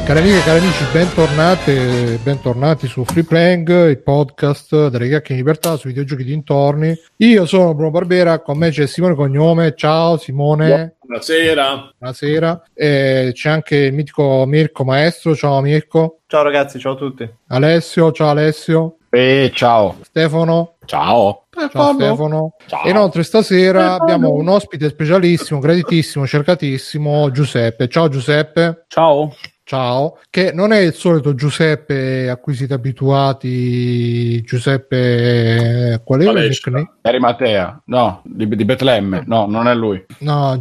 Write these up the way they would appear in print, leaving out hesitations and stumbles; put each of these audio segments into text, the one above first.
Cari amiche e cari amici, bentornati su Free Playing, il podcast delle chiacchiere in libertà sui videogiochi dintorni. Io sono Bruno Barbera, con me c'è Simone Cognome. Ciao Simone. Buonasera. Buonasera. C'è anche il mitico Mirko Maestro. Ciao Mirko. Ciao ragazzi, ciao a tutti. Alessio, ciao Alessio. Ciao. Stefano. Ciao. Ciao Stefano. Ciao. E inoltre stasera abbiamo un ospite specialissimo, graditissimo, cercatissimo, Giuseppe. Ciao Giuseppe. Ciao. Ciao, che non è il solito Giuseppe a cui siete abituati. Giuseppe, qual è il nickname? Arimatea, no, di Betlemme, no, non è lui. No,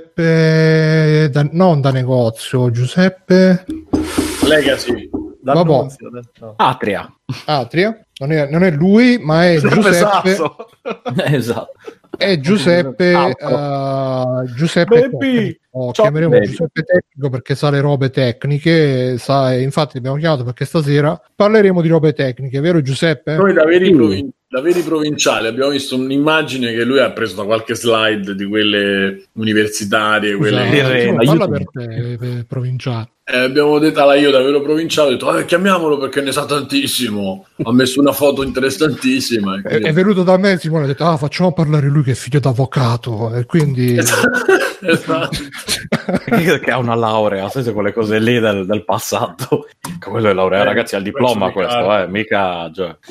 Giuseppe non da negozio, Giuseppe Legacy. Vabbè. No. Atria. Non è lui, ma è Giuseppe. Esatto. È Giuseppe. Giuseppe Tecnico. Chiameremo baby. Giuseppe Tecnico perché sa le robe tecniche. Infatti, abbiamo chiamato perché stasera parleremo di robe tecniche, vero Giuseppe? Noi da veri provinciali abbiamo visto un'immagine che lui ha preso da qualche slide di quelle universitarie, quelle Parla per te, provinciale. Abbiamo detto io da vero provinciale, ho detto chiamiamolo perché ne sa tantissimo, ha messo una foto interessantissima è venuto da me Simone, ha detto facciamo parlare lui che è figlio d'avvocato e quindi esatto. Che ha una laurea, sai, quelle cose lì del passato. Quello è laurea, ragazzi, ha il diploma questo, mica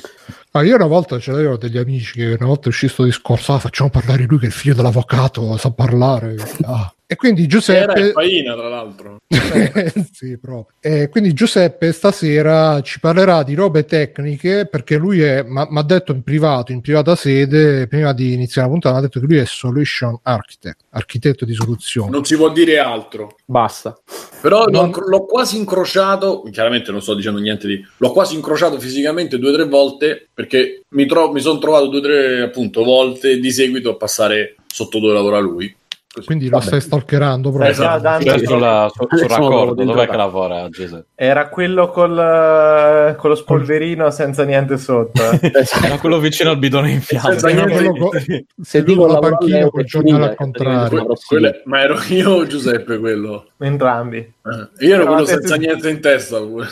io una volta ce l'avevo degli amici che una volta è uscito sto discorso, facciamo parlare lui che è il figlio dell'avvocato, sa parlare. E quindi Giuseppe era Faina, tra l'altro. sì, proprio. Quindi Giuseppe stasera ci parlerà di robe tecniche perché lui mi ha detto in privata sede, prima di iniziare la puntata, ha detto che lui è solution architect, architetto di soluzioni. Non si può dire altro. basta. Però l'ho quasi incrociato, chiaramente non sto dicendo niente l'ho quasi incrociato fisicamente 2 o 3 volte perché mi sono trovato 2 o 3 appunto volte di seguito a passare sotto dove lavora lui. Così. Quindi lo stai stalkerando proprio. Esatto. Sul raccordo, dov'è che lavora Giuseppe? Era quello con lo spolverino senza niente sotto. Era quello vicino al bidone in fiamme. Se dico la panchina col giornale al contrario. Ma ero io o Giuseppe quello? Entrambi. Io ero quello senza niente in testa pure.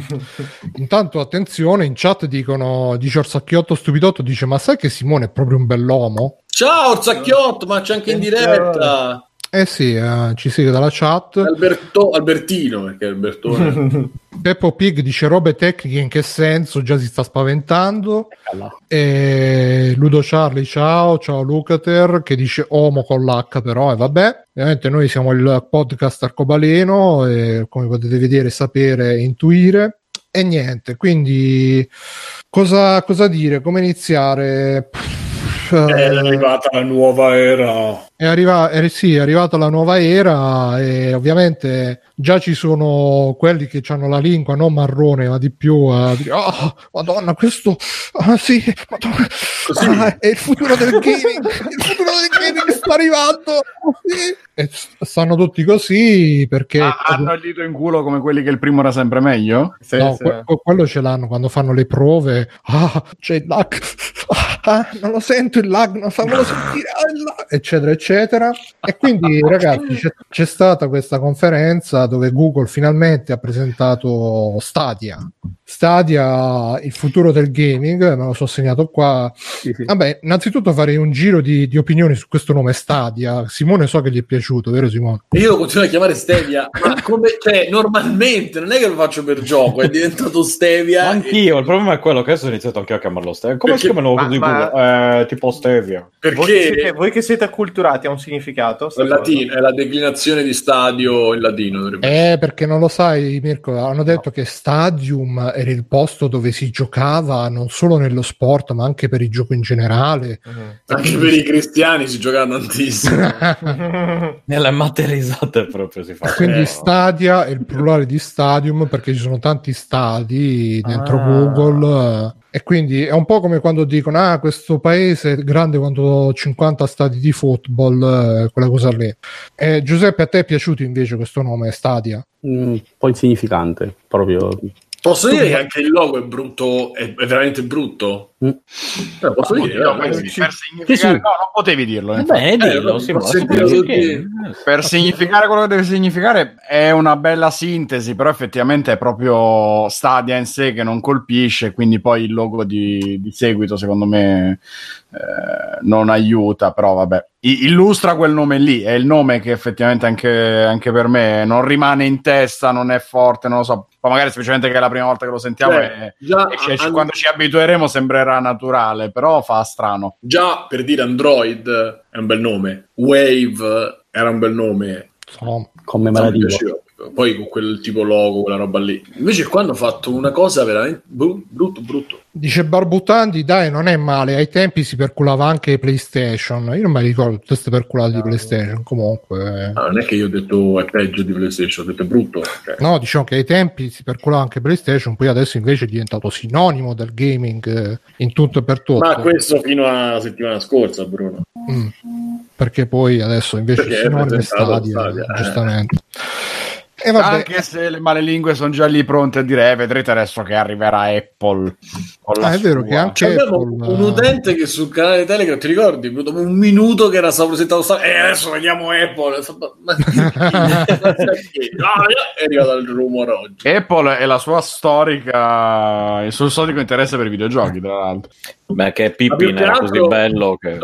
Intanto attenzione, in chat dice Orsacchiotto Stupidotto, dice ma sai che Simone è proprio un bell'uomo? Ciao Orsacchiotto, ma c'è anche in diretta. Sì, ci segue dalla chat. Albertino, perché Albertone. Peppo Pig dice robe tecniche in che senso? Già si sta spaventando. Ludo Charlie, ciao Lucater, che dice Omo con l'H però, e vabbè. Ovviamente noi siamo il podcast arcobaleno, come potete vedere, sapere, intuire. E niente, quindi cosa dire? Come iniziare? È arrivata la nuova era. È arrivata la nuova era e ovviamente già ci sono quelli che hanno la lingua non marrone ma di più a dire madonna questo sì madonna, è il futuro del gaming sta arrivando sì. E stanno tutti così perché hanno il dito in culo come quelli che il primo era sempre meglio? Sì, no, sì. quello ce l'hanno quando fanno le prove. C'è il lag, non lo sento il lag, non fammelo sentire, eccetera eccetera. E quindi ragazzi c'è stata questa conferenza dove Google finalmente ha presentato Stadia, il futuro del gaming, me lo so segnato qua. Sì. Vabbè, innanzitutto farei un giro di opinioni su questo nome Stadia. Simone so che gli è piaciuto, vero Simone? Io lo continuo a chiamare Stevia, ma come, cioè, normalmente non è che lo faccio per gioco, è diventato Stevia. Anch'io, il problema è quello che adesso ho iniziato anche a chiamarlo Stevia. Come si chiama il nuovo di Google? Tipo Stevia. Perché voi che siete acculturati ha un significato? È la declinazione di stadio in latino. Perché non lo sai Mirko, hanno detto che Stadium era il posto dove si giocava non solo nello sport ma anche per il gioco in generale. Anche per i cristiani si gioca tantissimo. Nelle materializzate proprio si fa. Quindi Stadia è il plurale di Stadium perché ci sono tanti stadi dentro Google. E quindi è un po' come quando dicono questo paese è grande quanto 50 stadi di football, quella cosa lì. Giuseppe, a te è piaciuto invece questo nome, Stadia? Un po' insignificante, proprio Posso dire che anche il logo è brutto, è veramente brutto? Posso dire, per significare, no, non potevi dirlo. Dillo, per significare quello che deve significare è una bella sintesi, però effettivamente è proprio Stadia in sé che non colpisce, quindi poi il logo di seguito secondo me non aiuta, però vabbè. Illustra quel nome lì, è il nome che effettivamente anche per me non rimane in testa, non è forte, non lo so, poi magari semplicemente che è la prima volta che lo sentiamo quando ci abitueremo sembrerà naturale, però fa strano. Già per dire Android è un bel nome, Wave era un bel nome, commemorativo. Poi con quel tipo logo, quella roba lì. Invece qua hanno fatto una cosa veramente brutto. Dice Barbutandi, dai, non è male, ai tempi si perculava anche PlayStation. Io non mi ricordo tutte queste perculate di PlayStation, comunque. No, non è che io ho detto è peggio di PlayStation, ho detto è brutto. Okay. No, diciamo che ai tempi si perculava anche PlayStation, poi adesso invece è diventato sinonimo del gaming in tutto e per tutto. Ma questo fino alla settimana scorsa, Bruno. Perché poi adesso invece è sinonimo Stadia, giustamente. E anche se le malelingue sono già lì pronte a dire vedrete adesso che arriverà Apple è vero che anche Apple... un utente che sul canale Telegram, ti ricordi, dopo un minuto che era stato presentato e adesso vediamo Apple è arrivato il rumore oggi. Apple è il suo storico interesse per i videogiochi, tra l'altro. Beh, che Pippin era così bello che...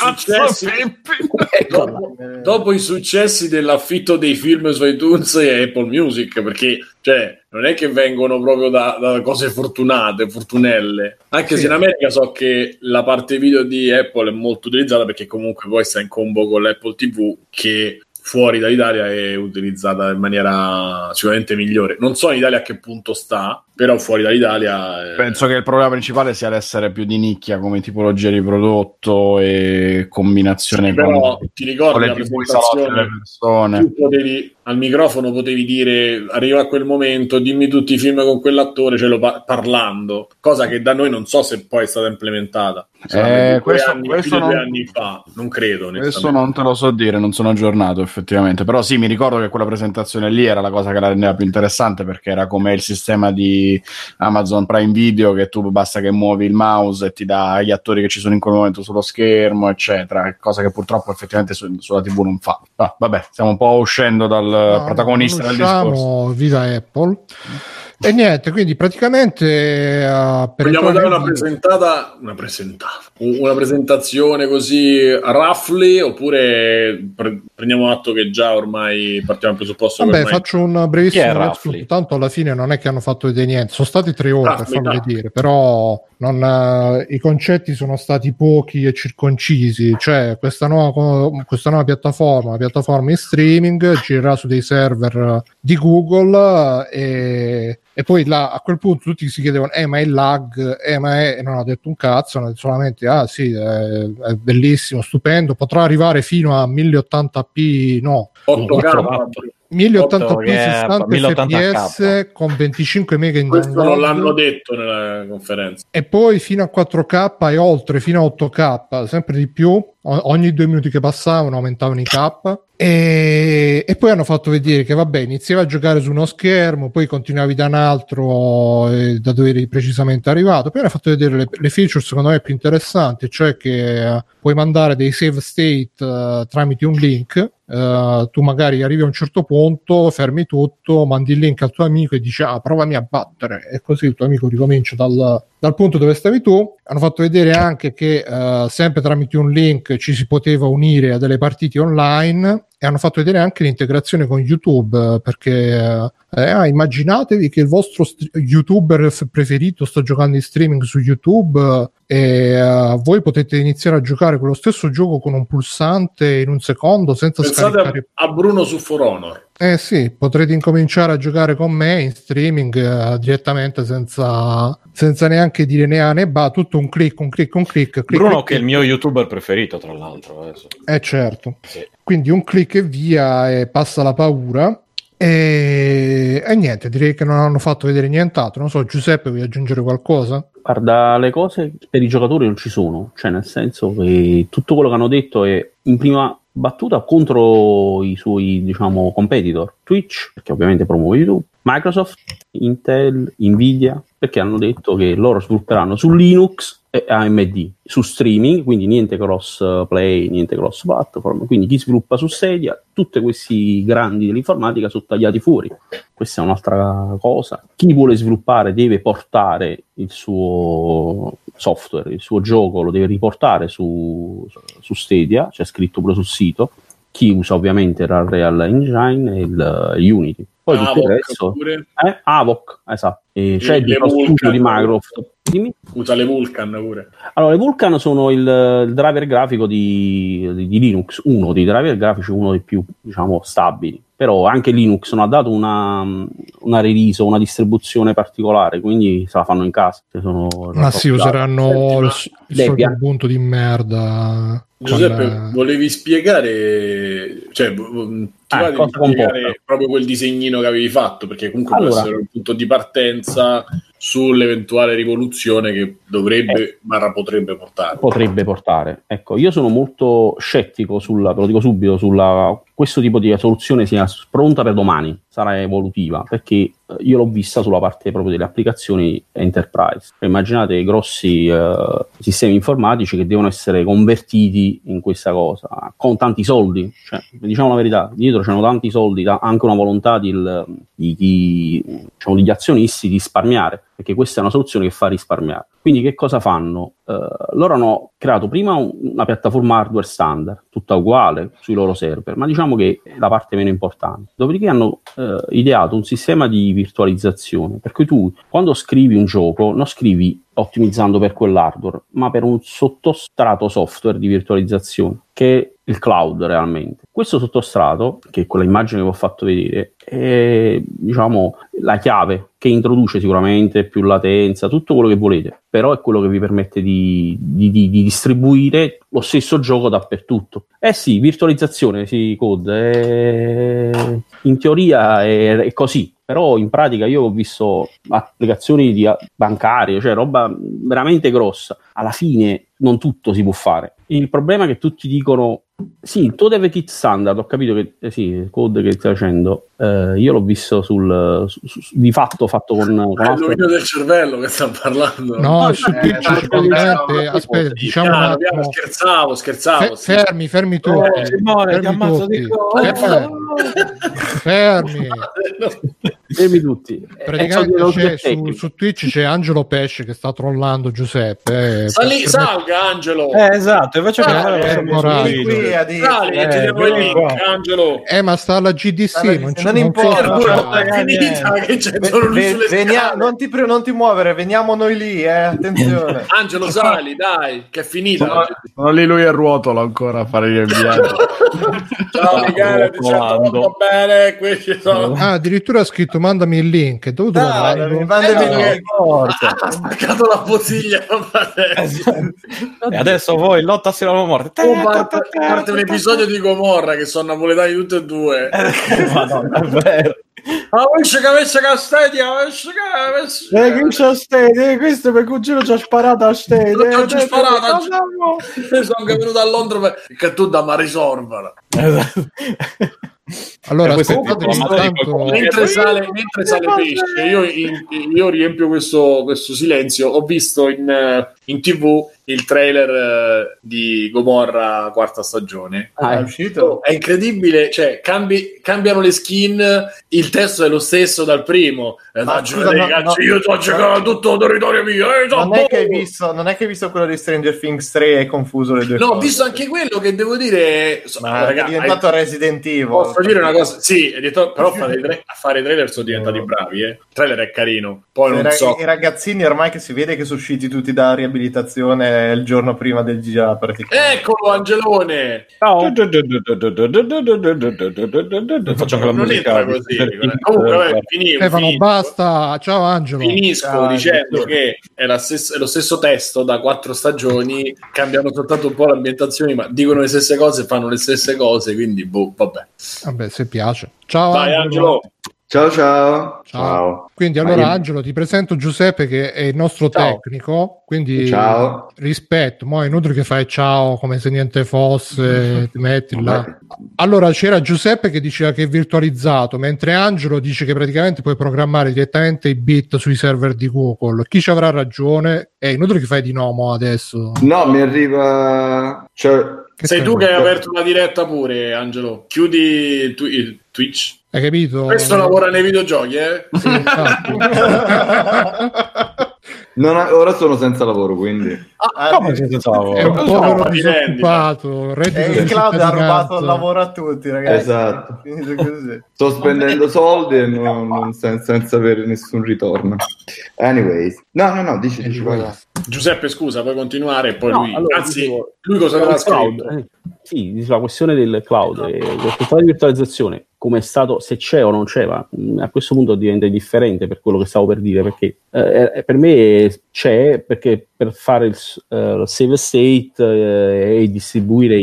dopo i successi dell'affitto dei film su iTunes e Apple Music, perché cioè non è che vengono proprio da cose fortunelle, anche se in America so che la parte video di Apple è molto utilizzata, perché comunque poi sta in combo con l'Apple TV, che fuori dall'Italia è utilizzata in maniera sicuramente migliore. Non so in Italia a che punto sta, però fuori dall'Italia penso che il problema principale sia l'essere più di nicchia come tipologia di prodotto e combinazione però ti ricordi la presentazione delle persone, tu al microfono potevi dire arriva a quel momento, dimmi tutti i film con quell'attore, parlando, cosa che da noi non so se poi è stata implementata. Questo anni fa, non credo. Questo non te lo so dire, non sono aggiornato effettivamente, però sì, mi ricordo che quella presentazione lì era la cosa che la rendeva più interessante, perché era come il sistema di Amazon Prime Video, che tu basta che muovi il mouse e ti dà gli attori che ci sono in quel momento sullo schermo, eccetera, cosa che purtroppo effettivamente sulla TV non fa. Vabbè, stiamo un po' uscendo dal protagonista del discorso. Viva Apple. E niente, quindi praticamente vogliamo dare una presentazione così roughly, oppure prendiamo atto che già ormai partiamo dal presupposto che ormai... faccio un brevissimo riassunto, tanto alla fine non è che hanno fatto vedere niente, sono state 3 ore per farlo vedere, però i concetti sono stati pochi e circoncisi, cioè questa nuova piattaforma, la piattaforma in streaming, girerà su dei server di Google e poi là a quel punto tutti si chiedevano ma è lag, e non ha detto un cazzo, hanno detto solamente sì, è bellissimo, stupendo, potrà arrivare fino a 1080p, no, 8K 1080p 60 fps con 25 mega in questo download. Non l'hanno detto nella conferenza. E poi fino a 4K e oltre, fino a 8K, sempre di più, ogni 2 minuti che passavano aumentavano i K. E poi hanno fatto vedere che vabbè, iniziavi a giocare su uno schermo, poi continuavi da un altro da dove eri precisamente arrivato. Poi hanno fatto vedere le feature secondo me più interessanti, cioè che puoi mandare dei save state tramite un link. Tu magari arrivi a un certo punto, fermi tutto, mandi il link al tuo amico e dici provami a battere, e così il tuo amico ricomincia dal punto dove stavi tu. Hanno fatto vedere anche che sempre tramite un link ci si poteva unire a delle partite online, e hanno fatto vedere anche l'integrazione con YouTube, perché immaginatevi che il vostro youtuber preferito sta giocando in streaming su YouTube e voi potete iniziare a giocare quello stesso gioco con un pulsante in un secondo senza scaricare. A Bruno su For Honor. Sì, potrete incominciare a giocare con me in streaming direttamente senza neanche dire né A né ba, tutto un click. Bruno che è il mio youtuber preferito, tra l'altro adesso. Certo, sì. Quindi un click e via, e passa la paura. E niente, direi che non hanno fatto vedere nient'altro. Non so, Giuseppe, vuoi aggiungere qualcosa? Guarda, le cose per i giocatori non ci sono, cioè nel senso che tutto quello che hanno detto è in prima battuta contro i suoi, diciamo, competitor Twitch, perché ovviamente promuove YouTube, Microsoft, Intel, Nvidia, perché hanno detto che loro svilupperanno su Linux e AMD, su streaming, quindi niente cross play, niente cross platform, quindi chi sviluppa su Stadia, tutti questi grandi dell'informatica sono tagliati fuori. Questa è un'altra cosa. Chi vuole sviluppare deve portare il suo software, il suo gioco lo deve riportare su Stadia, c'è scritto pure sul sito. Chi usa ovviamente il Unreal Engine e il Unity. Poi tutto il resto Avoc, esatto. E c'è il studio di Microsoft. Dimmi. Usa le Vulkan pure. Allora, le Vulkan sono il driver grafico di Linux, uno dei driver grafici, uno dei più, diciamo, stabili. Però anche Linux non ha dato una release o una distribuzione particolare, quindi se la fanno in casa. Ma sì, useranno il solito punto di merda. Giuseppe, volevi spiegare, cioè ti va di spiegare proprio quel disegnino che avevi fatto, perché comunque può essere un punto di partenza sull'eventuale rivoluzione che dovrebbe potrebbe portare. Potrebbe portare. Ecco, io sono molto scettico ve lo dico subito, questo tipo di soluzione sia pronta per domani, sarà evolutiva, perché io l'ho vista sulla parte proprio delle applicazioni enterprise. Immaginate grossi sistemi informatici che devono essere convertiti in questa cosa con tanti soldi, cioè, diciamo la verità, dietro c'erano tanti soldi, anche una volontà degli azionisti di risparmiare, perché questa è una soluzione che fa risparmiare. Quindi che cosa fanno? Loro hanno creato prima una piattaforma hardware standard, tutta uguale sui loro server, ma diciamo che è la parte meno importante. Dopodiché hanno ideato un sistema di virtualizzazione, per cui tu quando scrivi un gioco non scrivi ottimizzando per quell'hardware, ma per un sottostrato software di virtualizzazione che è il cloud realmente. Questo sottostrato, che è quella immagine che vi ho fatto vedere, è, diciamo, la chiave che introduce sicuramente più latenza, tutto quello che volete, però è quello che vi permette di distribuire lo stesso gioco dappertutto. Sì, virtualizzazione, sì, code, in teoria è così, però in pratica io ho visto applicazioni bancarie, cioè roba veramente grossa. Alla fine non tutto si può fare. Il problema è che tutti dicono sì, tu devi kit standard, ho capito che sì, il code che stai facendo, io l'ho visto di fatto fatto con l'umino del cervello che sta parlando. No, su Twitch aspetta, diciamo un attimo. Scherzavo. Fermi tutti. Fermi tutti. Praticamente su Twitch c'è Angelo Pesce che sta trollando Giuseppe. Salga Angelo. Esatto, invece che fare Angelo. Ma sta alla GDC, non importa. È finita che c'è non ti muovere, veniamo noi lì, attenzione. Angelo, sali, dai, che è finita. Sono lì lui a ruotolo ancora a fare gli inviati. Ciao Michele, ti sento molto bene. Addirittura ha scritto mandami il link. Mandami il link. Ha staccato la bottiglia. E adesso voi lotta sino alla morte. Parte un episodio di Gomorra che sono napoletani tutti e due. Madonna, è vero. Avesce che avesse Castedia, che Stadia, questo per cugino ci ha sparato a Stadia. Sono anche venuto a Londra che tu da ma risolvere. Allora, mentre sale pesce, io riempio questo silenzio. Ho visto in TV il trailer di Gomorra quarta stagione. È uscito? È incredibile, cioè cambiano le skin, il testo è lo stesso dal primo. Io sto giocando tutto il territorio mio. Non è che hai visto quello di Stranger Things 3 e hai confuso le due cose. Ho visto anche quello, che devo dire, ma è diventato Resident Evil. Posso dire una cosa? Sì, però a fare i trailer sono diventati bravi, Il trailer è carino. Poi non so. I ragazzini ormai che si vede che sono usciti tutti da riabilitazione il giorno prima del GA praticamente. Eccolo Angelone. Ciao. Faccio la musica così. Comunque Stefano, basta. Ciao Angelo. Finisco dicendo che è lo stesso testo da 4 stagioni, cambiano soltanto un po' l'ambientazione, ma dicono le stesse cose, fanno le stesse cose, quindi vabbè, se piace. Ciao vai Angelo. Ciao. Quindi allora Angelo, ti presento Giuseppe che è il nostro tecnico, quindi rispetto, mo' è inutile che fai ciao come se niente fosse, ti metti là. Allora c'era Giuseppe che diceva che è virtualizzato, mentre Angelo dice che praticamente puoi programmare direttamente i bit sui server di Google. Chi ci avrà ragione? È inutile che fai di no adesso. No, mi arriva... Sei tu che hai aperto una diretta pure, Angelo. Chiudi il Twitch. Hai capito? Questo lavora nei videogiochi, Sì, infatti. Ora sono senza lavoro, quindi come senza lavoro? È un povero disoccupato. Il cloud ha rubato il lavoro a tutti, ragazzi. Esatto. Sto spendendo soldi e senza avere nessun ritorno. Anyways, no, dici. Giuseppe, scusa, puoi continuare e poi No, lui. allora, Anzi, lui cosa avrà scritto? Sì, la questione del cloud, la virtualizzazione, come è stato, se c'è o non c'è, ma a questo punto diventa indifferente per quello che stavo per dire, perché per me c'è, perché per fare il save state e distribuire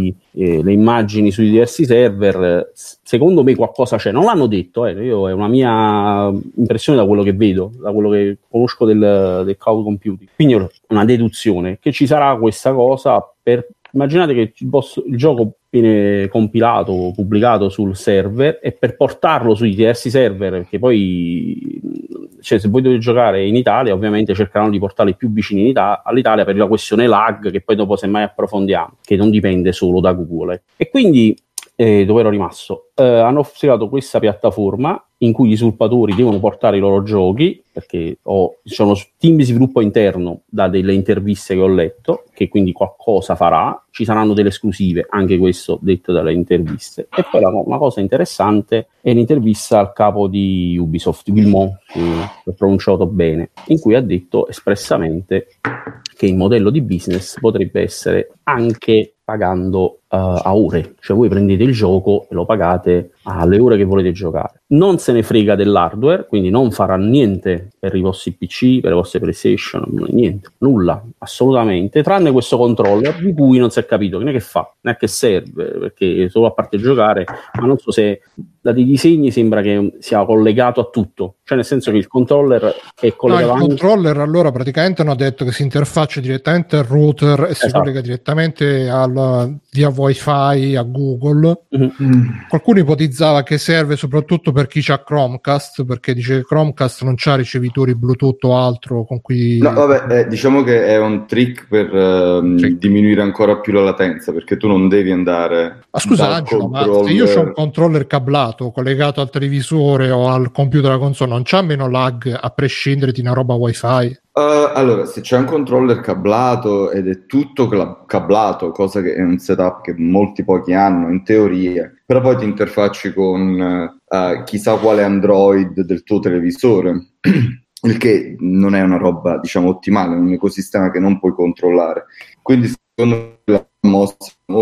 le immagini sui diversi server, secondo me qualcosa c'è. Non l'hanno detto, io è una mia impressione da quello che vedo, da quello che conosco del cloud computing. Quindi una deduzione che ci sarà questa cosa per... Immaginate che il gioco viene compilato, pubblicato sul server, e per portarlo sui diversi server, perché poi, cioè, se voi dovete giocare in Italia, ovviamente cercheranno di portarli più vicini all'Italia per la questione lag, che poi dopo semmai approfondiamo, che non dipende solo da Google. E quindi, dove ero rimasto? Hanno creato questa piattaforma in cui gli sviluppatori devono portare i loro giochi, perché ci sono team di sviluppo interno, da delle interviste che ho letto, che quindi qualcosa farà, ci saranno delle esclusive, anche questo detto dalle interviste. E poi una cosa interessante è l'intervista al capo di Ubisoft, Guillemot, l'ho pronunciato bene, in cui ha detto espressamente che il modello di business potrebbe essere anche pagando a ore, cioè voi prendete il gioco e lo pagate alle ore che volete giocare. Non se ne frega dell'hardware, quindi non farà niente per i vostri PC, per le vostre PlayStation, niente, nulla, assolutamente, tranne questo controller di cui non si è capito che fa, non è che serve, perché solo a parte giocare, ma non so se dai disegni sembra che sia collegato a tutto, cioè nel senso che il controller è collegato. No, il controller allora praticamente hanno detto che si interfaccia direttamente al router e si collega direttamente via wifi a Google. Qualcuno ipotizzava che serve soprattutto per chi c'ha Chromecast, perché dice che Chromecast non c'ha ricevitori Bluetooth o altro con cui... No, vabbè, diciamo che è un trick per diminuire ancora più la latenza, perché tu non devi andare... Ma scusa Angelo, ma se io ho un controller cablato collegato al televisore o al computer della console, non c'ha meno lag a prescindere di una roba wifi? Allora, se c'è un controller cablato ed è tutto cablato, cosa che è un setup che pochi hanno in teoria, però poi ti interfacci con chissà quale Android del tuo televisore, il che non è una roba, diciamo, ottimale, è un ecosistema che non puoi controllare. Quindi secondo me la mossa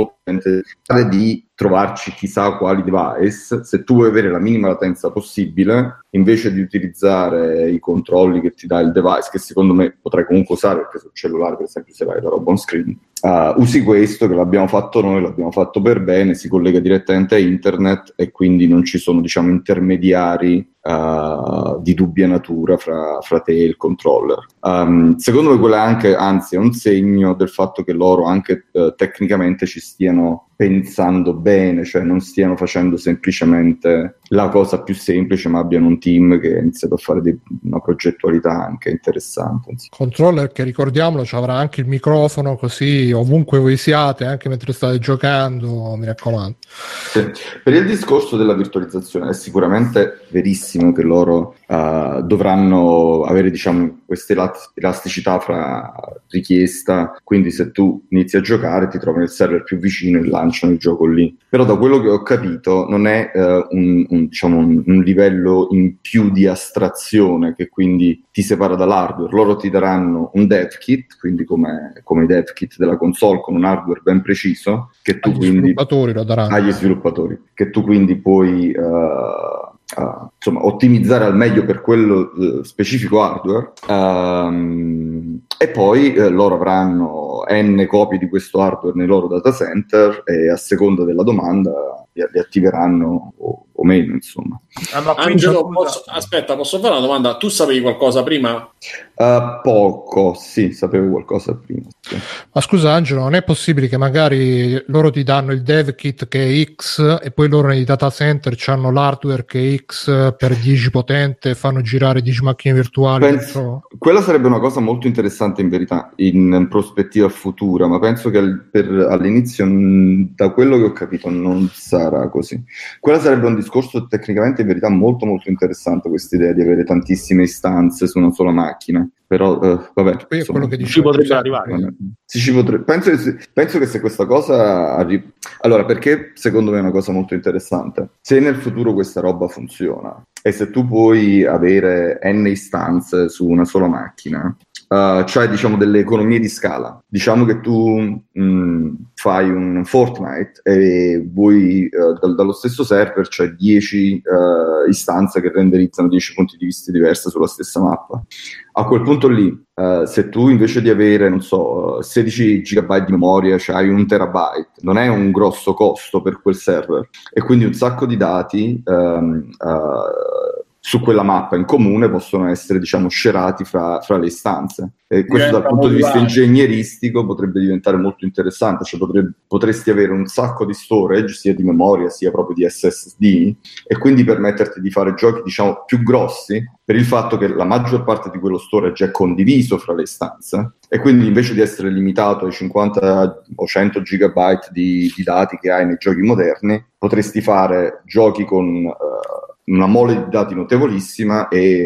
è di trovarci chissà quali device, se tu vuoi avere la minima latenza possibile, invece di utilizzare i controlli che ti dà il device, che secondo me potrai comunque usare, perché sul cellulare per esempio se vai la roba on screen, usi questo, che l'abbiamo fatto noi, l'abbiamo fatto per bene, si collega direttamente a internet e quindi non ci sono, diciamo, intermediari di dubbia natura fra te e il controller. Secondo me quello è anche, anzi è un segno del fatto che loro anche tecnicamente ci stiano pensando bene, cioè non stiano facendo semplicemente la cosa più semplice, ma abbiano un team che ha iniziato a fare una progettualità anche interessante. Controller che, ricordiamolo, ci avrà anche il microfono, così ovunque voi siate, anche mentre state giocando, mi raccomando. Sì. Per il discorso della virtualizzazione è sicuramente verissimo che loro dovranno avere, diciamo, questa elasticità fra richiesta, quindi se tu inizi a giocare ti trovi nel server più vicino e lanciano il gioco lì. Però da quello che ho capito non è un livello in più di astrazione che quindi ti separa dall'hardware. Loro ti daranno un dev kit, quindi come i dev kit della console, con un hardware ben preciso che tu agli sviluppatori lo daranno. Agli sviluppatori, che tu quindi puoi insomma ottimizzare al meglio per quello specifico hardware, e poi loro avranno n copie di questo hardware nei loro data center e a seconda della domanda li attiveranno o meno, insomma. Angelo, posso fare una domanda? Tu sapevi qualcosa prima? Poco, sì, sapevo qualcosa prima. Sì. Ma scusa Angelo, non è possibile che magari loro ti danno il dev kit che è X e poi loro nei data center hanno l'hardware che è X per 10 potente e fanno girare 10 macchine virtuali? Quella sarebbe una cosa molto interessante in verità, in prospettiva futura, ma penso che all'inizio, da quello che ho capito, non sarà così. Quella sarebbe un discorso tecnicamente in verità molto molto interessante, questa idea di avere tantissime istanze su una sola macchina. Però vabbè, poi è quello che ci potrebbe arrivare. Penso che se questa cosa allora, perché secondo me è una cosa molto interessante, se nel futuro questa roba funziona e se tu puoi avere n istanze su una sola macchina, cioè diciamo delle economie di scala, diciamo che tu fai un Fortnite e vuoi dallo stesso server c'è 10 istanze che renderizzano 10 punti di vista diversi sulla stessa mappa. A quel punto lì, se tu invece di avere, non so, 16 GB di memoria, c'hai 1 terabyte, non è un grosso costo per quel server e quindi un sacco di dati su quella mappa in comune possono essere, diciamo, scerati fra le istanze. E questo dal punto di vista ingegneristico potrebbe diventare molto interessante, cioè potresti avere un sacco di storage, sia di memoria sia proprio di SSD, e quindi permetterti di fare giochi, diciamo, più grossi, per il fatto che la maggior parte di quello storage è condiviso fra le istanze, e quindi invece di essere limitato ai 50 o 100 gigabyte di dati che hai nei giochi moderni, potresti fare giochi con una mole di dati notevolissima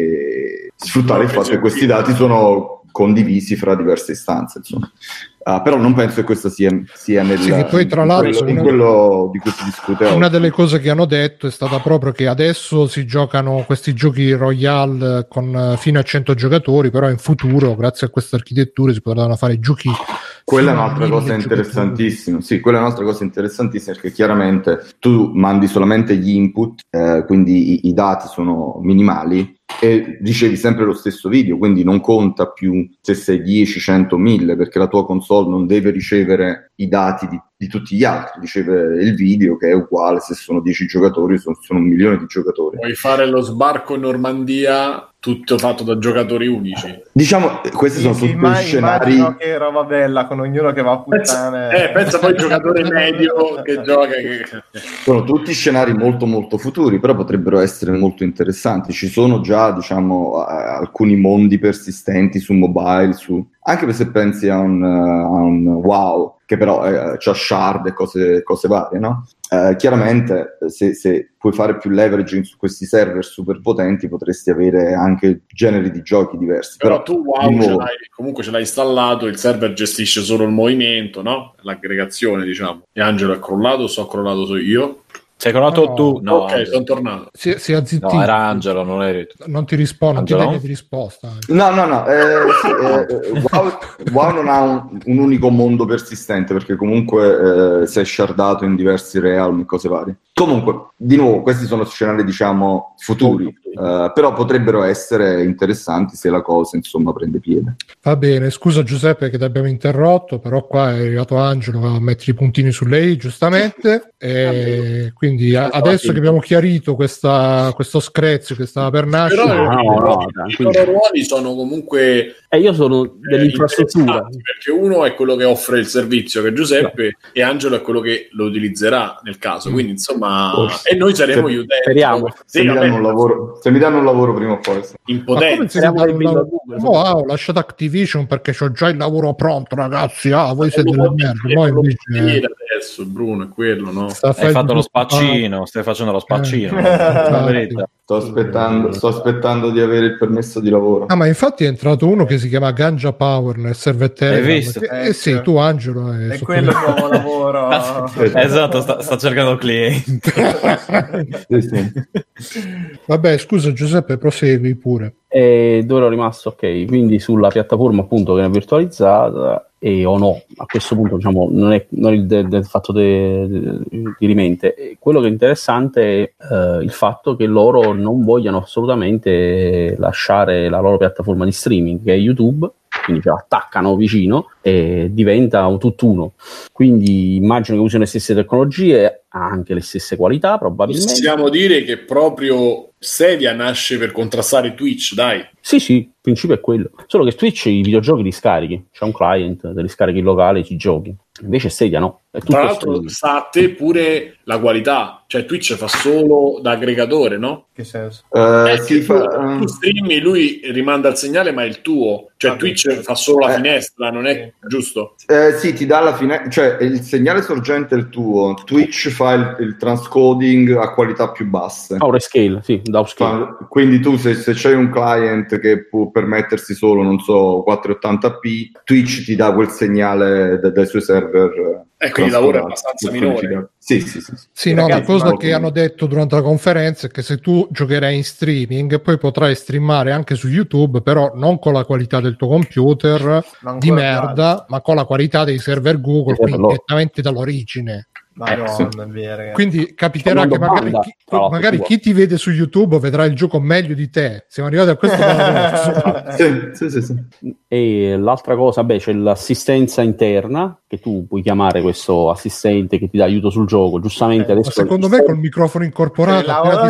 e sfruttare il fatto che questi dati sono condivisi fra diverse istanze, insomma. Però non penso che questo sia nel, sì, che poi, tra l'altro, in quello di cui si discute oggi. Una delle cose che hanno detto è stata proprio che adesso si giocano questi giochi Royale con fino a 100 giocatori, però in futuro, grazie a queste architetture, si potranno fare giochi. Quella è un'altra cosa interessantissima. Sì, quella è un'altra cosa interessantissima, perché chiaramente tu mandi solamente gli input, quindi i dati sono minimali, e ricevi sempre lo stesso video, quindi non conta più se sei 10, 100, 1000, perché la tua console non deve ricevere i dati di tutti gli altri, riceve il video che è uguale se sono 10 giocatori o sono 1 milione di giocatori. Puoi fare lo sbarco in Normandia tutto fatto da giocatori unici. Diciamo, questi sono tutti scenari. Immagino che roba bella, con ognuno che va a puttane. Pensa poi il giocatore medio che gioca. Sono tutti scenari molto molto futuri, però potrebbero essere molto interessanti. Ci sono già, diciamo, alcuni mondi persistenti su mobile, anche se pensi a un WoW, che però c'ha shard e cose varie, no? Chiaramente se puoi fare più leveraging su questi server super potenti, potresti avere anche generi di giochi diversi. Però tu WoW comunque ce l'hai installato, il server gestisce solo il movimento, no? L'aggregazione, diciamo. E Angelo è crollato o sono crollato io? Sei crollato tu? No, ok, sono tornato. Si è zittito. No, era Angelo, non eri tu. Non ti rispondo, non ti dai di risposta. No. WoW non ha un unico mondo persistente, perché comunque si è shardato in diversi realm e cose varie. Comunque, di nuovo, questi sono scenari, diciamo, futuri, però potrebbero essere interessanti se la cosa, insomma, prende piede. Va bene, scusa Giuseppe che ti abbiamo interrotto, però qua è arrivato Angelo a mettere i puntini su lei, giustamente, e quindi adesso che abbiamo chiarito questo screzio che stava per nascere... Però i loro ruoli sono comunque... io sono dell'infrastruttura. Perché uno è quello che offre il servizio, che è Giuseppe, e Angelo è quello che lo utilizzerà nel caso, quindi insomma... E noi saremo gli utenti. Speriamo. Se mi danno un lavoro prima o poi. Impotenti. Ho lasciato Activision perché c'ho già il lavoro pronto, ragazzi. Voi siete delle merde. Poi invece... Adesso Bruno è quello, no? Hai fatto lo spaccino, stai facendo lo spaccino. Sto aspettando di avere il permesso di lavoro. Ma infatti è entrato uno che si chiama Ganja Power nel server Telegram. Hai visto? Sì, tu Angelo è quello il nuovo lavoro. Esatto, sta cercando clienti. Sì. Vabbè, scusa Giuseppe, prosegui pure. Dove ero rimasto? Ok, quindi sulla piattaforma appunto che è virtualizzata, o no. A questo punto diciamo non è del fatto di rimente. Quello che è interessante è il fatto che loro non vogliano assolutamente lasciare la loro piattaforma di streaming, che è YouTube, quindi ce l'attaccano vicino e diventa un tutt'uno. Quindi immagino che usino le stesse tecnologie, anche le stesse qualità probabilmente. Possiamo dire che proprio Stadia nasce per contrastare Twitch, dai. Sì, il principio è quello. Solo che Twitch i videogiochi li scarichi, c'è un client, te li scarichi in locale, ci giochi. Invece Stadia no. È tutto tra l'altro sta a te pure la qualità, cioè Twitch fa solo da aggregatore, no? Che senso? Tu streami, lui rimanda il segnale, ma è il tuo, cioè Twitch fa solo la finestra, non è giusto? Sì, ti dà la finestra, cioè il segnale sorgente è il tuo, Twitch fa il transcoding a qualità più basse. Upscale, sì, downscale. Quindi tu se c'hai un client che può permettersi solo, non so, 480p, Twitch ti dà quel segnale dai suoi server. Quindi il lavoro è abbastanza minore. Sì, no, la cosa che hanno detto durante la conferenza è che se tu giocherai in streaming poi potrai streamare anche su YouTube, però non con la qualità del tuo computer di merda, ma con la qualità dei server Google, quindi direttamente dall'origine. Quindi capiterà che magari chi ti vede su YouTube vedrà il gioco meglio di te. Siamo arrivati a questo sì. E l'altra cosa, c'è l'assistenza interna, che tu puoi chiamare questo assistente che ti dà aiuto sul gioco. Giustamente adesso secondo me col microfono incorporato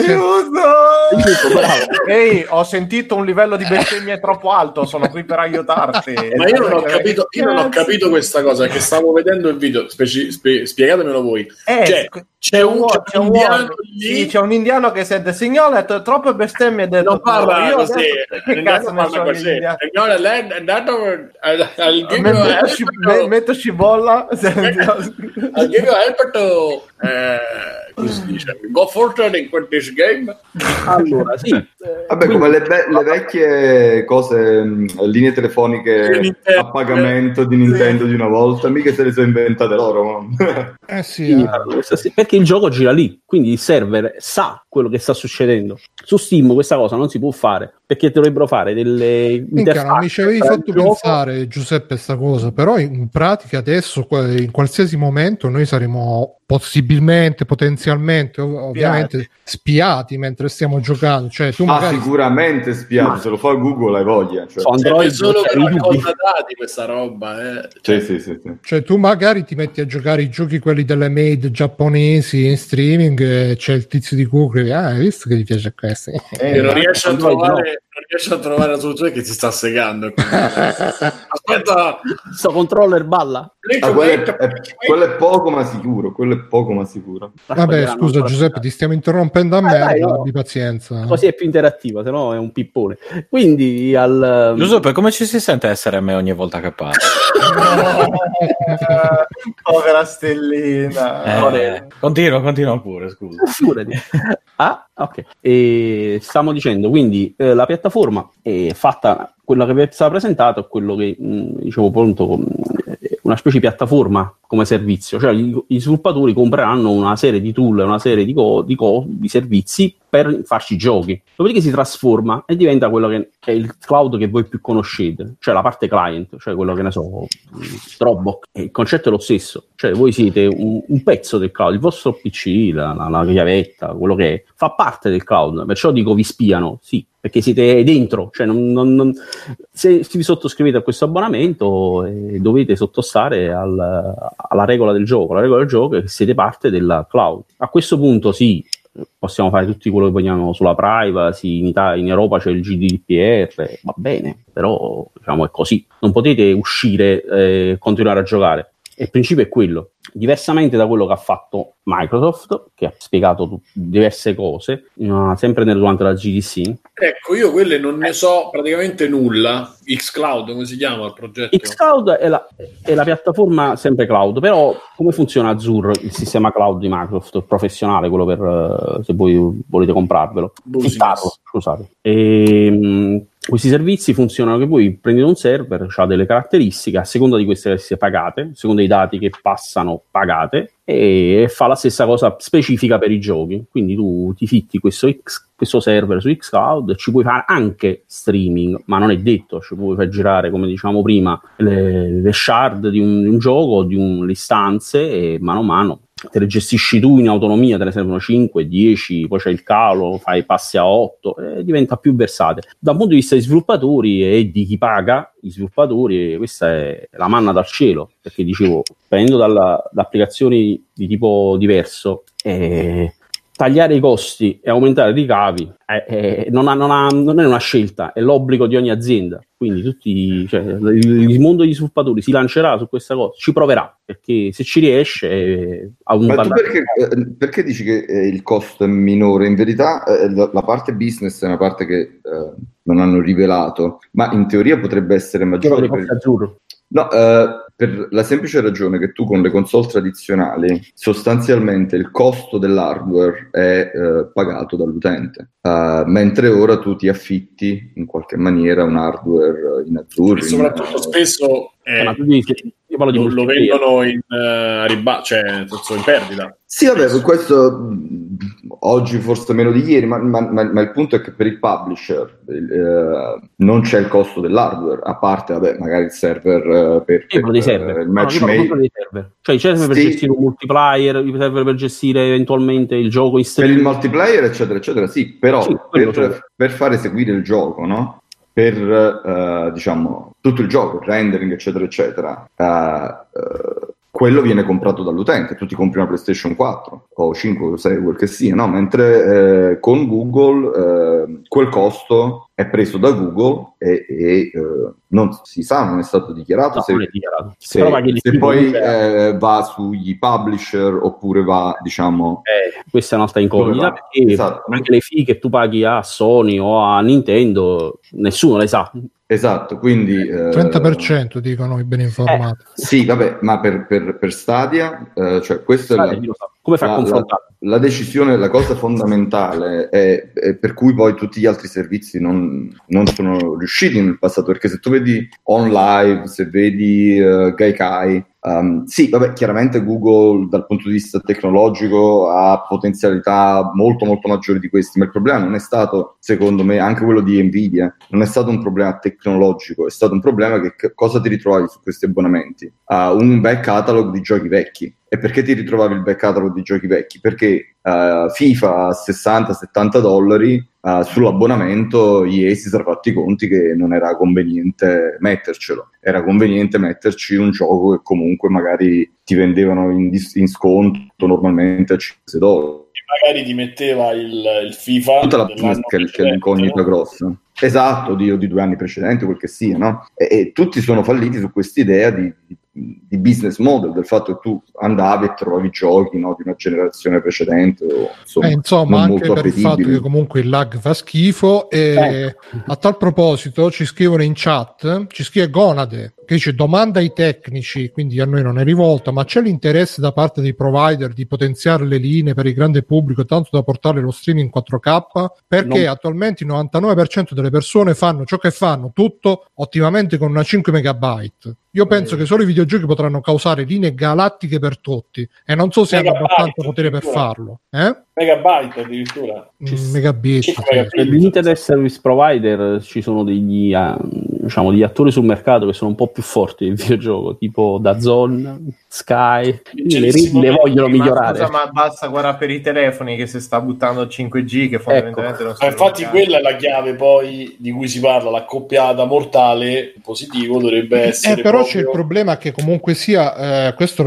Ehi, ho sentito un livello di bestemmie troppo alto, sono qui per aiutarti. Ma io non ho capito questa cosa, che stavo vedendo il video, spiegatemelo voi. C'è un indiano lì. Sì, c'è un indiano che sente signore, ha detto troppe bestemmie, detto, non parla così, che cazzo parla così. Metto cipolla. I'll give you help to come si dice? Go further in this game. Allora, sì. Vabbè, come le vecchie cose, linee telefoniche a pagamento di Nintendo di una volta, mica se le sono inventate loro. Perché il gioco gira lì, quindi il server sa quello che sta succedendo. Su Steam questa cosa non si può fare, perché dovrebbero fare delle interfacce. Non mi ci avevi fatto pensare, Giuseppe, sta cosa, però in pratica adesso in qualsiasi momento noi saremo potenzialmente ovviamente spiati mentre stiamo giocando, cioè tu magari sicuramente spiati, se lo fa Google hai voglia, cioè. Android solo per raccolta dati questa roba, Sì. Cioè tu magari ti metti a giocare i giochi quelli delle maid giapponesi in streaming, c'è il tizio di Google, hai visto che gli piace questo? Non riesce a trovare la soluzione che si sta segando. Aspetta, sto controller balla. Quello è poco ma sicuro. Vabbè, scusa Giuseppe, ti stiamo interrompendo a me, abbi pazienza. Così è più interattiva, se no è un pippone. Quindi Giuseppe, come ci si sente SRM ogni volta che parla? Povera stellina. Continua pure, scusa. Ok. E stiamo dicendo, quindi la piattaforma è fatta, quella che vi è stata presentata è quello che dicevo pronto, una specie di piattaforma come servizio, cioè gli sviluppatori compreranno una serie di tool, una serie di servizi per farci giochi, dopodiché si trasforma e diventa quello che è il cloud che voi più conoscete, cioè la parte client, cioè quello che ne so, Dropbox. Il concetto è lo stesso, cioè voi siete un pezzo del cloud, il vostro PC, la chiavetta, quello che è, fa parte del cloud, perciò dico vi spiano, sì, perché siete dentro, cioè se vi sottoscrivete a questo abbonamento dovete sottostare alla regola del gioco. La regola del gioco è che siete parte della cloud. A questo punto sì, possiamo fare tutti quello che vogliamo sulla privacy, in Europa c'è il GDPR, va bene, però diciamo è così, non potete uscire e continuare a giocare. Il principio è quello, diversamente da quello che ha fatto Microsoft, che ha spiegato diverse cose, sempre durante la GDC. Ecco, io quelle non ne so praticamente nulla. xCloud, come si chiama il progetto? xCloud è la piattaforma sempre cloud, però come funziona Azure, il sistema cloud di Microsoft, professionale, quello per se voi volete comprarvelo. Scusate. Questi servizi funzionano che voi prendete un server, ha delle caratteristiche, a seconda di queste pagate, a seconda dei dati che passano pagate, e fa la stessa cosa specifica per i giochi. Quindi tu ti fitti questo server su xCloud, ci puoi fare anche streaming, ma non è detto, ci puoi far girare, come diciamo prima, le shard di un gioco, le istanze, e mano a mano te le gestisci tu in autonomia, te ne servono 5, 10, poi c'è il calo, fai passi a 8, e diventa più versatile. Da un punto di vista degli sviluppatori e di chi paga gli sviluppatori, questa è la manna dal cielo, perché dicevo, venendo da applicazioni di tipo diverso, tagliare i costi e aumentare i ricavi non è una scelta, è l'obbligo di ogni azienda. Quindi il mondo degli sviluppatori si lancerà su questa cosa, ci proverà, perché se ci riesce ha un vantaggio. Perché dici che il costo è minore? In verità la parte business è una parte che non hanno rivelato, ma in teoria potrebbe essere maggiore. No, per la semplice ragione che tu con le console tradizionali sostanzialmente il costo dell'hardware è pagato dall'utente, mentre ora tu ti affitti in qualche maniera un hardware in Azure. E soprattutto spesso lo vendono in in perdita. Sì, vabbè, questo oggi forse meno di ieri, ma il punto è che per il publisher non c'è il costo dell'hardware, a parte magari il server per il matchmaking. Cioè i server per gestire un multiplayer, i server per gestire eventualmente il gioco in streaming. Per il multiplayer, eccetera, eccetera, sì, però sì, per far eseguire il gioco, no? Per tutto il gioco, il rendering, eccetera, eccetera, quello viene comprato dall'utente. Tu ti compri una PlayStation 4 o 5 o 6, quel che sia, no? Mentre con Google quel costo è preso da Google e non si sa, non è stato dichiarato se poi va sugli publisher oppure va, questa è un'altra incognita, perché esatto. Anche le fee che tu paghi a Sony o a Nintendo nessuno le sa. Esatto, quindi 30% dicono i ben informati. Sì, vabbè, ma per Stadia, cioè questo è come fa a confrontare? La decisione, la cosa fondamentale è per cui poi tutti gli altri servizi non sono riusciti nel passato, perché se tu vedi OnLive, se vedi Gaikai, sì, vabbè, chiaramente Google dal punto di vista tecnologico ha potenzialità molto molto maggiori di questi, ma il problema non è stato, secondo me, anche quello di Nvidia, non è stato un problema tecnologico, è stato un problema che cosa ti ritrovavi su questi abbonamenti? Un back catalog di giochi vecchi. E perché ti ritrovavi il back catalog di giochi vecchi? Perché FIFA a $60 sull'abbonamento EA si sarà fatti i conti che non era conveniente mettercelo, era conveniente metterci un gioco che comunque magari ti vendevano in sconto normalmente a $5. Magari ti metteva il FIFA tutta la che è l'incognita grossa. Esatto, di 2 anni precedenti, quel che sia, no? E tutti sono falliti su quest'idea di business model, del fatto che tu andavi e trovavi giochi, no, di una generazione precedente o, insomma anche per il fatto che comunque il lag fa schifo. E a tal proposito ci scrivono in chat, ci scrive Gonade che dice: domanda ai tecnici, quindi a noi non è rivolta, ma c'è l'interesse da parte dei provider di potenziare le linee per il grande pubblico tanto da portare lo streaming in 4K? Perché attualmente il 99% delle persone fanno ciò che fanno tutto ottimamente con una 5 megabyte. Io penso che solo i videogiochi potranno causare linee galattiche per tutti e non so se hanno abbastanza potere per farlo. Megabyte addirittura. Megabit. Nell'Internet Service Provider ci sono degli attori sul mercato che sono un po' più forti del videogioco, tipo DAZN, Sky, le vogliono migliorare. Scusa, ma basta guardare per i telefoni che si sta buttando il 5G, che fondamentalmente non so. Infatti quella è la chiave poi di cui si parla, l'accoppiata mortale positivo dovrebbe essere però c'è il problema che comunque sia questo lo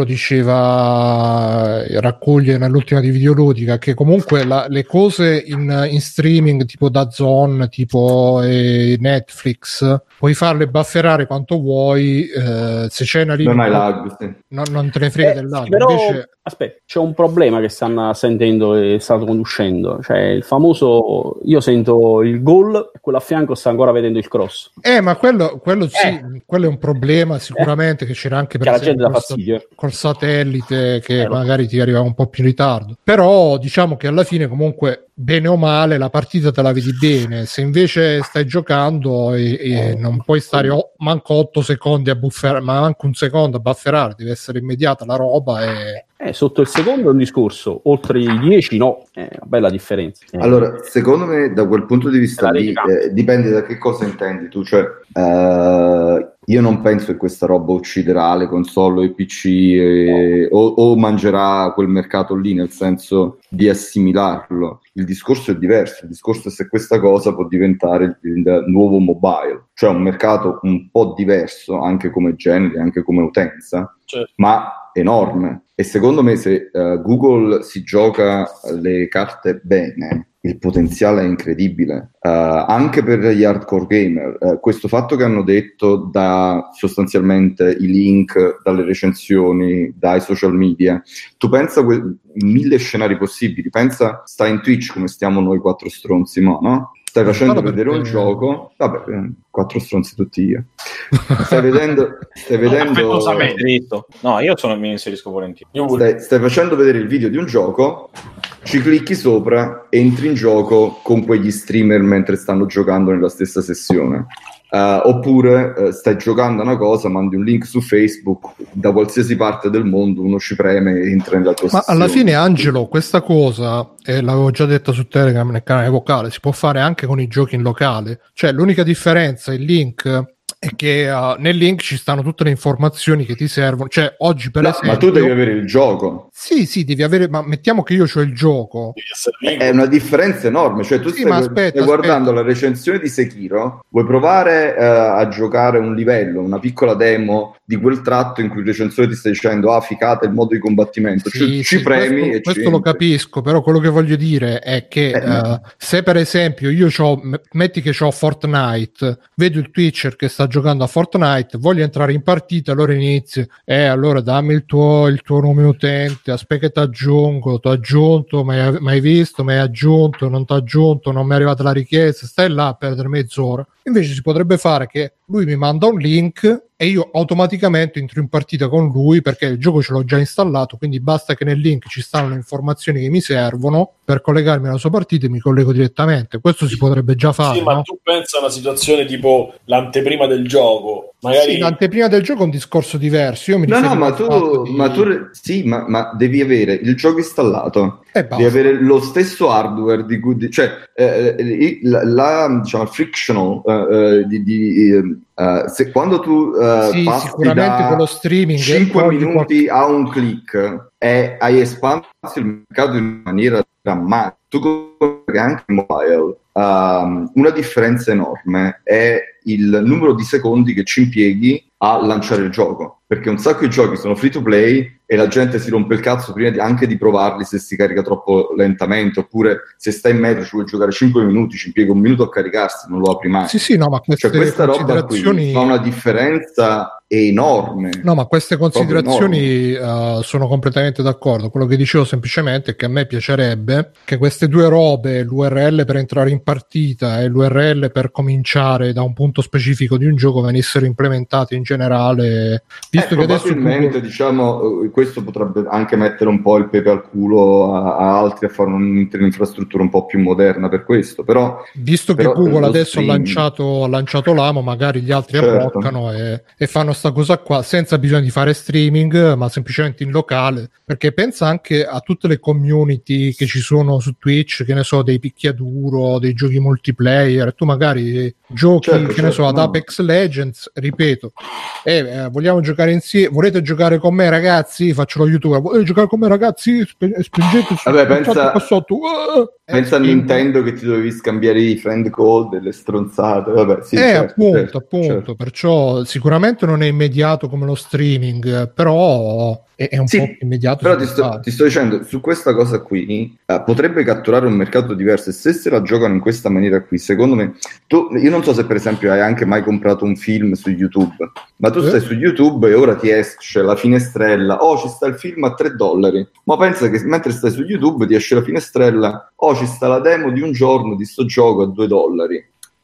diceva raccoglie nell'ultima di Videoludica, che comunque le cose in streaming tipo DAZN, tipo Netflix, puoi farle bufferare quanto vuoi, se c'è una linea non hai lag, sì. non te ne frega del lag. Però invece... aspetta, c'è un problema che stanno sentendo e stanno conoscendo, cioè il famoso, io sento il gol e quello a fianco sta ancora vedendo il cross. Ma quello sì, quello è un problema sicuramente, che c'era anche per esempio col satellite che magari ti arriva un po' più in ritardo, però diciamo che alla fine comunque bene o male la partita te la vedi bene. Se invece stai giocando e non puoi stare manco 8 secondi a bufferare, ma anche un secondo a bufferare, deve essere immediata la roba sotto il secondo è un discorso, oltre i 10 no, è una bella differenza. Allora, secondo me da quel punto di vista lì dipende da che cosa intendi tu, cioè io non penso che questa roba ucciderà le console o i PC o mangerà quel mercato lì, nel senso di assimilarlo. Il discorso è diverso, il discorso è se questa cosa può diventare il nuovo mobile, cioè un mercato un po' diverso anche come genere, anche come utenza, certo, ma enorme. E secondo me se Google si gioca le carte bene, il potenziale è incredibile, anche per gli hardcore gamer. Questo fatto che hanno detto da sostanzialmente i link, dalle recensioni, dai social media, tu pensa in 1000 scenari possibili, pensa stai in Twitch come stiamo noi 4 stronzi, no? Stai facendo vedere un gioco, vabbè, 4 stronzi tutti io. Stai vedendo no, io mi inserisco volentieri. Stai facendo vedere il video di un gioco, ci clicchi sopra, entri in gioco con quegli streamer mentre stanno giocando nella stessa sessione. Oppure stai giocando a una cosa, mandi un link su Facebook, da qualsiasi parte del mondo uno ci preme e entra nella tua sessione. Alla fine, Angelo, questa cosa, l'avevo già detta su Telegram nel canale vocale, si può fare anche con i giochi in locale, cioè l'unica differenza, il link è che nel link ci stanno tutte le informazioni che ti servono, cioè oggi per esempio... Ma tu devi avere il gioco. Sì, devi avere, ma mettiamo che io ho il gioco. È una differenza enorme, cioè tu stai guardando la recensione di Sekiro, vuoi provare a giocare un livello, una piccola demo di quel tratto in cui il recensore ti sta dicendo figata il modo di combattimento, ci premi questo lo capisco, però quello che voglio dire è che se per esempio io metti che c'ho Fortnite, vedo il Twitcher che sta giocando a Fortnite, voglio entrare in partita, allora inizio allora dammi il tuo nome utente, aspetta che ti aggiungo, t'ho aggiunto, mai visto, mi hai aggiunto, non t'ho aggiunto, non mi è arrivata la richiesta, stai là a perdere mezz'ora. Invece si potrebbe fare che lui mi manda un link e io automaticamente entro in partita con lui perché il gioco ce l'ho già installato, quindi basta che nel link ci stanno le informazioni che mi servono per collegarmi alla sua partita e mi collego direttamente. Questo si potrebbe già fare. Sì, ma tu pensa a una situazione tipo l'anteprima del gioco. Magari... Sì, l'anteprima del gioco è un discorso diverso. Io ma devi avere il gioco installato, devi avere lo stesso hardware di cui, cioè diciamo frictional se quando tu passi sicuramente con lo streaming 5 minuti a un click e hai espanso il mercato in maniera drammatica, tu anche mobile, una differenza enorme è il numero di secondi che ci impieghi a lanciare il gioco, perché un sacco di giochi sono free to play e la gente si rompe il cazzo prima anche di provarli se si carica troppo lentamente, oppure se stai in metro ci vuoi giocare 5 minuti, ci impiega un minuto a caricarsi, non lo apri mai. Sì, no, ma questa roba qui fa una differenza enorme. No, ma queste considerazioni sono completamente d'accordo. Quello che dicevo semplicemente è che a me piacerebbe che queste due robe, l'URL per entrare in partita e l'URL per cominciare da un punto specifico di un gioco, venissero implementate in generale, visto che adesso diciamo questo potrebbe anche mettere un po' il pepe al culo a altri a fare un'infrastruttura un po' più moderna per questo, però visto che Google adesso ha lanciato l'AMO, magari gli altri abboccano e fanno sta cosa qua senza bisogno di fare streaming, ma semplicemente in locale, perché pensa anche a tutte le community che ci sono su Twitch, che ne so, dei picchiaduro, dei giochi multiplayer, tu magari giochi ad Apex Legends, ripeto, vogliamo giocare insieme, volete giocare con me ragazzi, faccio lo youtuber, volete giocare con me ragazzi, spingete su, pensa a Nintendo che ti dovevi scambiare i friend code, delle stronzate, appunto, perciò sicuramente non è immediato come lo streaming, però è un po' immediato. Però ti sto dicendo, su questa cosa qui potrebbe catturare un mercato diverso, e se la giocano in questa maniera qui, secondo me, io non so se per esempio hai anche mai comprato un film su YouTube, ma tu stai su YouTube e ora ti esce la finestrella, ci sta il film a $3, ma pensa che mentre stai su YouTube ti esce la finestrella, ci sta la demo di un giorno di sto gioco a $2.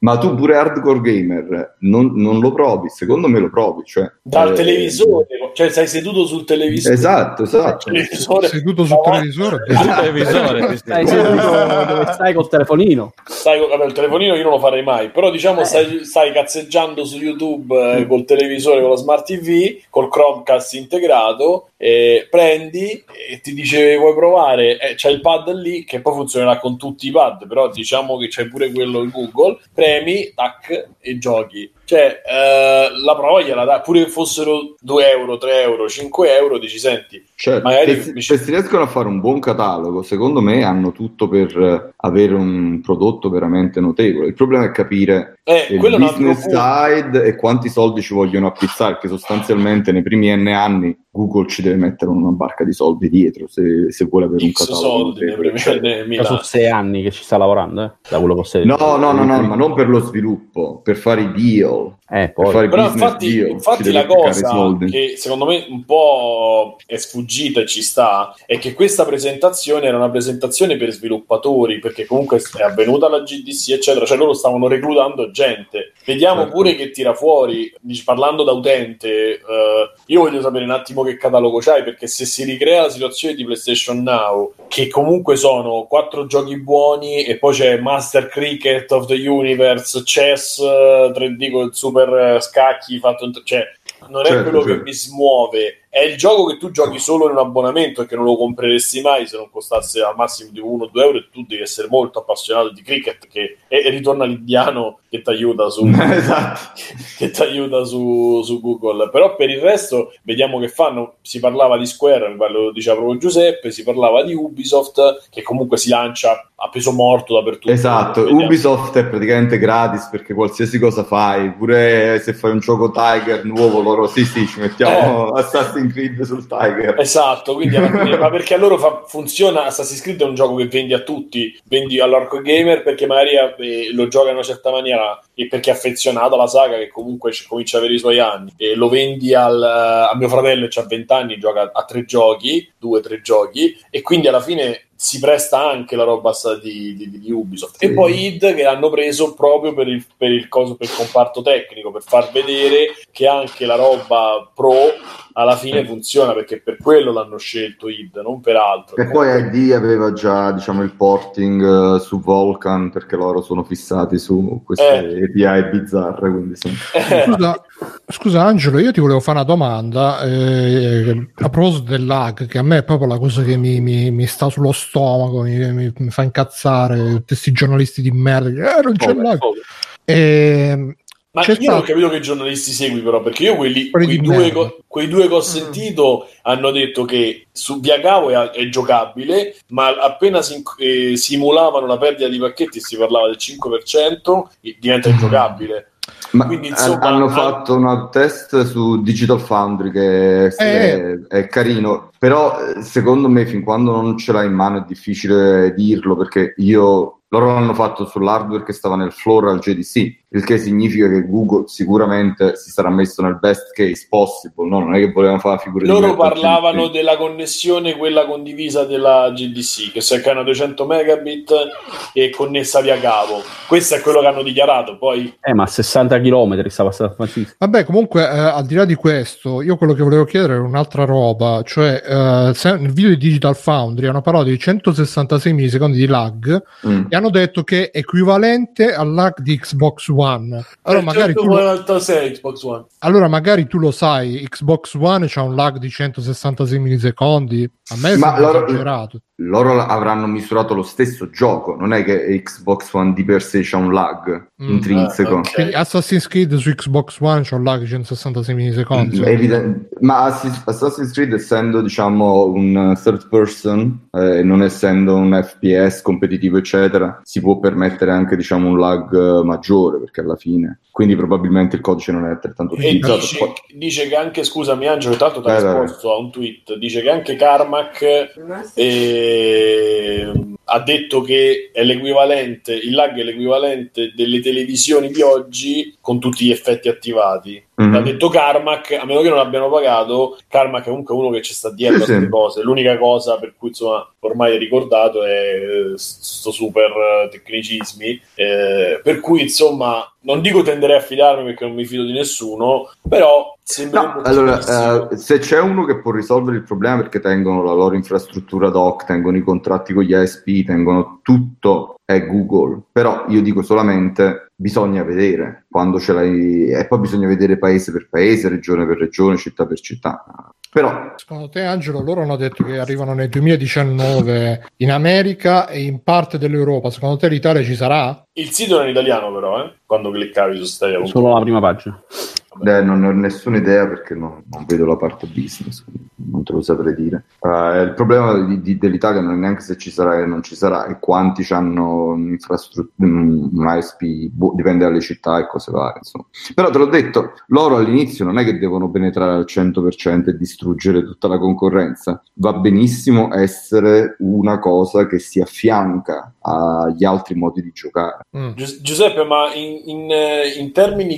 Ma tu pure hardcore gamer non lo provi? Secondo me lo provi, cioè dal televisore, cioè sei seduto sul televisore. Esatto. Seduto sul televisore. Sul televisore, Stai seduto dove stai col telefonino. Vabbè, il telefonino io non lo farei mai, però diciamo stai cazzeggiando su YouTube col televisore, con la Smart TV, col Chromecast integrato, prendi e ti dice vuoi provare, c'è il pad lì che poi funzionerà con tutti i pad, però diciamo che c'è pure quello in Google, premi, tac, e giochi. Cioè la prova gliela dà, pure che fossero 2 euro, 3 euro, 5 euro, dici senti, certo, magari se si riescono a fare un buon catalogo, secondo me hanno tutto per avere un prodotto veramente notevole. Il problema è capire il business side e quanti soldi ci vogliono appizzare, che sostanzialmente nei primi N anni Google ci deve mettere una barca di soldi dietro se vuole avere un catalogo notevole. Sono 6 anni che ci sta lavorando, da quello che sei. No, ma non per lo sviluppo, per fare i deal. Poi. Però infatti la cosa che secondo me un po' è sfuggita e ci sta è che questa presentazione era una presentazione per sviluppatori, perché comunque è avvenuta la GDC eccetera, cioè loro stavano reclutando gente. Vediamo pure che tira fuori, parlando da utente, io voglio sapere un attimo che catalogo c'hai, perché se si ricrea la situazione di PlayStation Now, che comunque sono 4 giochi buoni e poi c'è Master Cricket of the Universe, Chess 3D con il super scacchi fatto, cioè non è quello che mi smuove, è il gioco che tu giochi solo in un abbonamento e che non lo compreresti mai se non costasse al massimo di 1 o 2 euro, e tu devi essere molto appassionato di cricket, e ritorna l'indiano che ti aiuta su che ti aiuta su Google. Però per il resto vediamo che fanno, si parlava di Square, lo diceva proprio Giuseppe, si parlava di Ubisoft che comunque si lancia a peso morto dappertutto. Esatto, Ubisoft è praticamente gratis, perché qualsiasi cosa fai, pure se fai un gioco Tiger nuovo, loro sì ci mettiamo Assassin's Creed sul Tiger. Esatto, quindi ma perché a loro funziona. Assassin's Creed è un gioco che vendi a tutti, vendi all'hardcore gamer perché magari lo gioca in una certa maniera e perché è affezionato alla saga, che comunque comincia ad avere i suoi anni, e lo vendi a mio fratello che ha 20 anni, gioca a 3 giochi, 2-3 giochi, e quindi alla fine si presta anche la roba di Ubisoft. E poi id che hanno preso proprio per il comparto tecnico, per far vedere che anche la roba pro alla fine funziona, perché per quello l'hanno scelto id, non per altro. E poi ID aveva già, diciamo, il porting su Vulkan, perché loro sono fissati su queste API bizzarre, quindi Scusa Angelo, io ti volevo fare una domanda a proposito del lag, che a me è proprio la cosa che mi sta sullo stomaco, mi fa incazzare, tutti questi giornalisti di merda, non c'è lag. Ma io non ho capito che giornalisti segui, però, perché io quei due che ho sentito hanno detto che su Via Cavo è giocabile, ma appena simulavano la perdita di pacchetti e si parlava del 5%, diventa ingiocabile. Ma quindi, insomma, hanno fatto un test su Digital Foundry che è carino, però secondo me fin quando non ce l'hai in mano è difficile dirlo, perché loro l'hanno fatto sull'hardware che stava nel floor al JDC, il che significa che Google sicuramente si sarà messo nel best case possible, no? Non è che volevano fare la figura loro di parlavano della connessione, quella condivisa della GDC, che se è una 200 megabit e connessa via cavo. Questo è quello che hanno dichiarato. Poi ma a 60 km stava San Francisco. Vabbè, comunque al di là di questo, io quello che volevo chiedere era un'altra roba, cioè nel video di Digital Foundry hanno parlato di 166 millisecondi di lag e hanno detto che è equivalente al lag di Xbox One. Allora magari, Xbox One. Allora magari tu lo sai, Xbox One c'ha un lag di 166 millisecondi, a me sembra esagerato. Loro avranno misurato lo stesso gioco, non è che Xbox One di per sé c'ha un lag intrinseco. Okay. Quindi Assassin's Creed su Xbox One c'ha un lag di 166 millisecondi. Ma Assassin's Creed, essendo, diciamo, un third person, non essendo un FPS competitivo eccetera, si può permettere anche, diciamo, un lag maggiore, perché alla fine, quindi probabilmente il codice non è altrettanto utilizzato. Dice che anche, scusami Angelo, tanto ti ha risposto a un tweet, dice che anche Carmack ha detto che è l'equivalente, il lag è l'equivalente delle televisioni di oggi con tutti gli effetti attivati. l'ha detto Carmack, a meno che non abbiano pagato. Carmack è comunque uno che ci sta dietro a queste cose. L'unica cosa per cui insomma ormai è ricordato è sto super tecnicismi, per cui insomma non dico tenderei a fidarmi perché non mi fido di nessuno, però se c'è uno che può risolvere il problema perché tengono la loro infrastruttura doc, tengono i contratti con gli ISP, tengono tutto, è Google. Però io dico solamente bisogna vedere quando ce l'hai, e poi bisogna vedere paese per paese, regione per regione, città per città. Però secondo te, Angelo, loro hanno detto che arrivano nel 2019 in America e in parte dell'Europa. Secondo te l'Italia ci sarà? Il sito era in italiano però, quando cliccavi su Stadia. Solo la prima pagina. Non ho nessuna idea perché non vedo la parte business, non te lo saprei dire. Il problema dell'Italia non è neanche se ci sarà o non ci sarà, e quanti hanno un'infrastruttura, un ISP, dipende dalle città e cose varie, insomma. Però te l'ho detto, loro all'inizio non è che devono penetrare al 100% e distruggere tutta la concorrenza. Va benissimo essere una cosa che si affianca agli altri modi di giocare. Giuseppe, ma in termini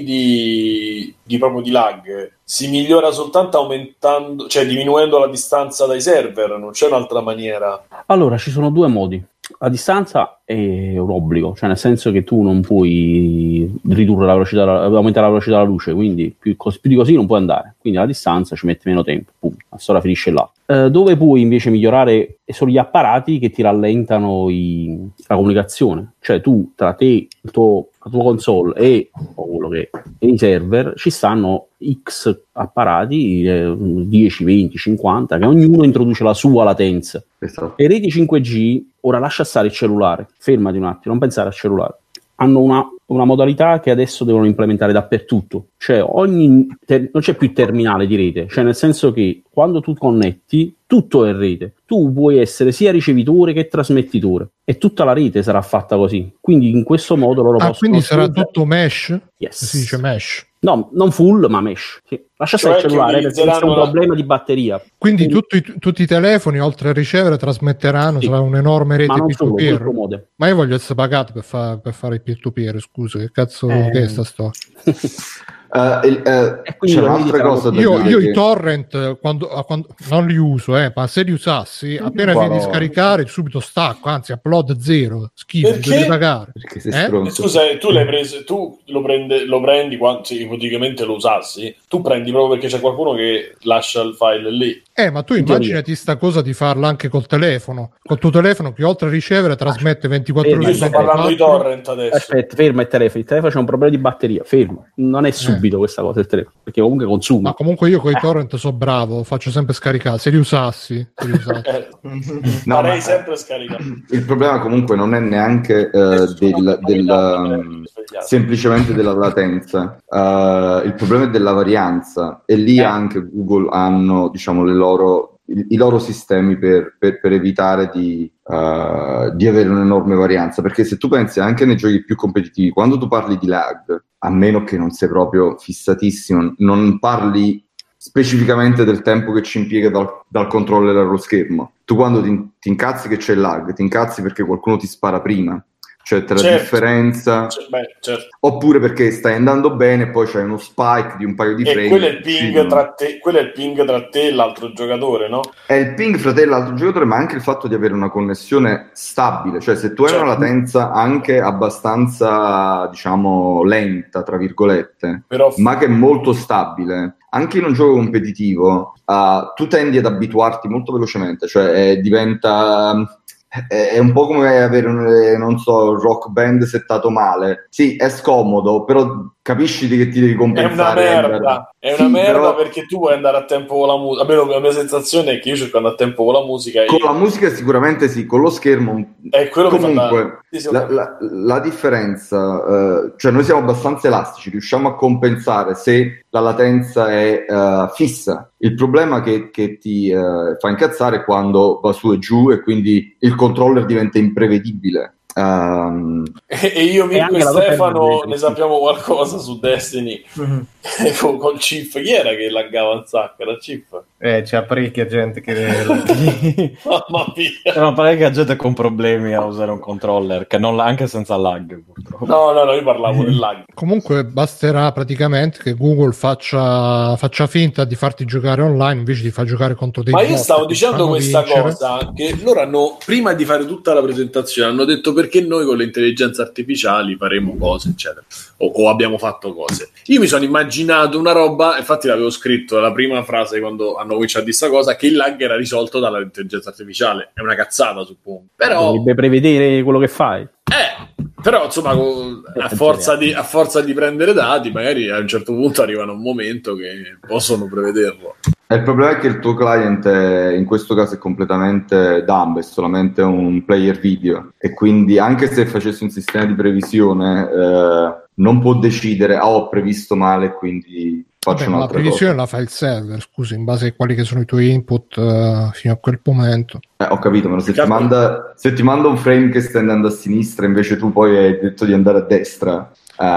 di proprio di lag si migliora soltanto aumentando, cioè diminuendo la distanza dai server, non c'è un'altra maniera? Allora, ci sono due modi. La distanza è un obbligo, cioè nel senso che tu non puoi ridurre la velocità, aumentare la velocità della luce, quindi più di così non puoi andare, quindi la distanza ci mette meno tempo, punto. La storia finisce là. Dove puoi invece migliorare sono gli apparati che ti rallentano la comunicazione, cioè tu tra te, la tua console e quello che è i server ci stanno X apparati, 10, 20, 50, che ognuno introduce la sua latenza. Esatto. Le reti 5G, ora lascia stare il cellulare, fermati un attimo, non pensare al cellulare, hanno una modalità che adesso devono implementare dappertutto, cioè non c'è più terminale di rete, cioè nel senso che quando tu connetti tutto è rete, tu puoi essere sia ricevitore che trasmettitore e tutta la rete sarà fatta così, quindi in questo modo loro possono... quindi sarà tutto mesh? Yes. Si dice mesh. No, non full, ma mesh. Sì. Lascia stare il cellulare perché c'è un problema di batteria. Quindi tutti i telefoni, oltre a ricevere, trasmetteranno, sarà un'enerme rete peer-to-peer. Ma io voglio essere pagato per fare il peer-to-peer, scusa, che cazzo che è sta storia? C'è un'altra cosa da io dire i torrent quando non li uso, ma se li usassi appena fini di scaricare subito stacco, anzi upload 0, schifo, devi pagare. Perché sei stronzo. Scusa, tu l'hai preso, tu lo prendi quando ipoteticamente lo usassi, tu prendi proprio perché c'è qualcuno che lascia il file lì. Ma tu immaginati sta cosa di farla anche col telefono, col tuo telefono che oltre a ricevere trasmette 24 ore. Io sto parlando di torrent adesso. Aspetta, ferma il telefono c'è un problema di batteria, fermo, non è subito questa cosa il telefono, perché comunque consuma. Ma comunque io con i torrent so bravo, faccio sempre scaricare, se li usassi. Farei sempre scaricare. Il problema comunque non è neanche semplicemente della latenza, il problema è della varianza, e lì anche Google hanno, diciamo, i loro sistemi per evitare di avere un'enorme varianza, perché se tu pensi anche nei giochi più competitivi, quando tu parli di lag, a meno che non sei proprio fissatissimo, non parli specificamente del tempo che ci impiega dal controller allo schermo. Tu quando ti incazzi che c'è lag, ti incazzi perché qualcuno ti spara prima, cioè tra la differenza, certo. Oppure perché stai andando bene e poi c'è uno spike di un paio di frame. Quello è il ping tra te e l'altro giocatore, no? È il ping fra te e l'altro giocatore, ma anche il fatto di avere una connessione stabile, cioè se tu hai una latenza anche abbastanza, diciamo, lenta, tra virgolette, ma che è molto stabile, anche in un gioco competitivo, tu tendi ad abituarti molto velocemente, cioè diventa... È un po' come avere un rock band settato male. Sì, è scomodo, però capisci che ti devi compensare. È una merda perché tu vuoi andare a tempo con la musica. La mia sensazione è che io cerco di andare a tempo con la musica. La musica sicuramente sì, con lo schermo. È quello comunque la differenza, cioè noi siamo abbastanza elastici, riusciamo a compensare se la latenza è fissa. Il problema che ti fa incazzare è quando va su e giù e quindi il controller diventa imprevedibile. E io, Mirko e Stefano ne sappiamo qualcosa su Destiny. Col Cif, chi era che laggava un sacco? Era Cif? C'è parecchia gente che Mamma mia, C'era parecchia gente con problemi a usare un controller, che non, anche senza lag, purtroppo. no, io parlavo del lag. Comunque basterà praticamente che Google faccia finta di farti giocare online invece di far giocare contro dei Ma bot io stavo che dicendo fanno questa vincere. cosa, che loro hanno, prima di fare tutta la presentazione, hanno detto perché noi con le intelligenze artificiali faremo cose, eccetera, o abbiamo fatto cose. Io mi sono immaginato una roba, infatti l'avevo scritto la prima frase quando hanno cominciato a dire questa cosa, che il lag era risolto dall'intelligenza artificiale. È una cazzata, suppongo. Però Dovrebbe prevedere quello che fai. però insomma a forza di prendere dati, magari a un certo punto arrivano a un momento che possono prevederlo. Il problema è che il tuo client in questo caso è completamente dumb, è solamente un player video, e quindi anche se facessi un sistema di previsione non può decidere ho previsto male, quindi faccio Ma la un'altra previsione cosa. la fa il server, scusi, in base a quali che sono i tuoi input fino a quel momento. Ho capito, ma se ti manda un frame che sta andando a sinistra, invece tu poi hai detto di andare a destra,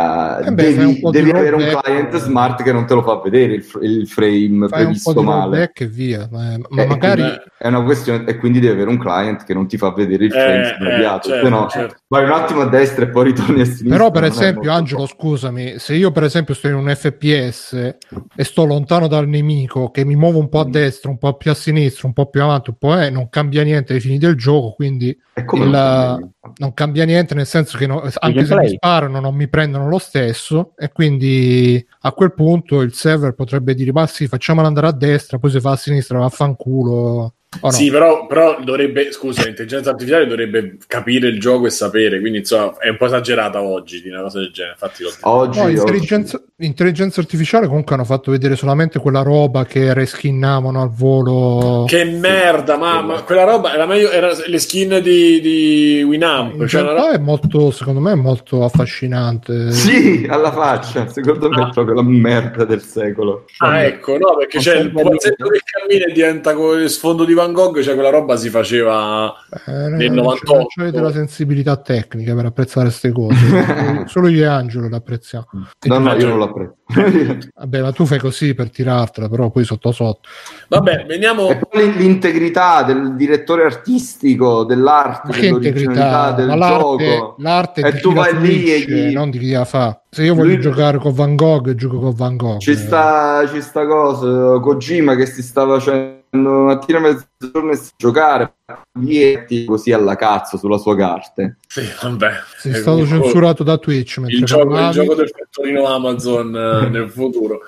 devi avere un client smart che non te lo fa vedere il frame Fai previsto un po' di male. rollback e via, ma magari È una questione, e quindi devi avere un client che non ti fa vedere il frame sbagliato, certo, se no certo. vai un attimo a destra e poi ritorni a sinistra. però per non è esempio molto Angelo, scusami, se io per esempio sto in un FPS e sto lontano dal nemico, che mi muovo un po' a destra, un po' più a sinistra, un po' più avanti, un po' non cambia niente ai fini del gioco, quindi È come non cambia niente, nel senso che anche se gameplay. mi sparano non mi prendono lo stesso, e quindi a quel punto il server potrebbe dire ma sì, facciamolo andare a destra, poi se fa a sinistra vaffanculo. O no? Sì, però dovrebbe, scusa, l'intelligenza artificiale dovrebbe capire il gioco e sapere, quindi insomma è un po' esagerata oggi di una cosa del genere. Infatti oggi, No, l'intelligenza artificiale comunque hanno fatto vedere solamente quella roba che reskinnavano al volo. Che merda, ma quella roba era meglio, era le skin di Winamp, In cioè realtà è molto, secondo me è molto affascinante. sì, alla faccia, secondo me è proprio la merda del secolo. ecco, no, perché c'è il pupazzetto che cammina e diventa con il sfondo di Van Gogh, cioè quella roba si faceva nel 98. Avete la sensibilità tecnica per apprezzare queste cose. Solo io e Angelo le apprezziamo. No, io non l'apprezzo. Vabbè, ma tu fai così per tirartela, però poi sotto. Vabbè, veniamo. E poi l'integrità del direttore artistico, dell'arte, Ma che dell'originalità integrità? del Ma gioco. l'arte E di tu chi la vai lì e fruisce, gli... non di chi la fa. Se io voglio giocare con Van Gogh, gioco con Van Gogh. Ci sta cosa, Kojima che si sta facendo mattina e mezzogiorno e giocare vietti così alla cazzo sulla sua carta. Sì, vabbè. Sei stato censurato da Twitch Il gioco del fattorino Amazon nel futuro.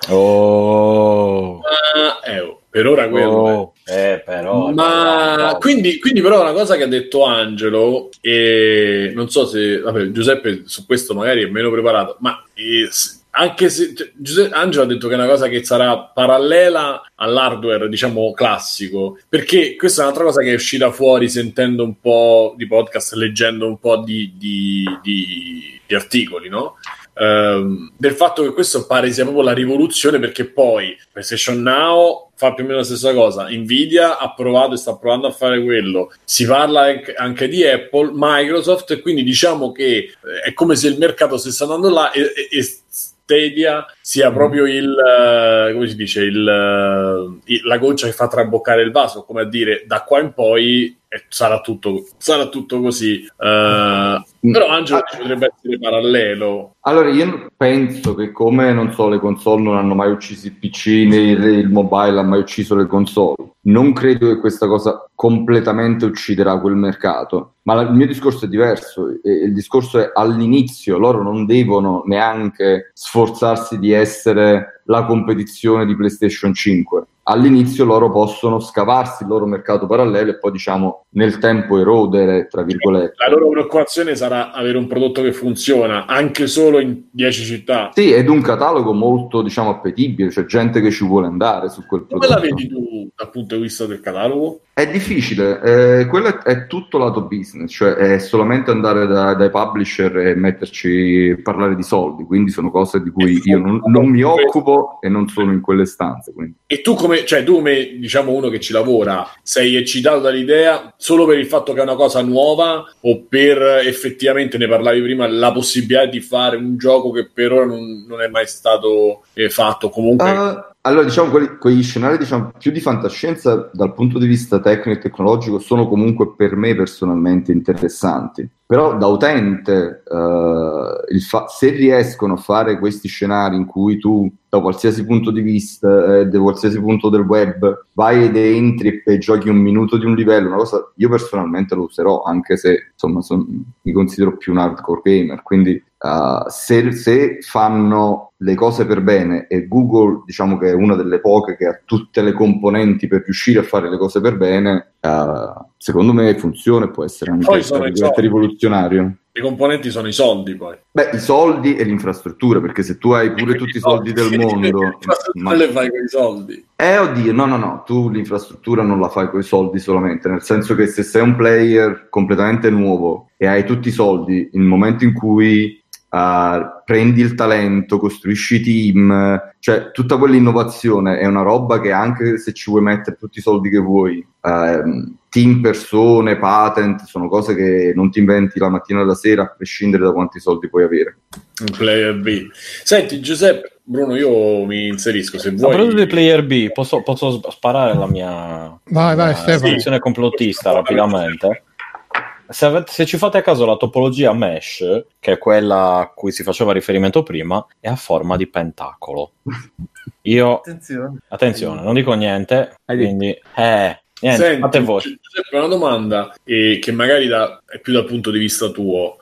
Per ora quello però ma quindi però una cosa che ha detto Angelo, e non so se vabbè, Giuseppe su questo magari è meno preparato, ma anche se Angelo ha detto che è una cosa che sarà parallela all'hardware, diciamo, classico, perché questa è un'altra cosa che è uscita fuori sentendo un po' di podcast, leggendo un po' di articoli, no? Del fatto che questo pare sia proprio la rivoluzione, perché poi PlayStation Now fa più o meno la stessa cosa, Nvidia ha provato e sta provando a fare quello, si parla anche di Apple, Microsoft, e quindi diciamo che è come se il mercato stesse andando là e Stadia sia proprio come si dice, la goccia che fa traboccare il vaso, come a dire, da qua in poi sarà tutto così. Però Angelo potrebbe essere parallelo. Allora io penso che, come non so, le console non hanno mai ucciso il PC, né il mobile ha mai ucciso le console, non credo che questa cosa completamente ucciderà quel mercato, ma il mio discorso è diverso. Il discorso è: all'inizio loro non devono neanche sforzarsi di essere la competizione di PlayStation 5. All'inizio loro possono scavarsi il loro mercato parallelo e poi, diciamo, nel tempo erodere, tra virgolette. La loro preoccupazione sarà avere un prodotto che funziona anche solo in 10 città. Sì, ed un catalogo molto, diciamo, appetibile, c'è gente che ci vuole andare su quel prodotto. Come la vedi tu dal punto di vista del catalogo? È difficile, quello è tutto lato business, cioè è solamente andare dai publisher e metterci a parlare di soldi, quindi sono cose di cui io non mi occupo e non sono in quelle stanze. Quindi. E tu come diciamo uno che ci lavora, sei eccitato dall'idea solo per il fatto che è una cosa nuova o per effettivamente, ne parlavi prima, la possibilità di fare un gioco che per ora non è mai stato fatto comunque? Allora, diciamo, quegli scenari più di fantascienza dal punto di vista tecnico e tecnologico sono comunque per me personalmente interessanti. Però da utente, se riescono a fare questi scenari in cui tu, da qualsiasi punto di vista, da qualsiasi punto del web, vai ed entri e giochi un minuto di un livello, una cosa, io personalmente lo userò, anche se insomma mi considero più un hardcore gamer, quindi se fanno le cose per bene, e Google diciamo che è una delle poche che ha tutte le componenti per riuscire a fare le cose per bene, secondo me funziona e può essere anche rivoluzionario. I componenti sono i soldi, poi. Beh, i soldi e l'infrastruttura, perché se tu hai pure tutti i soldi del mondo... Ma le fai con i soldi? Oddio, no, tu l'infrastruttura non la fai con i soldi solamente, nel senso che se sei un player completamente nuovo e hai tutti i soldi, il momento in cui prendi il talento, costruisci team, cioè tutta quell'innovazione è una roba che anche se ci vuoi mettere tutti i soldi che vuoi, team, persone, patent, sono cose che non ti inventi la mattina alla sera, a prescindere da quanti soldi puoi avere. Un player B. Senti Giuseppe, Bruno, io mi inserisco se vuoi. A proposito di player B, posso sparare la mia posizione complottista rapidamente? Se ci fate a caso, la topologia mesh, che è quella a cui si faceva riferimento prima, è a forma di pentacolo. Io attenzione, non dico niente, quindi niente, senti, fate voi. Giuseppe, una domanda che magari è più dal punto di vista tuo.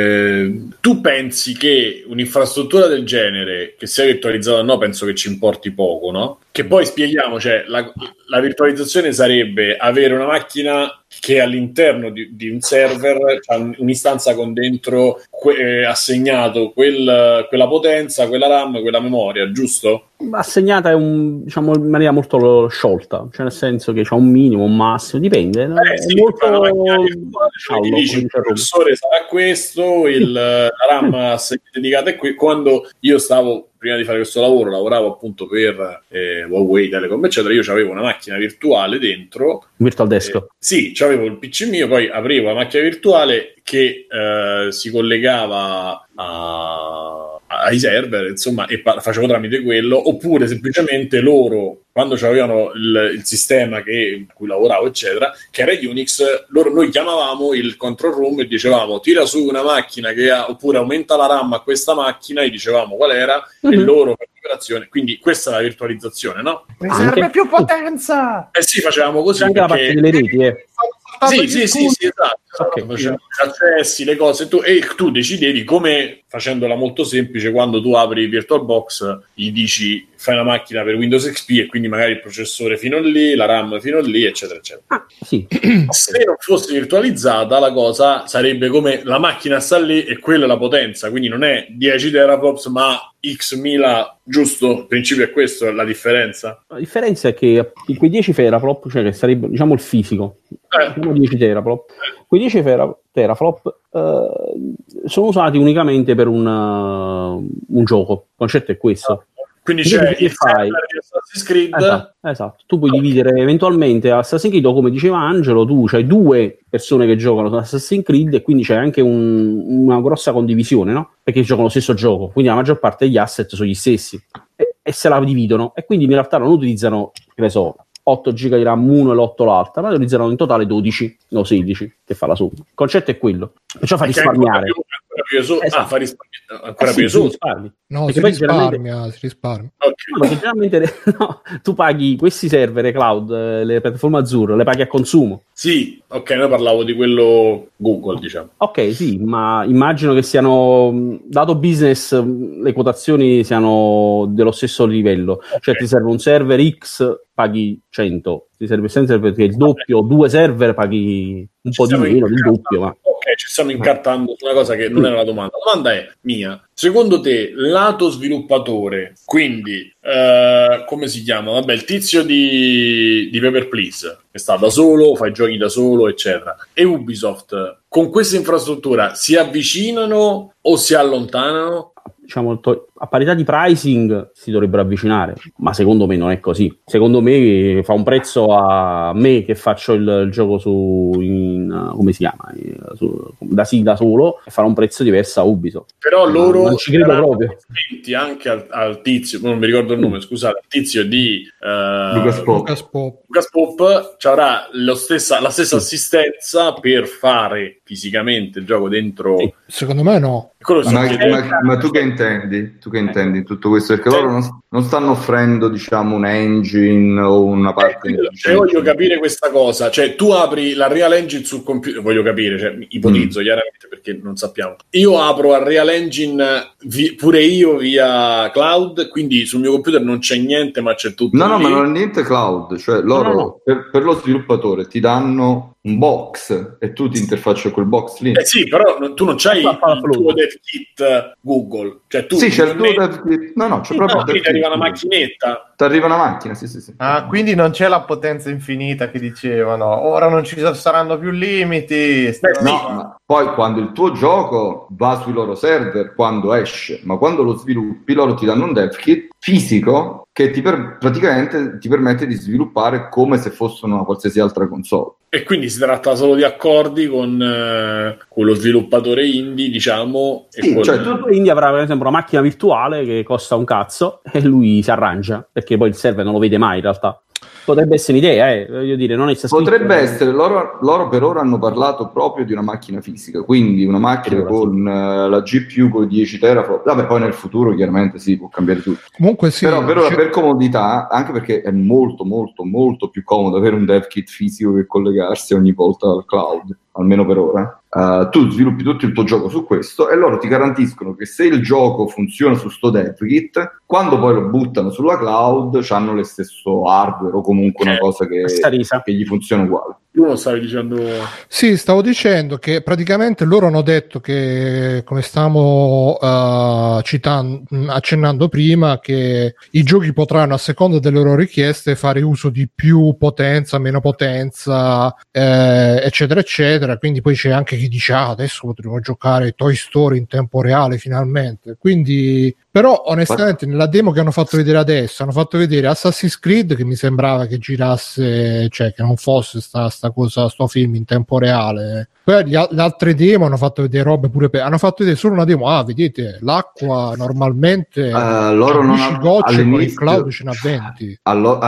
Tu pensi che un'infrastruttura del genere, che sia virtualizzata o no, penso che ci importi poco, no? Che poi spieghiamo, cioè la virtualizzazione sarebbe avere una macchina che all'interno di un server ha un'istanza con dentro assegnato quella potenza, quella RAM, quella memoria, giusto? Assegnata è diciamo in maniera molto sciolta, cioè nel senso che c'è un minimo, un massimo, dipende. Sì, è molto sciallo, dici, il processore sarà questo, la RAM assegnata dedicata è qui. Quando io stavo, prima di fare questo lavoro, lavoravo appunto per Huawei, Telecom, eccetera, io avevo una macchina virtuale dentro. Virtual desktop. Sì, c'avevo il PC mio, poi aprivo la macchina virtuale che si collegava ai server, insomma, e facevo tramite quello, oppure semplicemente loro, quando avevano il sistema in cui lavoravo, eccetera, che era Unix, noi chiamavamo il control room e dicevamo tira su una macchina oppure aumenta la RAM a questa macchina, e dicevamo qual era, e loro per l'operazione. Quindi questa è la virtualizzazione, no? Mi serve più potenza! Sì, facevamo così. Anche la parte delle reti, Sì, esatto. Okay. Facevamo gli accessi, le cose, e tu decidevi come, facendola molto semplice, quando tu apri VirtualBox gli dici fai una macchina per Windows XP e quindi magari il processore fino lì, la RAM fino lì, eccetera, eccetera. Sì. Se non fosse virtualizzata, la cosa sarebbe come la macchina sta lì e quella è la potenza, quindi non è 10 teraflops ma x mila, giusto? Il principio è questo, la differenza? La differenza è che in quei 10 teraflop, cioè che sarebbe diciamo il fisico, diciamo 10 teraflop, quei 10 teraflop sono usati unicamente per un gioco. Il concetto è questo. Quindi c'è il server di Assassin's Creed. Esatto. Tu puoi dividere eventualmente Assassin's Creed, o come diceva Angelo, tu c'hai 2 persone che giocano su Assassin's Creed e quindi c'è anche una grossa condivisione, no? Perché giocano lo stesso gioco, quindi la maggior parte degli asset sono gli stessi e se la dividono, e quindi in realtà non utilizzano, che ne so, 8 giga di RAM uno e l'8 l'altra, ma ne utilizzano in totale 12 o 16, che fa la somma. Il concetto è quello, perciò fa risparmiare. Fa ancora più soldi. No, perché si risparmia. Okay. No, perché generalmente tu paghi questi server cloud, le piattaforme Azure, le paghi a consumo. Sì, ok, noi parlavo di quello Google, diciamo. Ok, sì, ma immagino che siano, dato business, le quotazioni siano dello stesso livello. Okay. Cioè ti serve un server X, paghi 100, ti serve senza perché il doppio, 2 server paghi un po' di meno del doppio, ma... ok, ci stiamo incartando su una cosa che non era la domanda. La domanda è mia. Secondo te, lato sviluppatore, quindi come si chiama? Vabbè, il tizio di Paper Please, che sta da solo, fa i giochi da solo, eccetera, e Ubisoft, con questa infrastruttura si avvicinano o si allontanano? Diciamo, a parità di pricing si dovrebbero avvicinare, ma secondo me non è così. Secondo me fa un prezzo a me che faccio il gioco come si chiama? Da solo, e farà un prezzo diverso a Ubisoft. Però loro non ci credo proprio. Anche al tizio, non mi ricordo il nome, scusate, il tizio di Lucas Pop avrà la stessa assistenza per fare fisicamente il gioco dentro. Sì. Secondo me no. Ma tu che intendi? Tu che intendi tutto questo? Perché loro non stanno offrendo, diciamo, un engine o una parte. Voglio capire questa cosa. Cioè, tu apri la Real Engine sul computer. Voglio capire, cioè, ipotizzo chiaramente perché non sappiamo. Io apro a Real Engine pure io via cloud, quindi sul mio computer non c'è niente, ma c'è tutto. No, ma non è niente cloud. Cioè, loro no. Per lo sviluppatore ti danno un box e tu ti interfacci a quel box lì. Sì, però tu non c'hai il tuo dev kit Google. Cioè, tu sì, c'è il tuo dev kit. No, c'è proprio. Ti arriva una macchinetta. Ti arriva una macchina, sì. Ah, quindi non c'è la potenza infinita che dicevano. Ora non ci saranno più limiti. No, ma poi quando il tuo gioco va sui loro server, quando esce, ma quando lo sviluppi, loro ti danno un dev kit fisico che praticamente ti permette di sviluppare come se fosse una qualsiasi altra console. E quindi si tratta solo di accordi con lo sviluppatore indie, diciamo. Sì, cioè tu indie avrà per esempio una macchina virtuale che costa un cazzo e lui si arrangia, perché poi il server non lo vede mai in realtà. Potrebbe essere un'idea, voglio dire, non è potrebbe essere, loro per ora hanno parlato proprio di una macchina fisica, quindi una macchina con la GPU con 10 teraflop. Vabbè, poi nel futuro chiaramente si può cambiare tutto. Comunque sì. Però per ora, per comodità, anche perché è molto più comodo avere un dev kit fisico che collegarsi ogni volta al cloud, almeno per ora. Tu sviluppi tutto il tuo gioco su questo e loro ti garantiscono che se il gioco funziona su sto dev kit, quando poi lo buttano sulla cloud hanno lo stesso hardware o comunque una cosa che gli funziona uguale. Tu lo stavi dicendo? Sì, stavo dicendo che praticamente loro hanno detto che, come stavamo accennando prima, che i giochi potranno, a seconda delle loro richieste, fare uso di più potenza, meno potenza, eccetera eccetera. Quindi poi c'è anche chi dice adesso potremo giocare Toy Story in tempo reale finalmente. Quindi però onestamente nella demo che hanno fatto vedere adesso hanno fatto vedere Assassin's Creed, che mi sembrava che girasse, cioè che non fosse sta cosa, sto film in tempo reale. Poi le altre demo hanno fatto vedere robe pure hanno fatto vedere solo una demo. Vedete, l'acqua normalmente loro non gocce, con il cloud ce n'ha 20.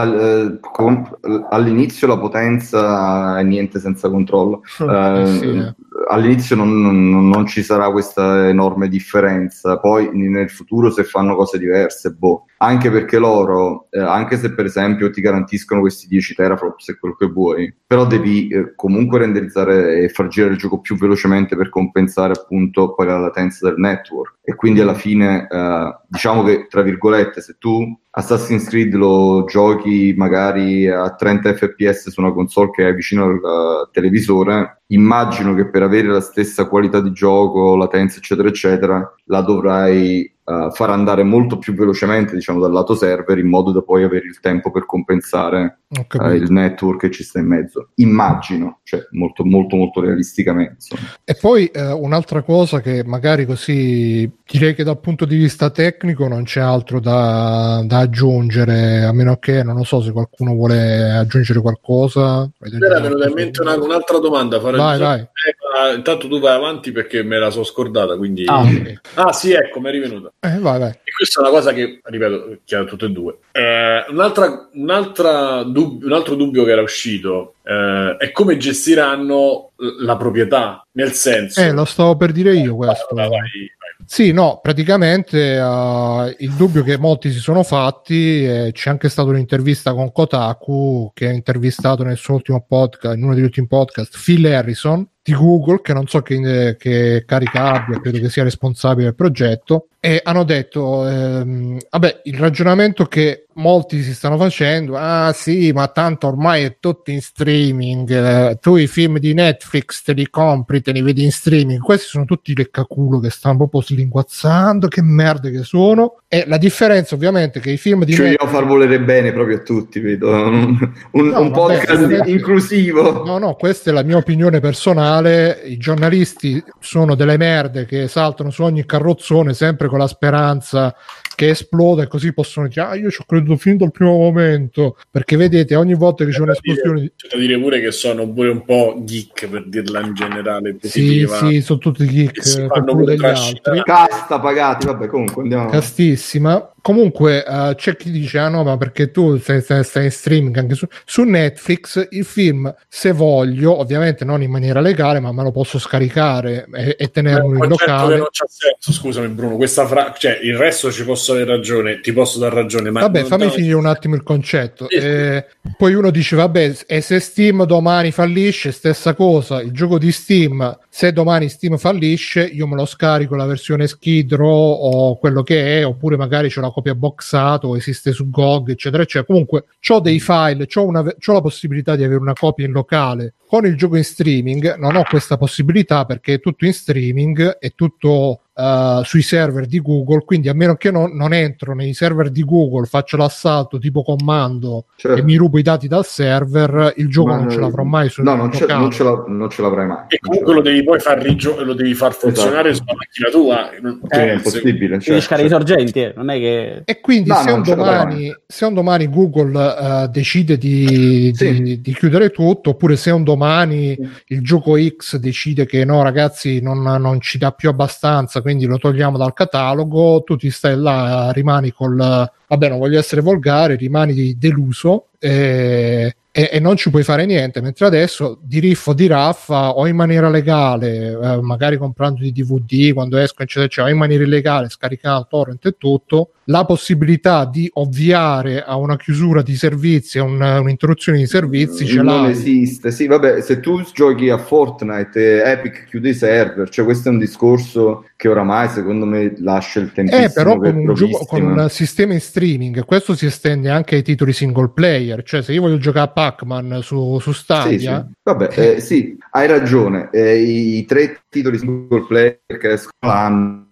All'inizio la potenza è niente senza controllo. All'inizio non ci sarà questa enorme differenza, poi nel futuro se fanno cose diverse, anche perché loro, anche se per esempio ti garantiscono questi 10 teraflops e quello che vuoi, però devi comunque renderizzare e far girare il gioco più velocemente per compensare appunto poi la latenza del network, e quindi alla fine diciamo che, tra virgolette, se tu Assassin's Creed lo giochi magari a 30 fps su una console che è vicino al televisore, immagino che per avere la stessa qualità di gioco, latenza eccetera eccetera, la dovrai far andare molto più velocemente, diciamo, dal lato server, in modo da poi avere il tempo per compensare il network che ci sta in mezzo, immagino, cioè molto realisticamente, insomma. E poi un'altra cosa che magari così direi che dal punto di vista tecnico non c'è altro da aggiungere, a meno che non lo so se qualcuno vuole aggiungere qualcosa. Era venuta in mente un'altra domanda. Vai. Intanto tu vai avanti perché me la sono scordata, quindi okay. Sì, ecco, mi è rivenuta. Vai. E questa è una cosa che, ripeto, chiaro tutte e due. Un altro dubbio che era uscito è come gestiranno la proprietà, nel senso. Lo stavo per dire io questo. Vai. Sì, no, praticamente il dubbio che molti si sono fatti, c'è anche stata un'intervista con Kotaku che ha intervistato nel suo ultimo podcast, in uno degli ultimi podcast, Phil Harrison, di Google, che non so che carica abbia, credo che sia responsabile del progetto, e hanno detto vabbè, il ragionamento che molti si stanno facendo, sì, ma tanto ormai è tutto in streaming, tu i film di Netflix te li compri, te li vedi in streaming. Questi sono tutti leccaculo che stanno proprio slinguazzando, che merda che sono. E la differenza ovviamente è che i film di Netflix... io far volere bene proprio a tutti, vedo un podcast inclusivo. No, questa è la mia opinione personale. I giornalisti sono delle merde che saltano su ogni carrozzone sempre con la speranza che esploda, e così possono dire io ci ho creduto fin dal primo momento, perché vedete ogni volta che c'è un'esplosione c'è da dire pure che sono pure un po' geek, per dirla in generale positiva. Sì, sono tutti geek per quello degli altri, casta pagati, vabbè, comunque andiamo castissima. Comunque c'è chi dice no, ma perché tu stai in streaming anche su Netflix, il film, se voglio, ovviamente non in maniera legale, ma me lo posso scaricare e tenerlo in locale. Non c'ha senso, scusami Bruno, questa cioè il resto ci posso avere ragione, ti posso dar ragione, ma vabbè, fammi finire un attimo il concetto. Poi uno dice vabbè, e se Steam domani fallisce, stessa cosa, il gioco di Steam, se domani Steam fallisce, io me lo scarico la versione Skid Row o quello che è, oppure magari c'è la copia boxato, esiste su GOG, eccetera eccetera. Comunque c'ho dei file, c'ho la possibilità di avere una copia in locale. Con il gioco in streaming non ho questa possibilità, perché è tutto in streaming, è tutto sui server di Google, quindi a meno che non entro nei server di Google, faccio l'assalto tipo comando, certo, e mi rubo i dati dal server, il gioco non ce l'avrò mai sul non ce l'avrai mai, e comunque lo devi poi lo devi far funzionare sulla macchina tua, è impossibile, devi scarica i sorgenti, non è che... E quindi se un domani Google decide di chiudere tutto, oppure se un domani il gioco X decide che no ragazzi non ci dà più abbastanza, quindi lo togliamo dal catalogo, tu ti stai là, rimani vabbè, non voglio essere volgare, rimani deluso e non ci puoi fare niente, mentre adesso di riffo di raffa, o in maniera legale, magari comprando i DVD quando escono eccetera eccetera, o in maniera illegale scaricando torrent e tutto, la possibilità di ovviare a una chiusura di servizi, a un'interruzione di servizi ce non esiste. Sì, vabbè, se tu giochi a Fortnite e Epic chiude i server, cioè questo è un discorso che oramai secondo me lascia il tempissimo, però con un gioco, con un sistema in streaming, questo si estende anche ai titoli single player, cioè se io voglio giocare a Pac-Man su Stadia, sì. Vabbè, sì, hai ragione, i 3 titoli single player che escono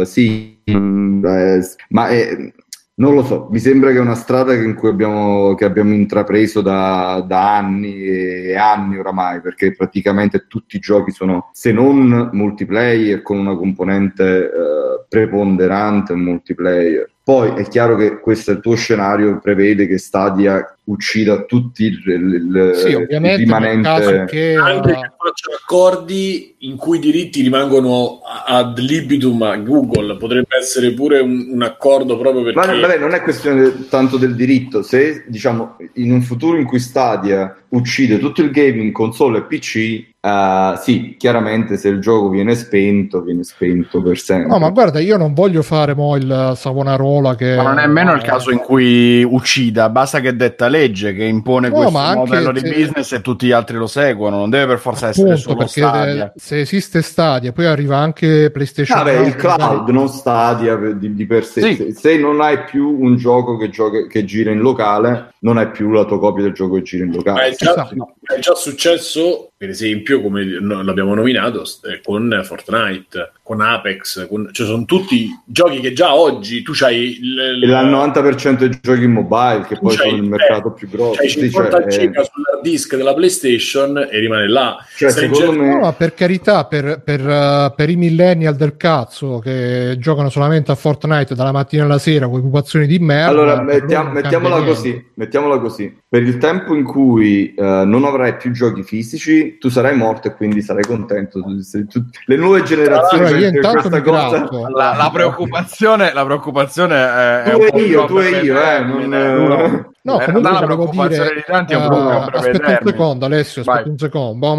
ma non lo so, mi sembra che è una strada che abbiamo intrapreso da anni e anni oramai, perché praticamente tutti i giochi sono, se non multiplayer, con una componente preponderante multiplayer. Poi è chiaro che questo è il tuo scenario, prevede che Stadia uccida tutti il rimanente, anche che faccia accordi in cui i diritti rimangono ad libitum a Google. Potrebbe essere pure un accordo proprio perché vabbè, non è questione tanto del diritto. Se diciamo in un futuro in cui Stadia uccide tutto il gaming console e PC, sì, chiaramente se il gioco viene spento per sempre. No, ma guarda, io non voglio fare il Savonarola che... Ma non è nemmeno il caso in cui uccida, basta che detta legge che impone questo modello di business e tutti gli altri lo seguono, non deve per forza essere solo Stadia. Se esiste Stadia, poi arriva anche PlayStation. Il cloud, non Stadia di per sé. Sì. Se non hai più un gioco che gira in locale, non hai più la tua copia del gioco che gira in locale. È già successo, per esempio, come l'abbiamo nominato, con Fortnite, con Apex, cioè sono tutti giochi che già oggi tu c'hai il 90% dei giochi in mobile, che poi sono il mercato più grosso. C'hai 50 giga sull'hard disk della PlayStation e rimane là. Cioè, secondo me... No, per carità, per i millennial del cazzo che giocano solamente a Fortnite dalla mattina alla sera con pupazioni di merda. Allora, mettiamola così. Per il tempo in cui non avrai più giochi fisici, tu sarai morto e quindi sarai contento. Le nuove generazioni questa cosa... La preoccupazione è tu e io No, comunque volevo dire, aspetta un secondo, Alessio, un secondo.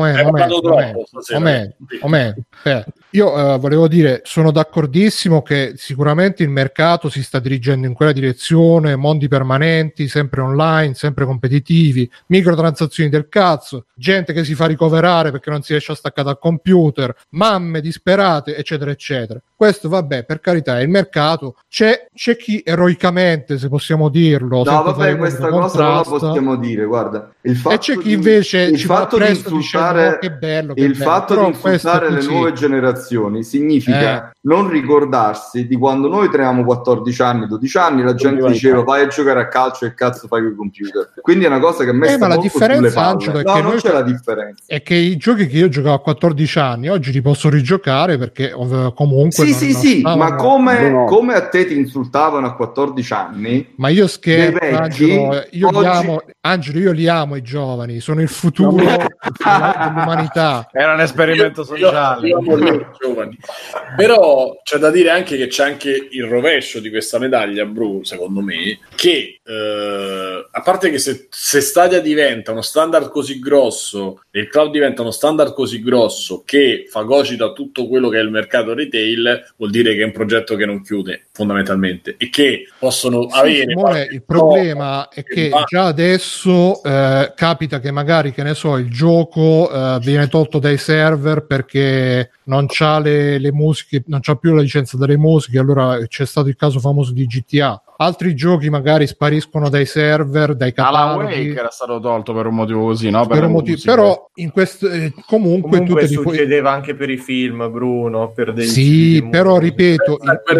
Io volevo dire, sono d'accordissimo che sicuramente il mercato si sta dirigendo in quella direzione, mondi permanenti, sempre online, sempre competitivi, microtransazioni del cazzo, gente che si fa ricoverare perché non si riesce a staccare dal computer, mamme disperate, eccetera, eccetera. Questo, vabbè, per carità, è il mercato. C'è chi eroicamente, se possiamo dirlo, no, vabbè, questa cosa non la possiamo dire, guarda. E c'è chi invece ci va presto dicendo no, che bello, il fatto di insultare le nuove generazioni significa non ricordarsi di quando noi tenevamo 14 anni, 12 anni, la gente diceva vai a giocare a calcio e cazzo fai con il computer. Quindi è una cosa che a me sta molto sulle palle. Angelo, è no, che non c'è la differenza. È che i giochi che io giocavo a 14 anni oggi li posso rigiocare perché comunque sì, ma come a te ti insultavano a 14 anni, ma io scherzo, Angelo, io li amo i giovani, sono il futuro dell'umanità. Era un esperimento sociale. Io amo i giovani. Però c'è da dire anche che c'è anche il rovescio di questa medaglia, Bru, secondo me, che a parte che se Stadia diventa uno standard così grosso e il cloud diventa uno standard così grosso che fagocita tutto quello che è il mercato retail, vuol dire che è un progetto che non chiude fondamentalmente e che possono avere Simone, il problema è che già adesso capita che magari, che ne so, il gioco viene tolto dai server perché non c'ha le musiche, non c'ha più la licenza delle musiche, allora c'è stato il caso famoso di GTA. Altri giochi magari spariscono dai server, dai cataloghi. Alan Wake era stato tolto per un motivo così, no? Però in questo comunque tu succedeva anche per i film, Bruno, per dei sì, però ripeto,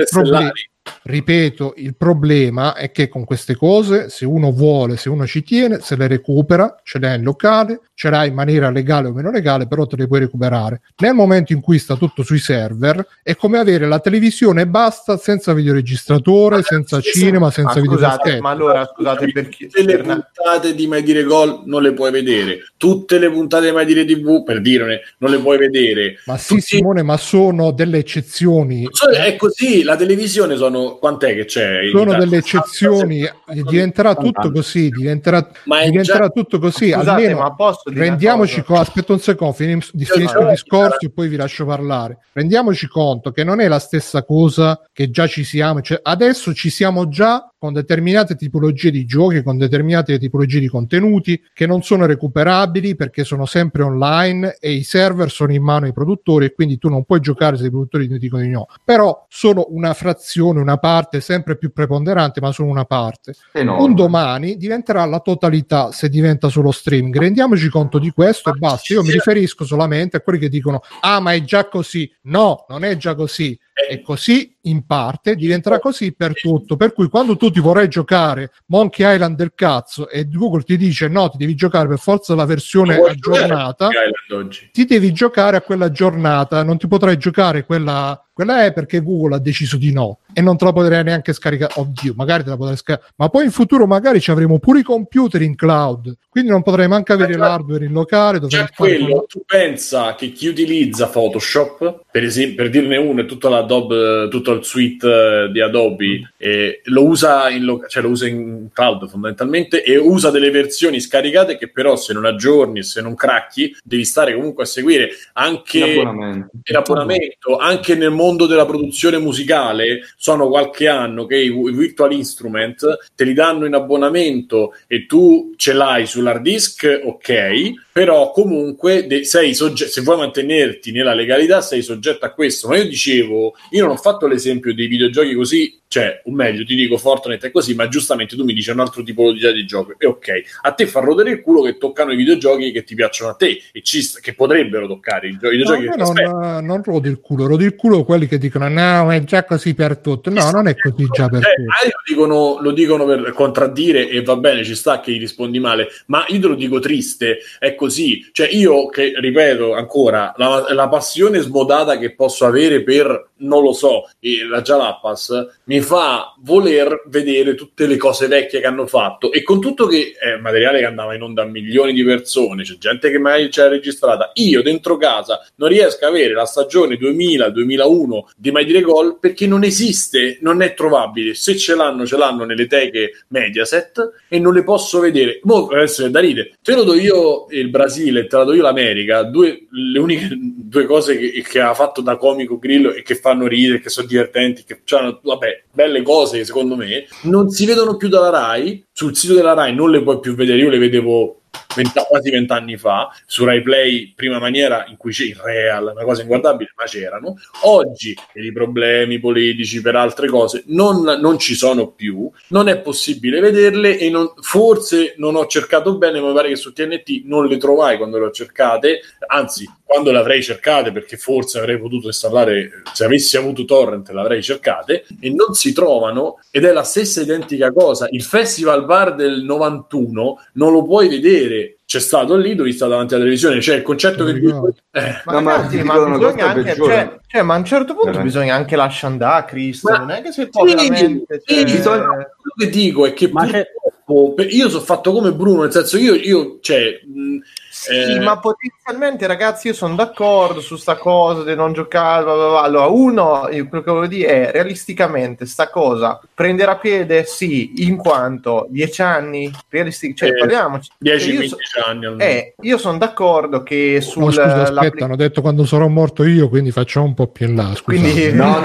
il problema è che con queste cose, se uno vuole, se uno ci tiene, se le recupera, ce l'ha in locale, ce l'ha in maniera legale o meno legale, però te le puoi recuperare. Nel momento in cui sta tutto sui server, è come avere la televisione e basta, senza videoregistratore, senza cinema, senza videocassette. Ma allora, scusate, perché tutte le puntate di Mai Dire Gol non le puoi vedere, tutte le puntate di Mai Dire TV, per dirne, non le puoi vedere. Ma sì, Simone, ma sono delle eccezioni. È così, la televisione quant'è che c'è? Sono delle eccezioni, diventerà tutto così, diventerà tutto così. Scusate, almeno ma posso rendiamoci conto, aspetta un secondo, finisco il discorso e poi vi lascio parlare. Rendiamoci conto che non è la stessa cosa che già ci siamo, cioè adesso ci siamo già con determinate tipologie di giochi, con determinate tipologie di contenuti che non sono recuperabili perché sono sempre online e i server sono in mano ai produttori e quindi tu non puoi giocare se i produttori ti dicono di no. Però sono una frazione, una parte sempre più preponderante, ma sono una parte. Un domani diventerà la totalità se diventa solo streaming. Rendiamoci conto di questo e basta. Io mi riferisco solamente a quelli che dicono ma è già così. No, non è già così. È così in parte, diventerà così per tutto, per cui quando tu ti vorrai giocare Monkey Island del cazzo e Google ti dice no, ti devi giocare per forza la versione aggiornata, ti devi giocare a quella aggiornata, non ti potrai giocare quella è perché Google ha deciso di no e non te la potrai neanche scaricare. Oddio, magari te la potrai scaricare, ma poi in futuro magari ci avremo pure i computer in cloud, quindi non potrai manco avere l'hardware in locale. Tu pensa che chi utilizza Photoshop, per esempio, per dirne uno, è tutto l'Adobe, tutto il suite di Adobe, lo usa lo usa in cloud fondamentalmente e usa delle versioni scaricate che però se non aggiorni, se non cracchi, devi stare comunque a seguire anche in abbonamento, anche nel mondo della produzione musicale. Sono qualche anno che i virtual instrument te li danno in abbonamento e tu ce l'hai sull'hard disk, ok, però comunque sei se vuoi mantenerti nella legalità sei soggetto a questo. Ma io non ho fatto l'esempio dei videogiochi così, cioè, o meglio, ti dico Fortnite è così, ma giustamente tu mi dici un altro tipo di gioco e ok, a te fa rodere il culo che toccano i videogiochi che ti piacciono a te e che potrebbero toccare i videogiochi. Non rodi il culo quelli che dicono no, è già così per tutto. No, non è così già per tutto. Lo dicono per contraddire e va bene, ci sta che gli rispondi male, ma io te lo dico triste, è così. Cioè io che, ripeto ancora, la passione smodata che posso avere per, non lo so, la Jalapas mi fa voler vedere tutte le cose vecchie che hanno fatto, e con tutto che è materiale che andava in onda a milioni di persone, c'è gente che magari c'è registrata, io dentro casa non riesco a avere la stagione 2000-2001 di Mai Dire Gol perché non esiste, non è trovabile. Se ce l'hanno nelle teche Mediaset e non le posso vedere. Adesso è da ridere, te lo do io il Brasile, te la do io l'America, le uniche due cose che ha fatto da comico Grillo e che fanno ridere, che sono divertenti, che hanno, vabbè, belle cose che secondo me non si vedono più dalla Rai. Sul sito della Rai non le puoi più vedere, io le vedevo quasi 20 anni fa su Rai Play, prima maniera, in cui c'è il Real, una cosa inguardabile, ma c'erano. Oggi per i problemi politici, per altre cose non ci sono più, non è possibile vederle, e forse non ho cercato bene, ma mi pare che su TNT non le trovai quando le ho cercate, anzi quando le avrei cercate, perché forse avrei potuto installare, se avessi avuto torrent l'avrei cercate, e non si trovano, ed è la stessa identica cosa. Il Festival Bar del 91 non lo puoi vedere, c'è stato lì, devi stare davanti alla televisione, c'è il concetto che ma bisogna anche, ma a un certo punto bisogna anche lasciare andare, Cristo, non è che se poi veramente quello che dico è che purtroppo io sono fatto come Bruno, nel senso io sì, ma potenzialmente, ragazzi, io sono d'accordo su sta cosa di non giocare, bla bla bla. Allora, quello che voglio dire è, realisticamente, sta cosa prenderà piede? Sì, in quanto 10 anni? Parliamoci. 10-15 anni. Io sono d'accordo che aspetta, hanno detto quando sarò morto io, quindi facciamo un po' più in là, quindi... No.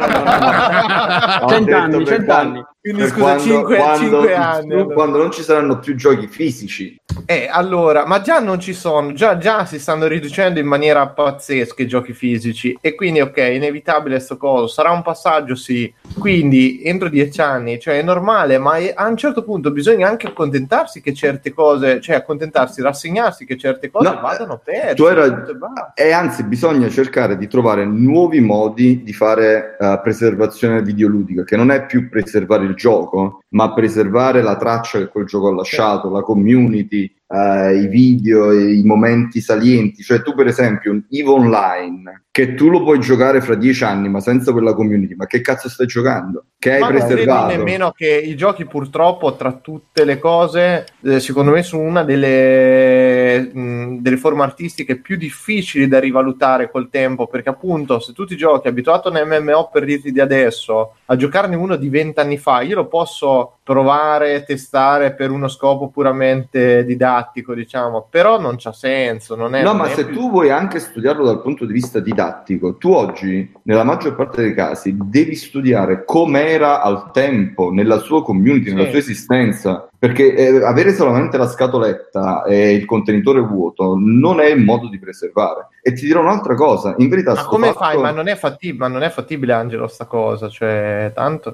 100 anni. Quindi scusa, 5 anni. Quando non ci saranno più giochi fisici. Allora, ma già non ci sono, già si stanno riducendo in maniera pazzesca i giochi fisici, e quindi ok, è inevitabile sto coso, sarà un passaggio, sì, quindi entro 10 anni, cioè è normale, ma a un certo punto bisogna anche accontentarsi che certe cose, cioè rassegnarsi che certe cose vadano perse. E anzi bisogna cercare di trovare nuovi modi di fare preservazione videoludica, che non è più preservare il gioco, ma preservare la traccia che quel gioco ha lasciato, la community, i video, i momenti salienti. Cioè tu per esempio un EVE Online, che tu lo puoi giocare fra 10 anni ma senza quella community, ma che cazzo stai giocando? Che hai preservato? Non credo nemmeno che i giochi, purtroppo, tra tutte le cose, secondo me sono una delle forme artistiche più difficili da rivalutare col tempo, perché appunto se tu ti giochi abituato a un MMO per dirti di adesso a giocarne uno di 20 anni fa, io lo posso provare, testare per uno scopo puramente didattico, diciamo, però non c'ha senso, tu vuoi anche studiarlo dal punto di vista didattico, tu oggi nella maggior parte dei casi devi studiare com'era al tempo, nella sua community, nella sua esistenza, perché avere solamente la scatoletta e il contenitore vuoto non è il modo di preservare. E ti dirò un'altra cosa, in verità fai? Ma non è fattibile, Angelo, sta cosa, cioè tanto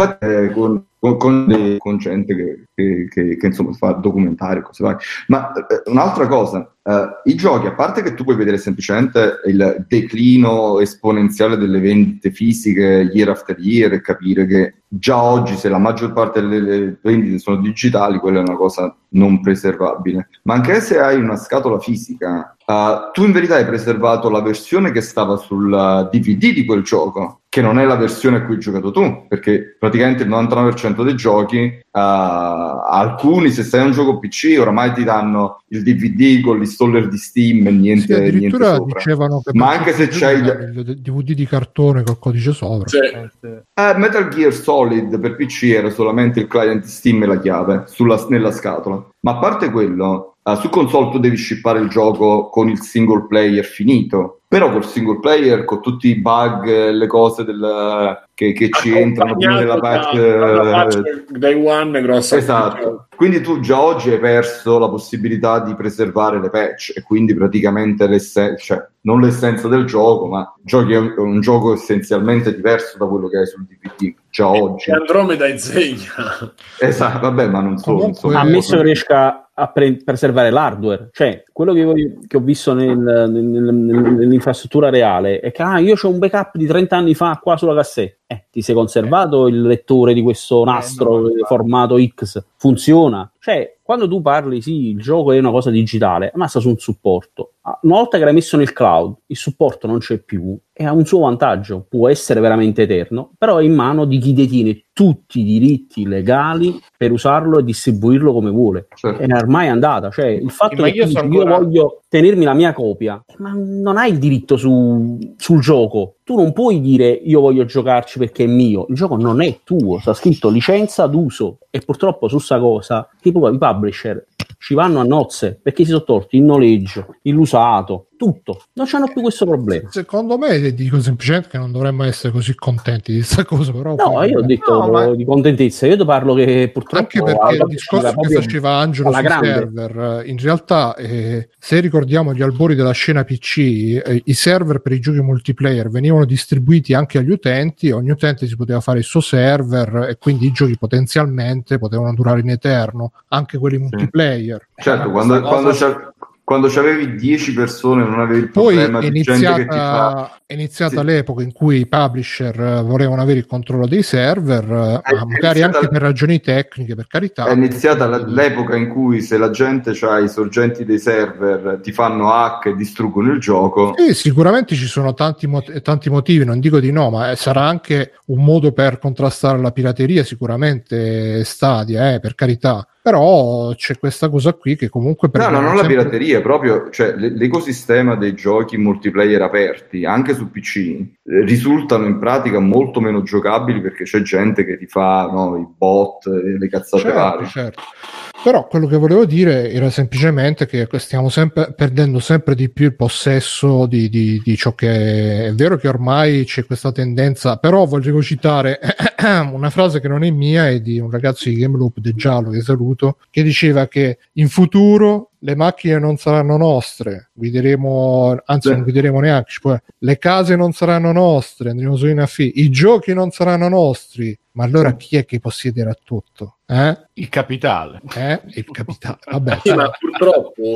con gente che insomma fa documentari, cose varie. Ma un'altra cosa, i giochi, a parte che tu puoi vedere semplicemente il declino esponenziale delle vendite fisiche year after year e capire che già oggi, se la maggior parte delle vendite sono digitali, quella è una cosa non preservabile. Ma anche se hai una scatola fisica, tu in verità hai preservato la versione che stava sul DVD di quel gioco, che non è la versione a cui hai giocato tu, perché praticamente il 99% dei giochi, alcuni, se stai in un gioco PC, oramai ti danno il DVD con l'installer di Steam e niente, addirittura niente sopra. Dicevano che ma anche se c'hai il DVD di cartone col codice sopra, Metal Gear Solid per PC era solamente il client Steam e la chiave nella scatola. Ma a parte quello, su console tu devi shippare il gioco con il single player finito, però col single player, con tutti i bug, le cose che ci entrano prima della patch Day One grossa. Esatto. Quindi tu già oggi hai perso la possibilità di preservare le patch, e quindi praticamente non l'essenza del gioco, ma giochi un gioco essenzialmente diverso da quello che hai sul DVD già oggi. Andromeda insegna. Esatto, vabbè, ma non solo. Ammesso che riesca a preservare l'hardware, cioè quello che ho visto nell'infrastruttura reale è che io c'ho un backup di 30 anni fa qua sulla cassetta. Ti sei conservato il lettore di questo nastro formato X? Funziona? Cioè, quando tu parli, sì, il gioco è una cosa digitale, ma sta su un supporto. Una volta che l'hai messo nel cloud, il supporto non c'è più e ha un suo vantaggio, può essere veramente eterno, però è in mano di chi detiene tutti i diritti legali per usarlo e distribuirlo come vuole. Certo. È ormai andata, cioè il fatto Ma che io ancora... voglio tenermi la mia copia, ma non hai il diritto sul gioco. Tu non puoi dire io voglio giocarci perché è mio, il gioco non è tuo, sta scritto licenza d'uso, e purtroppo su sta cosa tipo i publisher ci vanno a nozze perché si sono tolti il noleggio, l'usato, tutto, non c'hanno più questo problema. Secondo me dico semplicemente che non dovremmo essere così contenti di questa cosa, però no, io ho detto di contentezza, io ti parlo che purtroppo anche perché il discorso che faceva Angelo sui server, in realtà se ricordiamo gli albori della scena PC, i server per i giochi multiplayer venivano distribuiti anche agli utenti, ogni utente si poteva fare il suo server e quindi i giochi potenzialmente potevano durare in eterno, anche quelli multiplayer. Certo, quando c'avevi 10 persone non avevi il problema di gente che ti fa... È iniziata l'epoca in cui i publisher volevano avere il controllo dei server, magari anche per ragioni tecniche, per carità. È iniziata l'epoca in cui se la gente ha i sorgenti dei server ti fanno hack e distruggono il gioco. Sì, sicuramente ci sono tanti motivi, non dico di no, ma sarà anche un modo per contrastare la pirateria, sicuramente Stadia, per carità. Però c'è questa cosa qui che comunque non la pirateria, proprio cioè, l'ecosistema dei giochi multiplayer aperti anche su PC risultano in pratica molto meno giocabili perché c'è gente che ti fa i bot e le cazzate varie. Certo. Però quello che volevo dire era semplicemente che stiamo perdendo sempre di più il possesso di ciò che è vero, che ormai c'è questa tendenza, però volevo citare una frase che non è mia, è di un ragazzo di Game Loop, De Giallo, che saluto, che diceva che in futuro le macchine non saranno nostre, non guideremo neanche, le case non saranno nostre, andremo su in affitto, i giochi non saranno nostri, ma allora chi è che possiederà tutto? Il capitale. Il capitale. Vabbè, sì, ma purtroppo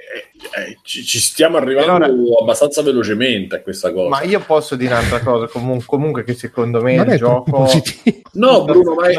ci stiamo arrivando abbastanza velocemente a questa cosa. Ma io posso dire un'altra cosa, comunque che secondo me il gioco... No, Bruno, ma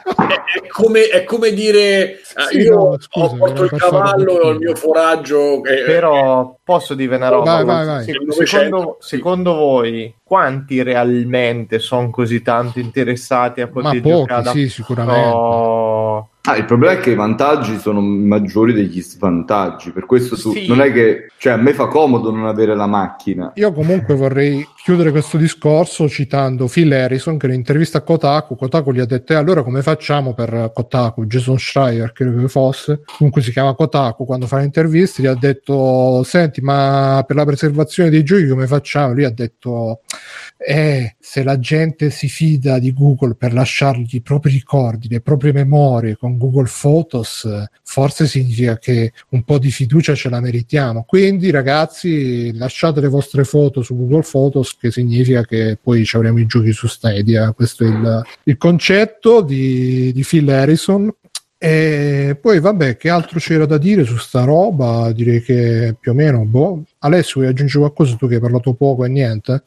è come dire io porto il cavallo e ho il mio foraggio. Però posso dire una roba. Vai. Secondo voi quanti realmente sono così tanto interessati a poter giocare? Sì, sicuramente. Il problema è che i vantaggi sono maggiori degli svantaggi, per questo non è che, cioè, a me fa comodo non avere la macchina. Io comunque vorrei chiudere questo discorso citando Phil Harrison, che in un'intervista a Kotaku gli ha detto allora come facciamo per Kotaku, Jason Schreier credo che fosse, comunque si chiama Kotaku, quando fa le interviste gli ha detto senti, ma per la preservazione dei giochi come facciamo? Lui ha detto se la gente si fida di Google per lasciargli i propri ricordi, le proprie memorie con Google Photos, forse significa che un po' di fiducia ce la meritiamo. Quindi ragazzi, lasciate le vostre foto su Google Photos, che significa che poi ci avremo i giochi su Stadia. Questo è il concetto di Phil Harrison. E poi vabbè, che altro c'era da dire su sta roba? Direi che più o meno Alessio, vuoi aggiungere qualcosa, tu che hai parlato poco e niente?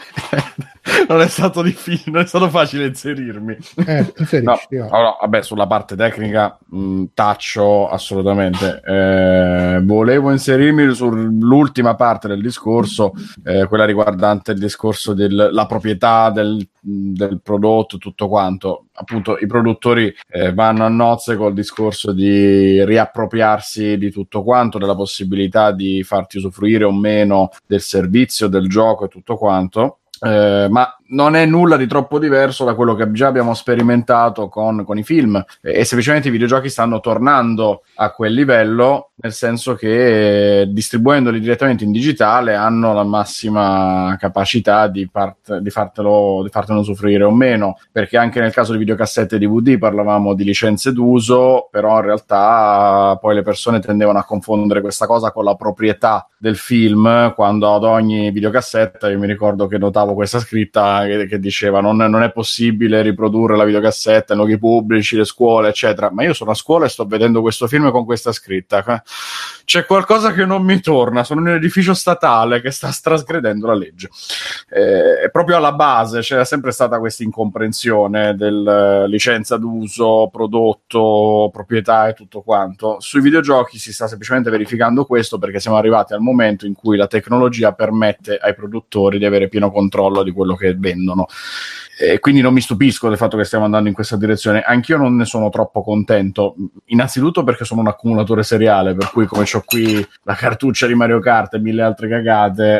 Non è stato difficile, non è stato facile inserirmi. Allora, vabbè, sulla parte tecnica taccio assolutamente. Volevo inserirmi sull'ultima parte del discorso, quella riguardante il discorso della proprietà del prodotto, tutto quanto. Appunto, i produttori vanno a nozze col discorso di riappropriarsi di tutto quanto, della possibilità di farti usufruire o meno del servizio, del gioco e tutto quanto. Ma non è nulla di troppo diverso da quello che già abbiamo sperimentato con i film, e semplicemente i videogiochi stanno tornando a quel livello, nel senso che distribuendoli direttamente in digitale hanno la massima capacità di fartelo usufruire o meno, perché anche nel caso di videocassette e DVD parlavamo di licenze d'uso, però in realtà poi le persone tendevano a confondere questa cosa con la proprietà del film, quando ad ogni videocassetta, io mi ricordo che notavo questa scritta prima che diceva non è possibile riprodurre la videocassetta in luoghi pubblici, le scuole eccetera, ma io sono a scuola e sto vedendo questo film con questa scritta, c'è qualcosa che non mi torna, sono in un edificio statale che sta trasgredendo la legge. Proprio alla base c'era sempre stata questa incomprensione del licenza d'uso, prodotto, proprietà e tutto quanto. Sui videogiochi si sta semplicemente verificando questo, perché siamo arrivati al momento in cui la tecnologia permette ai produttori di avere pieno controllo di quello che vendono. Quindi non mi stupisco del fatto che stiamo andando in questa direzione. Anch'io non ne sono troppo contento, innanzitutto perché sono un accumulatore seriale, per cui come c'ho qui la cartuccia di Mario Kart e mille altre cagate,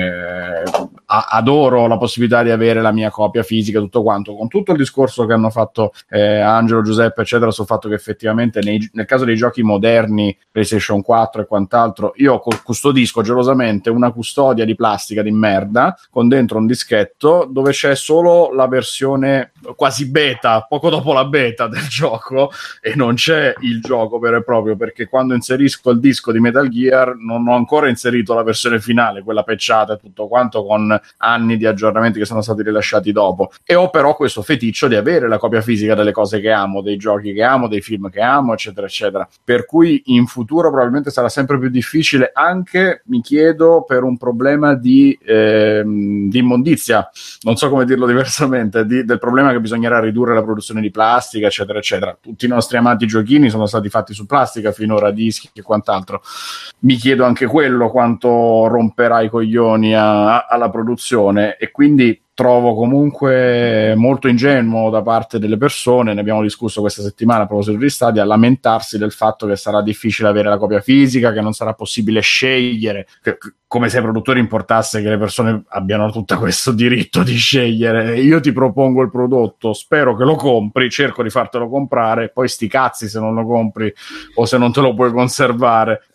adoro la possibilità di avere la mia copia fisica, tutto quanto, con tutto il discorso che hanno fatto Angelo, Giuseppe eccetera sul fatto che effettivamente nel caso dei giochi moderni, PlayStation 4 e quant'altro, io custodisco gelosamente una custodia di plastica di merda con dentro un dischetto dove c'è solo la versione quasi beta, poco dopo la beta del gioco, e non c'è il gioco vero e proprio, perché quando inserisco il disco di Metal Gear non ho ancora inserito la versione finale, quella patchata e tutto quanto, con anni di aggiornamenti che sono stati rilasciati dopo. E ho però questo feticcio di avere la copia fisica delle cose che amo, dei giochi che amo, dei film che amo, eccetera eccetera, per cui in futuro probabilmente sarà sempre più difficile, anche mi chiedo per un problema di immondizia, non so come dirlo diversamente, del problema che bisognerà ridurre la produzione di plastica eccetera eccetera. Tutti i nostri amati giochini sono stati fatti su plastica finora, dischi e quant'altro. Mi chiedo anche quello quanto romperà i coglioni alla produzione, e quindi trovo comunque molto ingenuo da parte delle persone, ne abbiamo discusso questa settimana a proposito di Stadia, lamentarsi del fatto che sarà difficile avere la copia fisica, che non sarà possibile scegliere, come se ai produttori importasse che le persone abbiano tutto questo diritto di scegliere. Io ti propongo il prodotto, spero che lo compri, cerco di fartelo comprare, poi sti cazzi se non lo compri o se non te lo puoi conservare.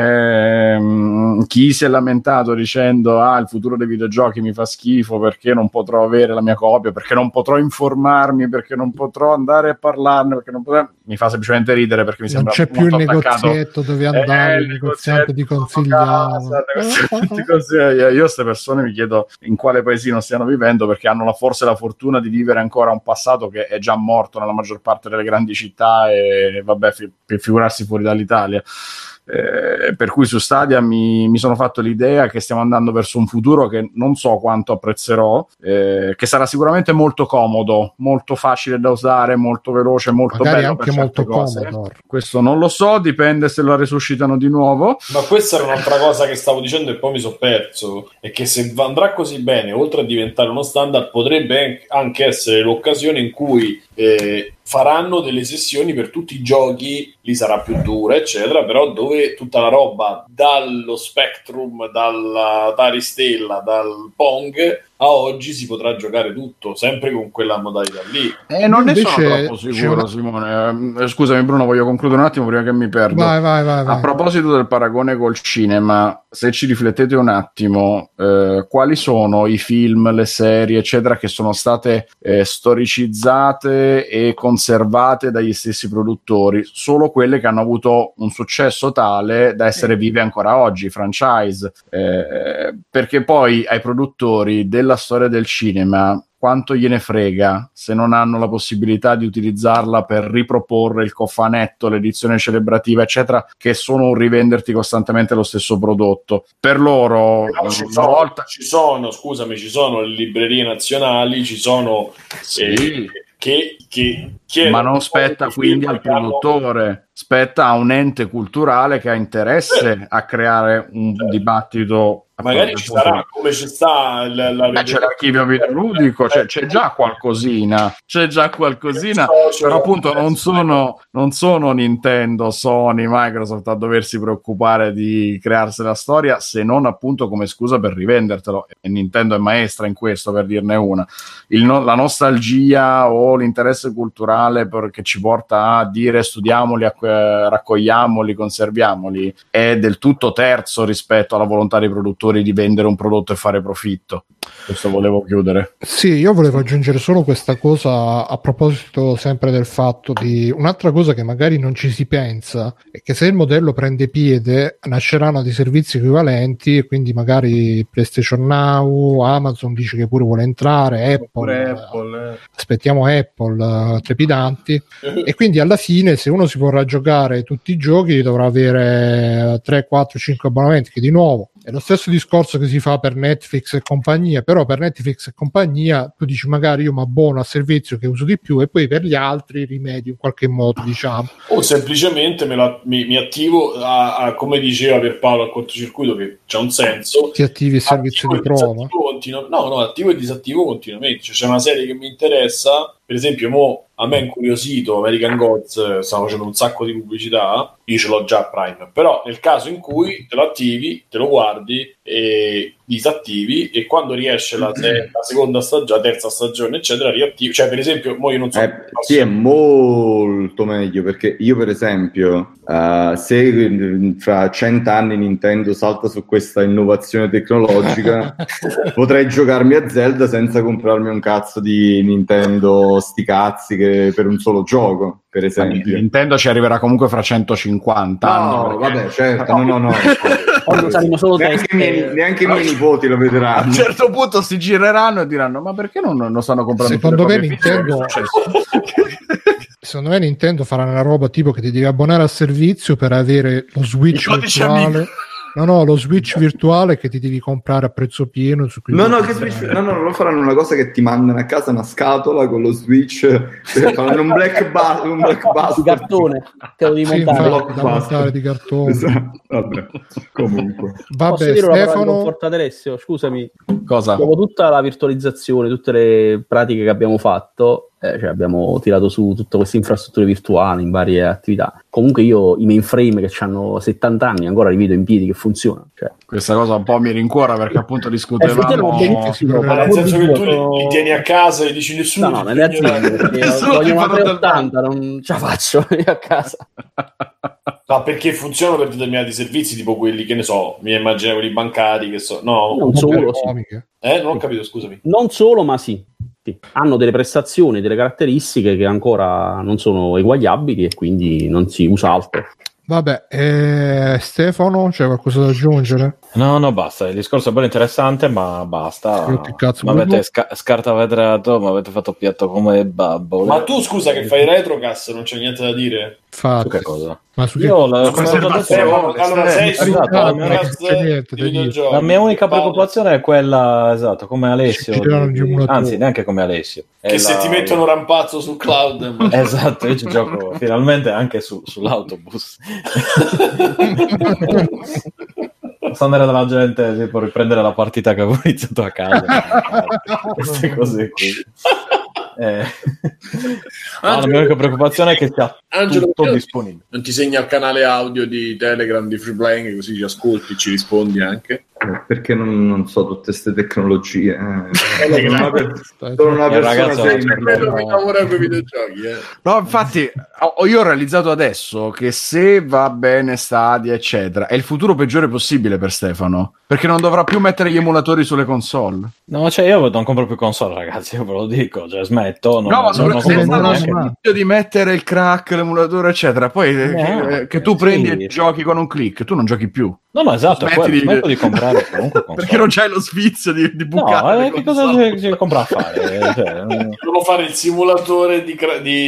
Chi si è lamentato dicendo il futuro dei videogiochi mi fa schifo perché non potrò avere la mia copia, perché non potrò informarmi, perché non potrò andare a parlarne, perché non potrò... mi fa semplicemente ridere, perché mi sembra non c'è più il negozietto dove andare, il negoziante ti consigliava. Io queste persone mi chiedo in quale paesino stiano vivendo, perché hanno forse la fortuna di vivere ancora un passato che è già morto nella maggior parte delle grandi città, e vabbè, per figurarsi fuori dall'Italia. Per cui su Stadia mi sono fatto l'idea che stiamo andando verso un futuro che non so quanto apprezzerò, che sarà sicuramente molto comodo, molto facile da usare, molto veloce, molto magari bello, anche molto comodo. Questo non lo so, dipende se lo resuscitano di nuovo. Ma questa era un'altra cosa che stavo dicendo e poi mi sono perso, è che se andrà così bene, oltre a diventare uno standard, potrebbe anche essere l'occasione in cui faranno delle sessioni per tutti i giochi, lì sarà più dura eccetera, però dove tutta la roba dallo Spectrum, dalla Atari Stella, dal Pong a oggi si potrà giocare tutto, sempre con quella modalità lì. Non ne sono troppo sicuro, Simone. Scusami Bruno, voglio concludere un attimo prima che mi perdo. Vai. A proposito del paragone col cinema, se ci riflettete un attimo, quali sono i film, le serie eccetera che sono state storicizzate e conservate dagli stessi produttori? Solo quelle che hanno avuto un successo tale da essere vive ancora oggi, franchise, perché poi ai produttori della storia del cinema quanto gliene frega se non hanno la possibilità di utilizzarla per riproporre il cofanetto, l'edizione celebrativa eccetera, che sono un rivenderti costantemente lo stesso prodotto. Per loro ci sono le librerie nazionali, ci sono che ma non spetta quindi al produttore, spetta a un ente culturale che ha interesse a creare un dibattito. Magari ci sarà, come ci sta c'è l'archivio videoludico, c'è già qualcosina, però appunto non sono Nintendo, Sony, Microsoft a doversi preoccupare di crearsi la storia, se non appunto come scusa per rivendertelo, e Nintendo è maestra in questo, per dirne una. La nostalgia o l'interesse culturale che ci porta a dire studiamoli, raccogliamoli, conserviamoli, è del tutto terzo rispetto alla volontà dei produttori di vendere un prodotto e fare profitto. Questo volevo chiudere. Sì, io volevo aggiungere solo questa cosa a proposito sempre del fatto di un'altra cosa che magari non ci si pensa è che se il modello prende piede nasceranno dei servizi equivalenti e quindi magari PlayStation Now, Amazon dice che pure vuole entrare, Apple. Aspettiamo Apple, trepidanti, e quindi alla fine se uno si vorrà giocare tutti i giochi dovrà avere 3, 4, 5 abbonamenti, che di nuovo è lo stesso discorso che si fa per Netflix e compagnia, però per Netflix e compagnia tu dici magari io mi abbono al servizio che uso di più e poi per gli altri rimedi in qualche modo, diciamo. O semplicemente mi attivo come diceva per Paolo al cortocircuito, che c'è un senso. Ti attivi il servizio di prova? Attivo e disattivo continuamente. Cioè, c'è una serie che mi interessa, per esempio a me è incuriosito American Gods, stava facendo un sacco di pubblicità, io ce l'ho già a Prime, però nel caso in cui te lo attivi, te lo guardi e disattivi, e quando riesce la seconda stagione, la terza stagione eccetera, riattivi. Cioè per esempio io non so, sì, è molto meglio, perché io per esempio se fra 100 anni Nintendo salta su questa innovazione tecnologica potrei giocarmi a Zelda senza comprarmi un cazzo di Nintendo sti cazzi che per un solo gioco, per esempio. Nintendo ci arriverà comunque fra 150 anni. No, vabbè, certo, no. Saremo solo neanche i miei nipoti lo vedranno. A un certo punto si gireranno e diranno: ma perché non stanno comprando? Secondo me Nintendo farà una roba tipo che ti devi abbonare al servizio per avere lo Switch virtuale. No, lo Switch virtuale che ti devi comprare a prezzo pieno. No, non lo faranno una cosa che ti mandano a casa una scatola con lo Switch, faranno un black bus di cartone, te lo devi montare di cartone. Esatto. Vabbè, comunque. Vabbè, Stefano, Alessio, scusami. Cosa? Dopo tutta la virtualizzazione, tutte le pratiche che abbiamo fatto, cioè abbiamo tirato su tutte queste infrastrutture virtuali in varie attività. Comunque io i mainframe che hanno 70 anni ancora li vedo in piedi che funzionano. Cioè. Questa cosa un po' mi rincuora, perché appunto discutevamo. Nel senso che tu li tieni a casa e dici nessuno. No, nelle aziende voglio una 380, non ce la faccio io a casa. No, perché funzionano per determinati servizi, tipo quelli che ne so, mi immagino quelli bancari che no, non solo, sì. Non ho capito, scusami. Non solo, ma sì. Hanno delle prestazioni, delle caratteristiche che ancora non sono eguagliabili e quindi non si usa altro. Vabbè, Stefano, c'è qualcosa da aggiungere? No, basta. Il discorso è bello interessante, ma basta. Che cazzo mi avete scartavetrato, mi avete fatto piatto come babbo. Ma tu scusa che fai retrocast, non c'è niente da dire? Su che cosa? Ma su io la mia unica preoccupazione è quella, esatto, come Alessio, anzi neanche come Alessio, che se ti mettono rampazzo sul cloud. Esatto, io ci gioco finalmente anche sull'autobus. Posso andare dalla gente, tipo riprendere la partita che avevo iniziato a casa. Queste cose qui. La mia unica preoccupazione è che sia tutto disponibile. Non ti segna il canale audio di Telegram di Free Playing, così ci ascolti, ci rispondi anche? Perché non so tutte queste tecnologie. Sono una persona che lavora con i videogiochi. No, infatti io ho realizzato adesso che se va bene Stadia eccetera è il futuro peggiore possibile per Stefano, perché non dovrà più mettere gli emulatori sulle console. No, cioè io non compro più console, ragazzi, io ve lo dico, cioè smetto. Senza lo spazio di mettere il crack, l'emulatore eccetera, poi che tu prendi e giochi con un click, tu non giochi più. No, esatto, smetto di comprare comunque console. Perché non c'hai lo sfizio di bucare. No, che cosa ci compra a fare? Devo fare il simulatore di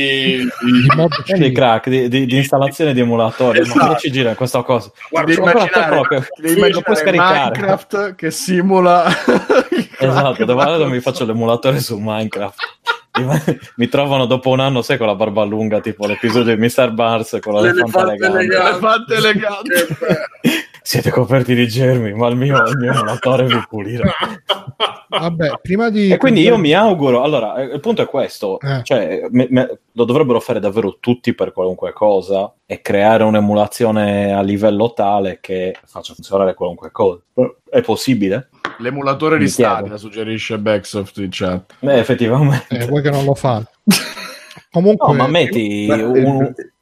crack, di installazione di emulatori. Esatto. Ma come ci gira questa cosa? Devi immaginare Minecraft che simula esatto, dove mi faccio l'emulatore su Minecraft. Mi trovano dopo un anno, sai, con la barba lunga, tipo l'episodio di Mr. Barnes con l'elefante elegante. Siete coperti di germi, ma il mio emulatore vi pulirà. Vabbè, prima di... E quindi io mi auguro, allora, il punto è questo, cioè lo dovrebbero fare davvero tutti per qualunque cosa e creare un'emulazione a livello tale che faccia funzionare qualunque cosa. È possibile? L'emulatore di Stadia, suggerisce Backsoft in chat. Effettivamente. Vuoi che non lo fanno? Comunque, no, ma metti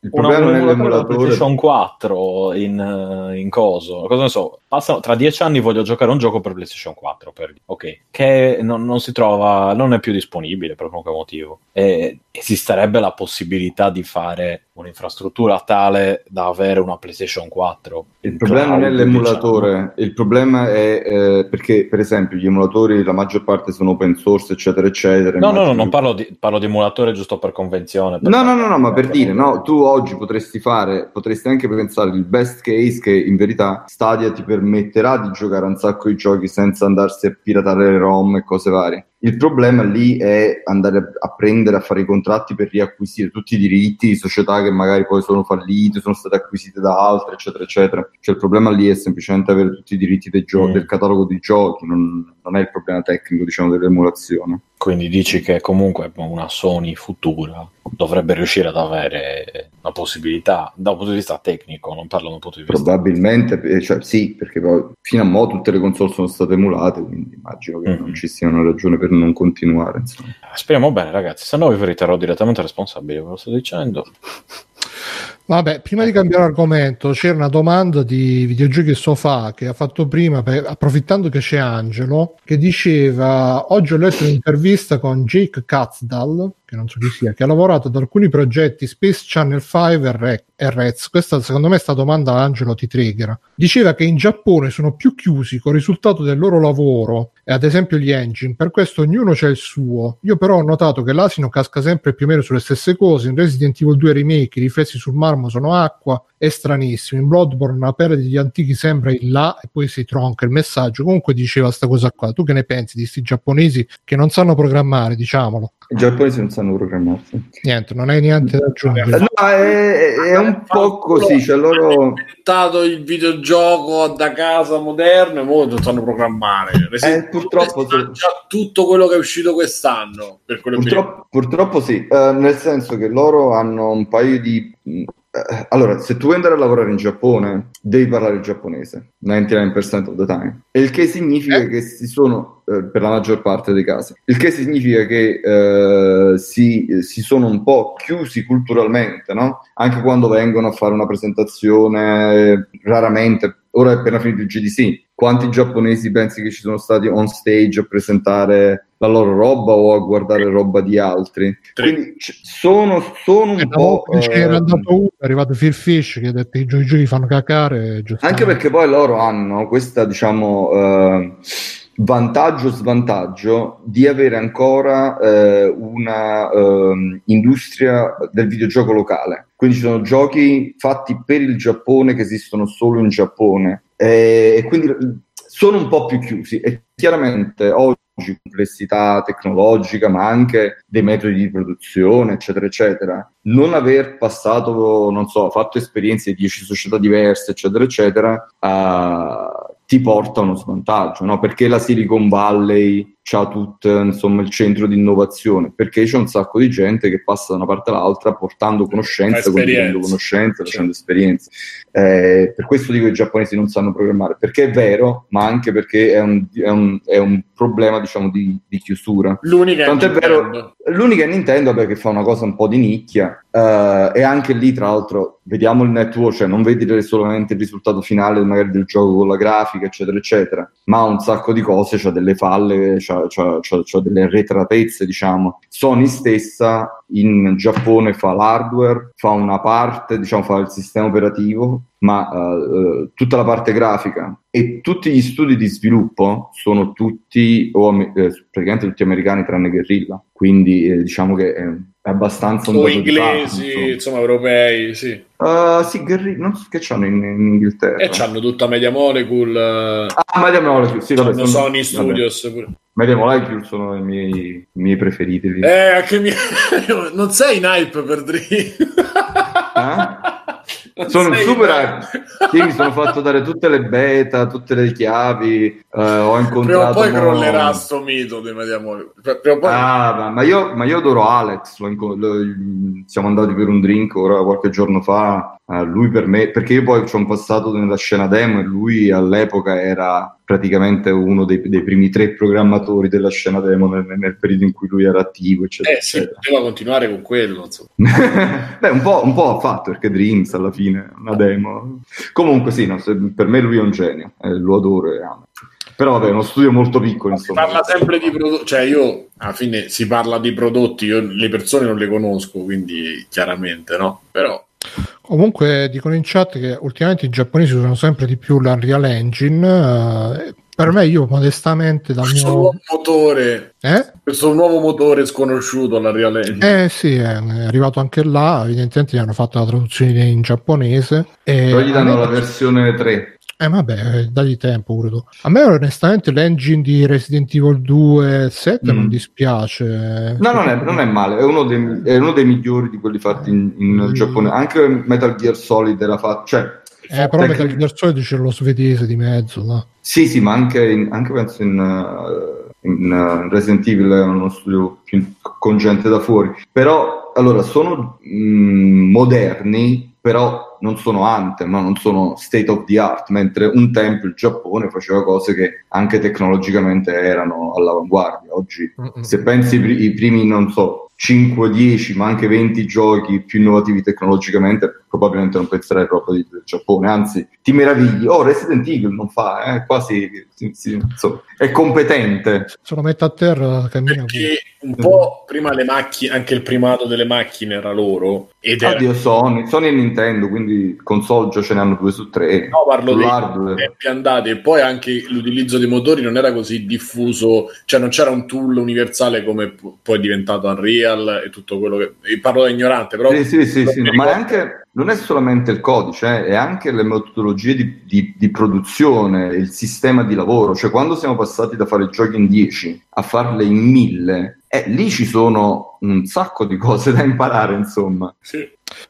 Il problema non è l'emulatore. PlayStation 4 in coso, cosa ne so, tra 10 anni voglio giocare un gioco per PlayStation 4, che non si trova, non è più disponibile per qualche motivo. E esisterebbe la possibilità di fare un'infrastruttura tale da avere una PlayStation 4. Il problema non è l'emulatore, diciamo. Il problema è perché, per esempio, gli emulatori, la maggior parte sono open source, eccetera, eccetera. No, non parlo di emulatore giusto per convenzione. No, ma per dire, no, tu oggi potresti anche pensare il best case che in verità Stadia ti permetterà di giocare un sacco di giochi senza andarsi a piratare le ROM e cose varie. Il problema lì è andare a prendere, a fare i contratti per riacquisire tutti i diritti di società che magari poi sono fallite, sono state acquisite da altre, eccetera, eccetera. Cioè il problema lì è semplicemente avere tutti i diritti del catalogo di giochi, non è il problema tecnico, diciamo, dell'emulazione. Quindi dici che comunque una Sony futura dovrebbe riuscire ad avere una possibilità da un punto di vista tecnico, non parlo da un punto di vista... Probabilmente, sì, perché poi fino a mo' tutte le console sono state emulate, quindi immagino che non ci sia una ragione per non continuare, insomma. Speriamo bene, ragazzi, se no vi riterrò direttamente responsabile, ve lo sto dicendo. Vabbè, prima di cambiare argomento, c'era una domanda di videogiochi e sofà che ha fatto prima, approfittando che c'è Angelo, che diceva: oggi ho letto un'intervista con Jake Katzdal, che non so chi sia, che ha lavorato ad alcuni progetti Space Channel 5 e Rez. Questa, secondo me, sta domanda Angelo ti triggera. Diceva che in Giappone sono più chiusi col risultato del loro lavoro, e ad esempio gli engine, per questo ognuno c'è il suo. Io però ho notato che l'asino casca sempre più o meno sulle stesse cose. In Resident Evil 2 Remake i riflessi sul marmo sono acqua, è stranissimo. In Bloodborne una perdita di antichi sembra in là e poi si tronca il messaggio. Comunque diceva sta cosa qua. Tu che ne pensi di sti giapponesi che non sanno programmare, diciamolo? I giapponesi non sanno programmarsi. Niente, non hai niente da aggiungere. No, è un po' così, cioè loro hanno inventato il videogioco da casa moderno e ora non sanno programmare. Purtroppo già tutto quello che è uscito quest'anno, per quello purtroppo sì, nel senso che loro hanno un paio di... Allora, se tu vuoi andare a lavorare in Giappone, devi parlare il giapponese 99% of the time, il che significa che si sono, per la maggior parte dei casi, il che significa che si sono un po' chiusi culturalmente, no? Anche quando vengono a fare una presentazione, raramente. Ora è appena finito il GDC, quanti giapponesi pensi che ci sono stati on stage a presentare la loro roba o a guardare roba di altri? Quindi sono un po'... Era andato uno, è arrivato Phil Fish che ha detto che i giochi fanno cacare. Anche perché poi loro hanno questa, diciamo... vantaggio svantaggio di avere ancora una industria del videogioco locale, quindi ci sono giochi fatti per il Giappone che esistono solo in Giappone e quindi sono un po' più chiusi e chiaramente oggi complessità tecnologica ma anche dei metodi di produzione eccetera eccetera, non aver passato, non so, fatto esperienze di 10 società diverse eccetera eccetera ti porta a uno svantaggio, no? Perché la Silicon Valley c'ha tutto, insomma, il centro di innovazione, perché c'è un sacco di gente che passa da una parte all'altra portando conoscenza, condividendo conoscenze, facendo esperienze. Per questo dico che i giapponesi non sanno programmare, perché è vero, ma anche perché è un problema, diciamo, di chiusura. L'unica Tanto è vero, l'unica è Nintendo perché fa una cosa un po' di nicchia e anche lì, tra l'altro, vediamo il network, cioè non vedi solamente il risultato finale magari del gioco con la grafica eccetera eccetera, ma un sacco di cose, c'ha delle falle, c'ha delle arretratezze, diciamo. Sony stessa in Giappone fa l'hardware, fa una parte, diciamo, fa il sistema operativo, ma tutta la parte grafica e tutti gli studi di sviluppo sono tutti praticamente tutti americani tranne Guerrilla, quindi diciamo che è abbastanza o inglesi, insomma europei, sì. Sì, Guerrilla, non so che c'hanno in Inghilterra. E c'hanno tutta Media Molecule. Media Molecule, sì, vabbè, Sony Studios pure. Media Molecule sono i miei preferiti. Anche non sei in hype per Dream. Sono in super hype. Io mi sono fatto dare tutte le beta, tutte le chiavi. Ho incontrato. Prima o poi crollerà sto mito di Media Molecule. Ma io adoro Alex. Siamo andati per un drink ora qualche giorno fa. lui per me, perché io poi ci ho un passato nella scena demo e lui all'epoca era praticamente uno dei primi 3 programmatori della scena demo nel periodo in cui lui era attivo, eccetera. Sì, poteva continuare con quello, insomma. Beh, un po' ha fatto, perché Dreams alla fine è una demo. Comunque sì, no, per me lui è un genio, lo adoro e amo. Però vabbè, è uno studio molto piccolo, insomma. Si parla sempre di prodotti, cioè io alla fine si parla di prodotti, io le persone non le conosco, quindi chiaramente no, però comunque dicono in chat che ultimamente i giapponesi usano sempre di più l'Unreal Engine. Per me, io modestamente dal questo mio nuovo motore, questo nuovo motore sconosciuto all'Unreal Engine, sì, è arrivato anche là, evidentemente gli hanno fatto la traduzione in giapponese e però gli danno la versione 3. Vabbè, dagli tempo pure tu. A me onestamente l'engine di Resident Evil 2 7 non dispiace. No, non è male, è uno dei migliori di quelli fatti in Giappone. Anche Metal Gear Solid era fatto, cioè però Metal Gear Solid c'è lo svedese di mezzo, no? Sì, ma anche penso in Resident Evil è uno studio più con gente da fuori. Però allora sono moderni, però non sono Anthem, no? Non sono state of the art, mentre un tempo il Giappone faceva cose che anche tecnologicamente erano all'avanguardia. Oggi, se pensi i primi, non so, 5, 10, ma anche 20 giochi più innovativi tecnologicamente, probabilmente non penserai proprio del Giappone, anzi ti meravigli. Resident Evil non fa, quasi insomma, è competente. Se lo metto a terra cammina. Perché un po' prima le macchine, anche il primato delle macchine era loro. Oddio, Sony e Nintendo, quindi console già ce ne hanno 2 su 3. No, parlo dei tempi andati, e poi anche l'utilizzo dei motori non era così diffuso, cioè non c'era un tool universale come poi è diventato Unreal e tutto quello che... Parlo da ignorante, però... Sì, ma è anche... Non è solamente il codice, è anche le metodologie di produzione, il sistema di lavoro. Cioè, quando siamo passati da fare giochi in 10 a farle in 1000, lì ci sono un sacco di cose da imparare, insomma. Sì.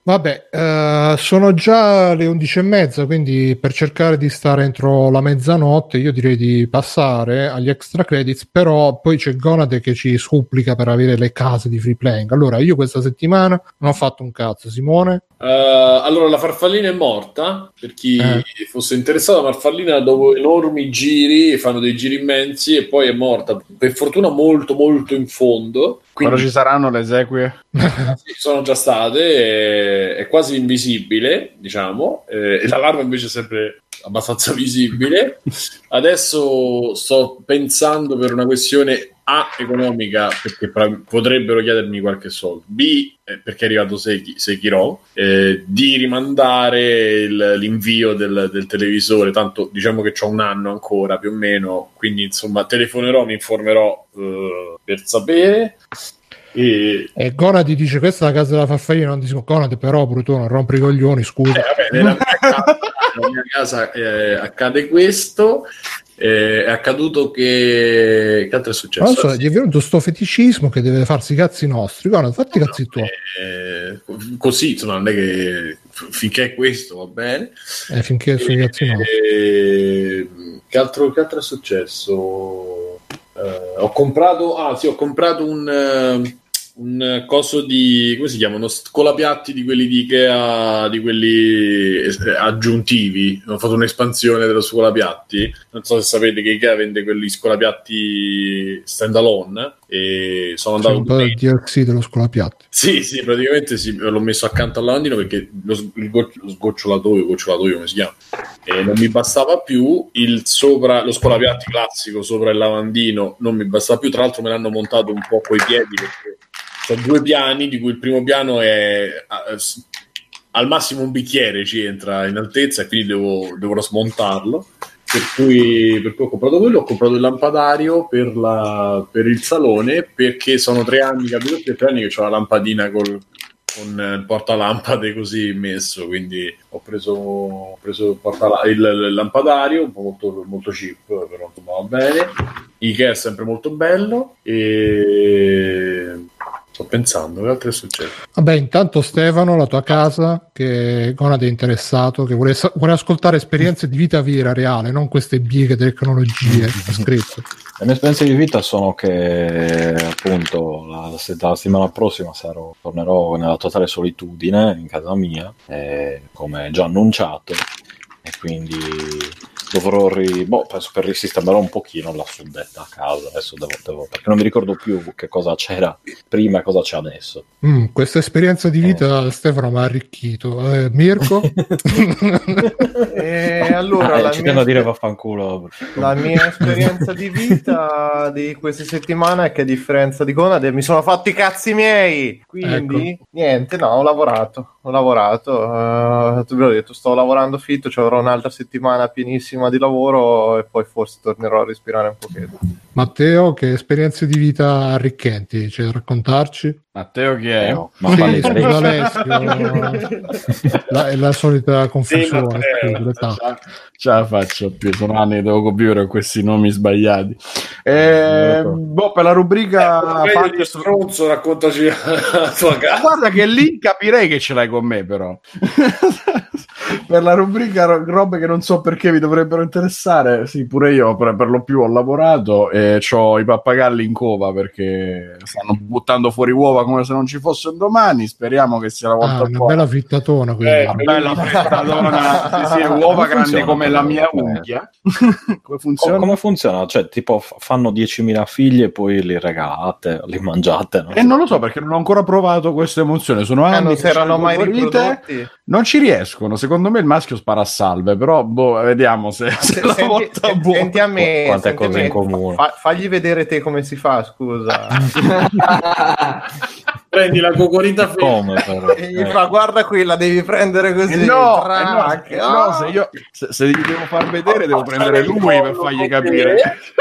Vabbè, sono già le 11:30, quindi per cercare di stare entro la mezzanotte io direi di passare agli extra credits, però poi c'è Gonade che ci supplica per avere le case di free playing. Allora, io questa settimana non ho fatto un cazzo. Simone? Allora, la farfallina è morta, per chi fosse interessato. La farfallina dopo enormi giri, fanno dei giri immensi e poi è morta, per fortuna molto molto in fondo. Quando ci saranno le esequie? Sì, sono già state, è quasi invisibile, diciamo, e la larva invece è sempre abbastanza visibile. Adesso sto pensando, per una questione A, economica, perché potrebbero chiedermi qualche soldo, B, perché è arrivato Sekiro, di rimandare l'invio del televisore, tanto diciamo che c'ho un anno ancora più o meno, quindi insomma telefonerò, mi informerò per sapere. E Gonadi dice: questa è la casa della farfallina, non dico Gonadi, però Bruto non rompere i coglioni, scusa. Vabbè, nella mia casa accade questo. È accaduto che altro è successo? Non so, gli è venuto sto feticismo che deve farsi i cazzi nostri. Guarda, fatti i cazzi tuoi. Così, insomma, non è che finché è questo va bene. Finché sono i cazzi nostri. Che altro è successo? Ho comprato un coso di, come si chiamano, scolapiatti di quelli di Ikea, di quelli aggiuntivi. Ho fatto un'espansione dello scolapiatti, non so se sapete che Ikea vende quelli scolapiatti stand alone, e sono andato un po' di DLC dello scolapiatti. sì, praticamente sì, l'ho messo accanto al lavandino perché lo sgocciolatoio come si chiama, e non mi bastava più lo scolapiatti classico sopra il lavandino, non mi bastava più. Tra l'altro me l'hanno montato un po' coi piedi, perché ho 2 piani, di cui il primo piano è al massimo un bicchiere ci entra in altezza, e quindi dovrò smontarlo, per cui ho comprato quello. Ho comprato il lampadario per il salone, perché sono 3 anni, capito, 3 anni che ho la lampadina con il portalampade così messo, quindi ho preso il lampadario, un po' molto, molto cheap, però va bene. Ikea è sempre molto bello, e sto pensando che altro è successo. Vabbè, intanto Stefano, la tua casa, che Gonade è interessato, che vuole ascoltare esperienze di vita vera, reale, non queste bieghe tecnologie, ha scritto. Le mie esperienze di vita sono che appunto la settimana prossima tornerò nella totale solitudine in casa mia, come già annunciato, e quindi dovrò penso che risistemerò un pochino la suddetta a casa. Adesso devo perché non mi ricordo più che cosa c'era prima e cosa c'è adesso. Questa esperienza di vita Stefano mi ha arricchito. Mirko? Allora ci tengo a dire vaffanculo. La mia esperienza di vita di questa settimana è che a differenza di Conade mi sono fatto i cazzi miei, quindi niente, no, ho lavorato, ve l'ho detto, sto lavorando fitto, ci avrò un'altra settimana pienissima di lavoro e poi forse tornerò a respirare un pochetto. Matteo, che esperienze di vita arricchenti c'è da raccontarci? Matteo chi è? È la solita confusione. Ce la faccio più, sono anni che devo convivere con questi nomi sbagliati. Per la rubrica stronzo, raccontaci la tua casa. Guarda che lì capirei che ce l'hai con me, però. Per la rubrica robe che non so perché vi dovrebbero interessare, sì, pure io per lo più ho lavorato e ho i pappagalli in cova perché stanno buttando fuori uova come se non ci fosse un domani. Speriamo che sia la volta una bella frittatona, una bella frittatona, sì, uova grandi come la mia unghia. Come funziona? Cioè, tipo fanno 10.000 figli e poi li regalate, li mangiate? No? Non lo so perché non ho ancora provato questa emozione. Sono anni non si erano mai riprodotti. Non ci riescono. Secondo me il maschio spara a salve, però vediamo se la volta buona. Senti a me, quante cose in comune. Fagli vedere te come si fa, scusa. Prendi la cocorita come e gli fa guarda qui, la devi prendere così. No, se gli devo far vedere devo prendere lui per fargli capire.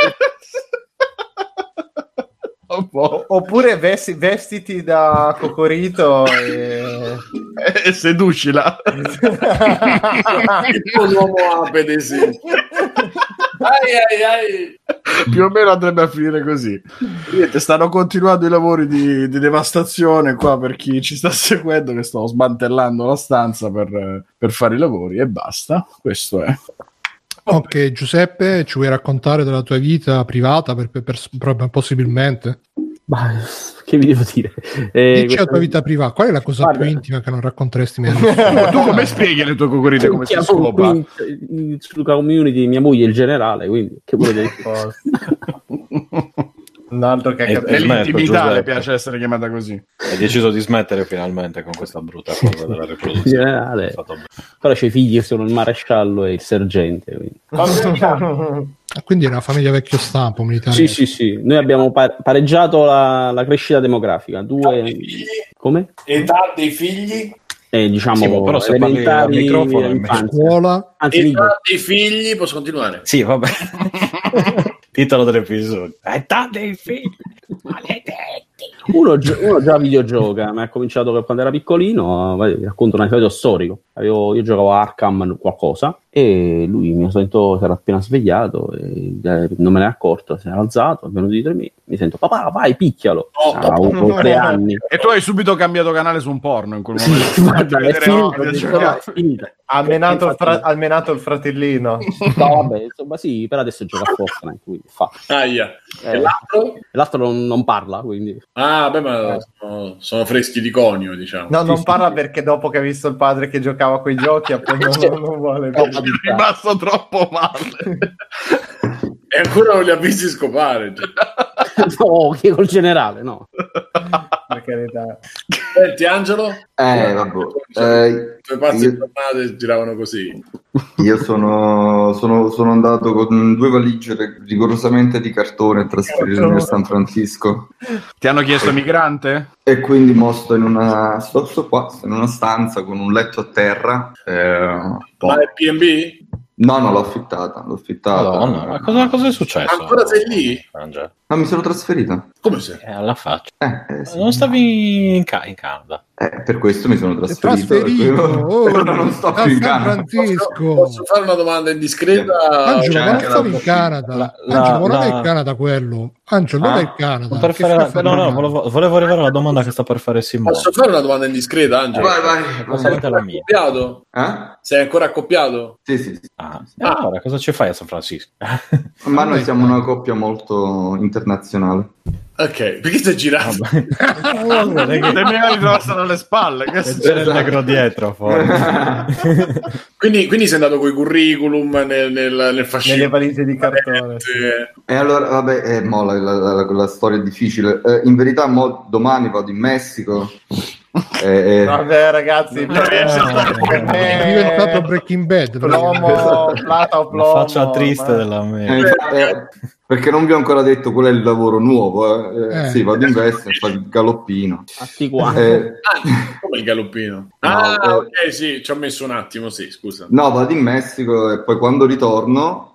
Oppure vestiti da cocorito e seducila. L'uomo apede, sì. Ai. Più o meno andrebbe a finire così. Stanno continuando i lavori di devastazione qua per chi ci sta seguendo, che sto smantellando la stanza per fare i lavori e basta. Questo è. Ok, Giuseppe, ci vuoi raccontare della tua vita privata possibilmente? Bah, che vi devo dire? Dici la tua vita privata, qual è la cosa più intima che non racconteresti mai? Tu come spieghi le tue cocorite, come si scopa? Sulla community mia moglie in generale, quindi che volete dire? Un altro che nell'intimità le piace essere chiamata così. Hai deciso di smettere finalmente con questa brutta cosa della riproduzione. Generale. Però c'è i figli che sono il maresciallo e il sergente. Quindi è una famiglia vecchio stampo militare. Sì. Noi abbiamo pareggiato la crescita demografica. Come? Età dei figli? Diciamo però se elementari, microfono, scuola. Età dei figli, posso continuare? Sì, vabbè. Titolo dell'episodio: età dei figli maledetti. Uno già videogioca, ma ha cominciato quando era piccolino. Racconto un episodio storico. Io giocavo a Arkham qualcosa e lui mi sento, si era appena svegliato e non me ne è accorto, si era alzato, è venuto dietro me, mi sento papà vai picchialo. Avevo 3 anni e tu hai subito cambiato canale su un porno in quel momento. È finita. Ha menato il fratellino. No, vabbè, insomma, sì, per adesso gioca a Fortnite, quindi fa. E l'altro non parla, quindi. Ah, beh, ma sono freschi di conio, diciamo. No, non parla perché dopo che ha visto il padre che giocava a quei giochi, non vuole. È rimasto troppo male. E ancora non li ha visti scopare. No, che col generale, no. Per carità. Senti, Angelo? Vabbè. I tuoi pazzi tornate giravano così. Io sono andato con 2 valigie rigorosamente di cartone a trasferirmi a San Francisco. Ti hanno chiesto migrante? E quindi sto in una stanza con un letto a terra. Ma è B&B? No, l'ho affittata. Madonna, ma cosa è successo? Ancora sei lì? Ma mi sono trasferito. Come sei? Alla faccia. Sì. Non stavi in Canada? Per questo mi sono trasferito. Trasferito. Non sto più in San Canada. Francisco. Posso fare una domanda indiscreta? Angelo, ma non anche stavi la- in Canada? Angelo, non è il Canada quello. Angelo, non è il Canada. Per Che fare... stai No, parlando? volevo arrivare alla domanda che sta per fare Simone. Posso fare una domanda indiscreta, Angelo? Vai. Sei ancora accoppiato? Sei ancora accoppiato? Sì. Allora, cosa ci fai a San Francisco? Ma noi siamo una coppia molto internazionale. Ok, perché sei girato? Temeva di trovarselo alle spalle. Che C'era il negro dietro. quindi sei andato con i curriculum nel fascino. Nelle valigie di cartone. E allora, vabbè, la storia è difficile. In verità, domani vado in Messico. Vabbè, ragazzi, È diventato Breaking Bad. plomo, plata o plomo. La faccia triste della me. Perché non vi ho ancora detto qual è il lavoro nuovo. Sì, vado in veste, fa il galoppino. come il galoppino? Ok, sì, ci ho messo un attimo, sì, scusa. No, vado in Messico e poi quando ritorno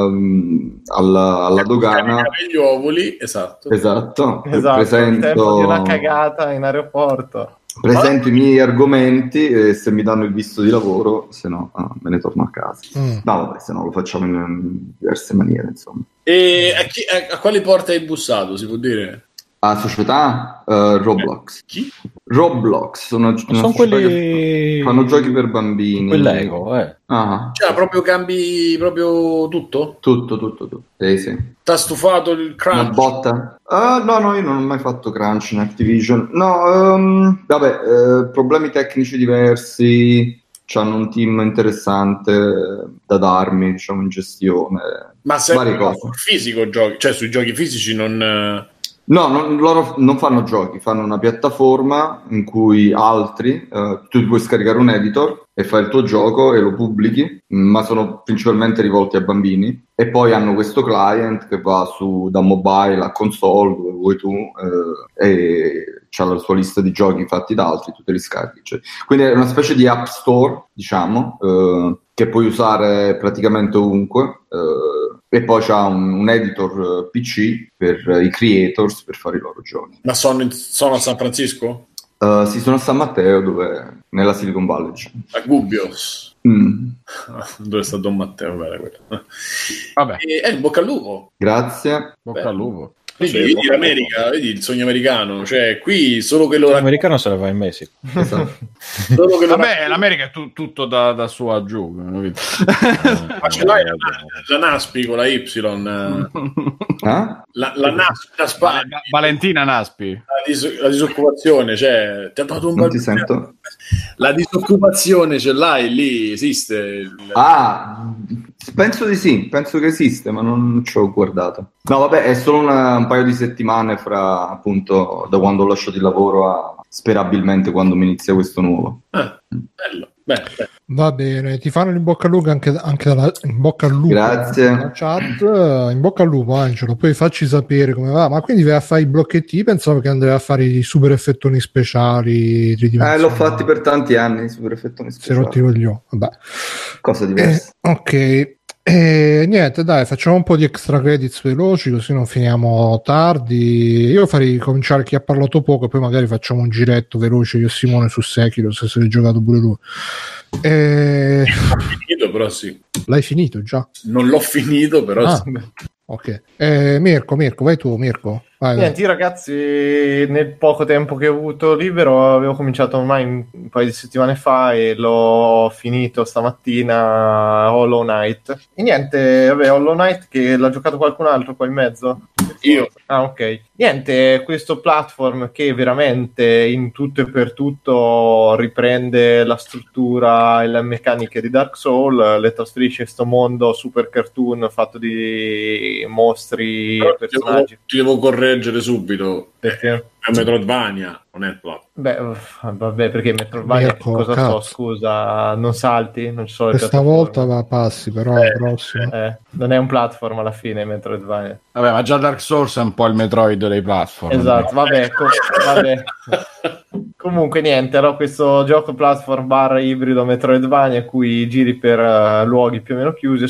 alla dogana Gli ovuli, esatto. esatto, Esatto, il tempo di una cagata in aeroporto. presento i miei argomenti e se mi danno il visto di lavoro, se no me ne torno a casa. No, vabbè, se no lo facciamo in diverse maniere, insomma. E a quali porte hai bussato, si può dire? A società Roblox. Chi? Roblox sono quelli che fanno giochi per bambini. Quell'ego, Cioè, proprio cambi proprio tutto? Tutto. Sì. T'ha stufato il crunch? Una botta? No, io non ho mai fatto crunch in Activision. No, problemi tecnici diversi. C'hanno un team interessante da darmi, diciamo, in gestione. Ma se varie cose. sul fisico giochi, cioè sui giochi fisici non... No, loro non fanno giochi, fanno una piattaforma in cui altri, tu puoi scaricare un editor e fai il tuo gioco e lo pubblichi, ma sono principalmente rivolti a bambini, e poi hanno questo client che va da mobile a console, dove vuoi tu, e c'ha la sua lista di giochi fatti da altri, tu te li scarichi. Cioè. Quindi è una specie di app store, diciamo, che puoi usare praticamente ovunque, e poi c'ha un editor PC per i creators per fare i loro giochi. Ma sono a San Francisco? Sì, sono a San Matteo, nella Silicon Valley, diciamo. A Gubbios? Dove sta Don Matteo? Vabbè. In bocca al lupo. Grazie. Bocca al lupo. Vedi l'America, vedi il sogno americano, cioè qui solo che l'americano se ne va in Messico. Solo che vabbè, l'America è tutto da su a giù. Ma ce l'hai la Naspi con la Y? La Naspi, Valentina Naspi. La disoccupazione, cioè ti ha dato un non ti sento. La disoccupazione ce l'hai lì, esiste? Penso di sì, penso che esiste, ma non ci ho guardato. No, vabbè, è solo un paio di settimane fra, appunto, da quando ho lasciato il lavoro a sperabilmente quando mi inizia questo nuovo. Bello. Beh. Va bene, ti fanno in bocca al lupo anche dalla in bocca al lupo. Grazie. Dalla chat, in bocca al lupo, Angelo, poi facci sapere come va. Ma quindi vai a fare i blocchetti? Pensavo che andrei a fare i super effettoni speciali tridimensionali. L'ho fatti per tanti anni, i super effettoni speciali. Se rotti coglioni, vabbè. Cosa diversa. Ok. Niente, dai, facciamo un po' di extra credits veloci così non finiamo tardi. Io farei cominciare chi ha parlato poco e poi magari facciamo un giretto veloce io e Simone su Sekiro, se l'hai giocato pure lui. L'ho finito, però sì. L'hai finito già? Non l'ho finito, però sì. Ok. Mirko, vai tu, Mirko. Vai. Niente, ragazzi, nel poco tempo che ho avuto libero avevo cominciato ormai un paio di settimane fa e l'ho finito stamattina, Hollow Knight. E niente, vabbè, Hollow Knight che l'ha giocato qualcun altro qua in mezzo? Io. Ok. Niente, questo platform che veramente in tutto e per tutto riprende la struttura e le meccaniche di Dark Souls, le trasferisce in questo mondo super cartoon fatto di mostri e personaggi. Ti devo correggere subito. Perché? È Metroidvania, non è il plot. Beh, vabbè, perché Metroidvania Mirko, cosa cazzo. so, scusa, non salti, non ci sono le Questa volta va passi, però il prossimo. non è un platform alla fine Metroidvania. Vabbè, ma già Dark Souls è un po' il Metroid dei platform. Esatto, vabbè. Comunque niente, era questo gioco platform bar ibrido Metroidvania in cui giri per luoghi più o meno chiusi,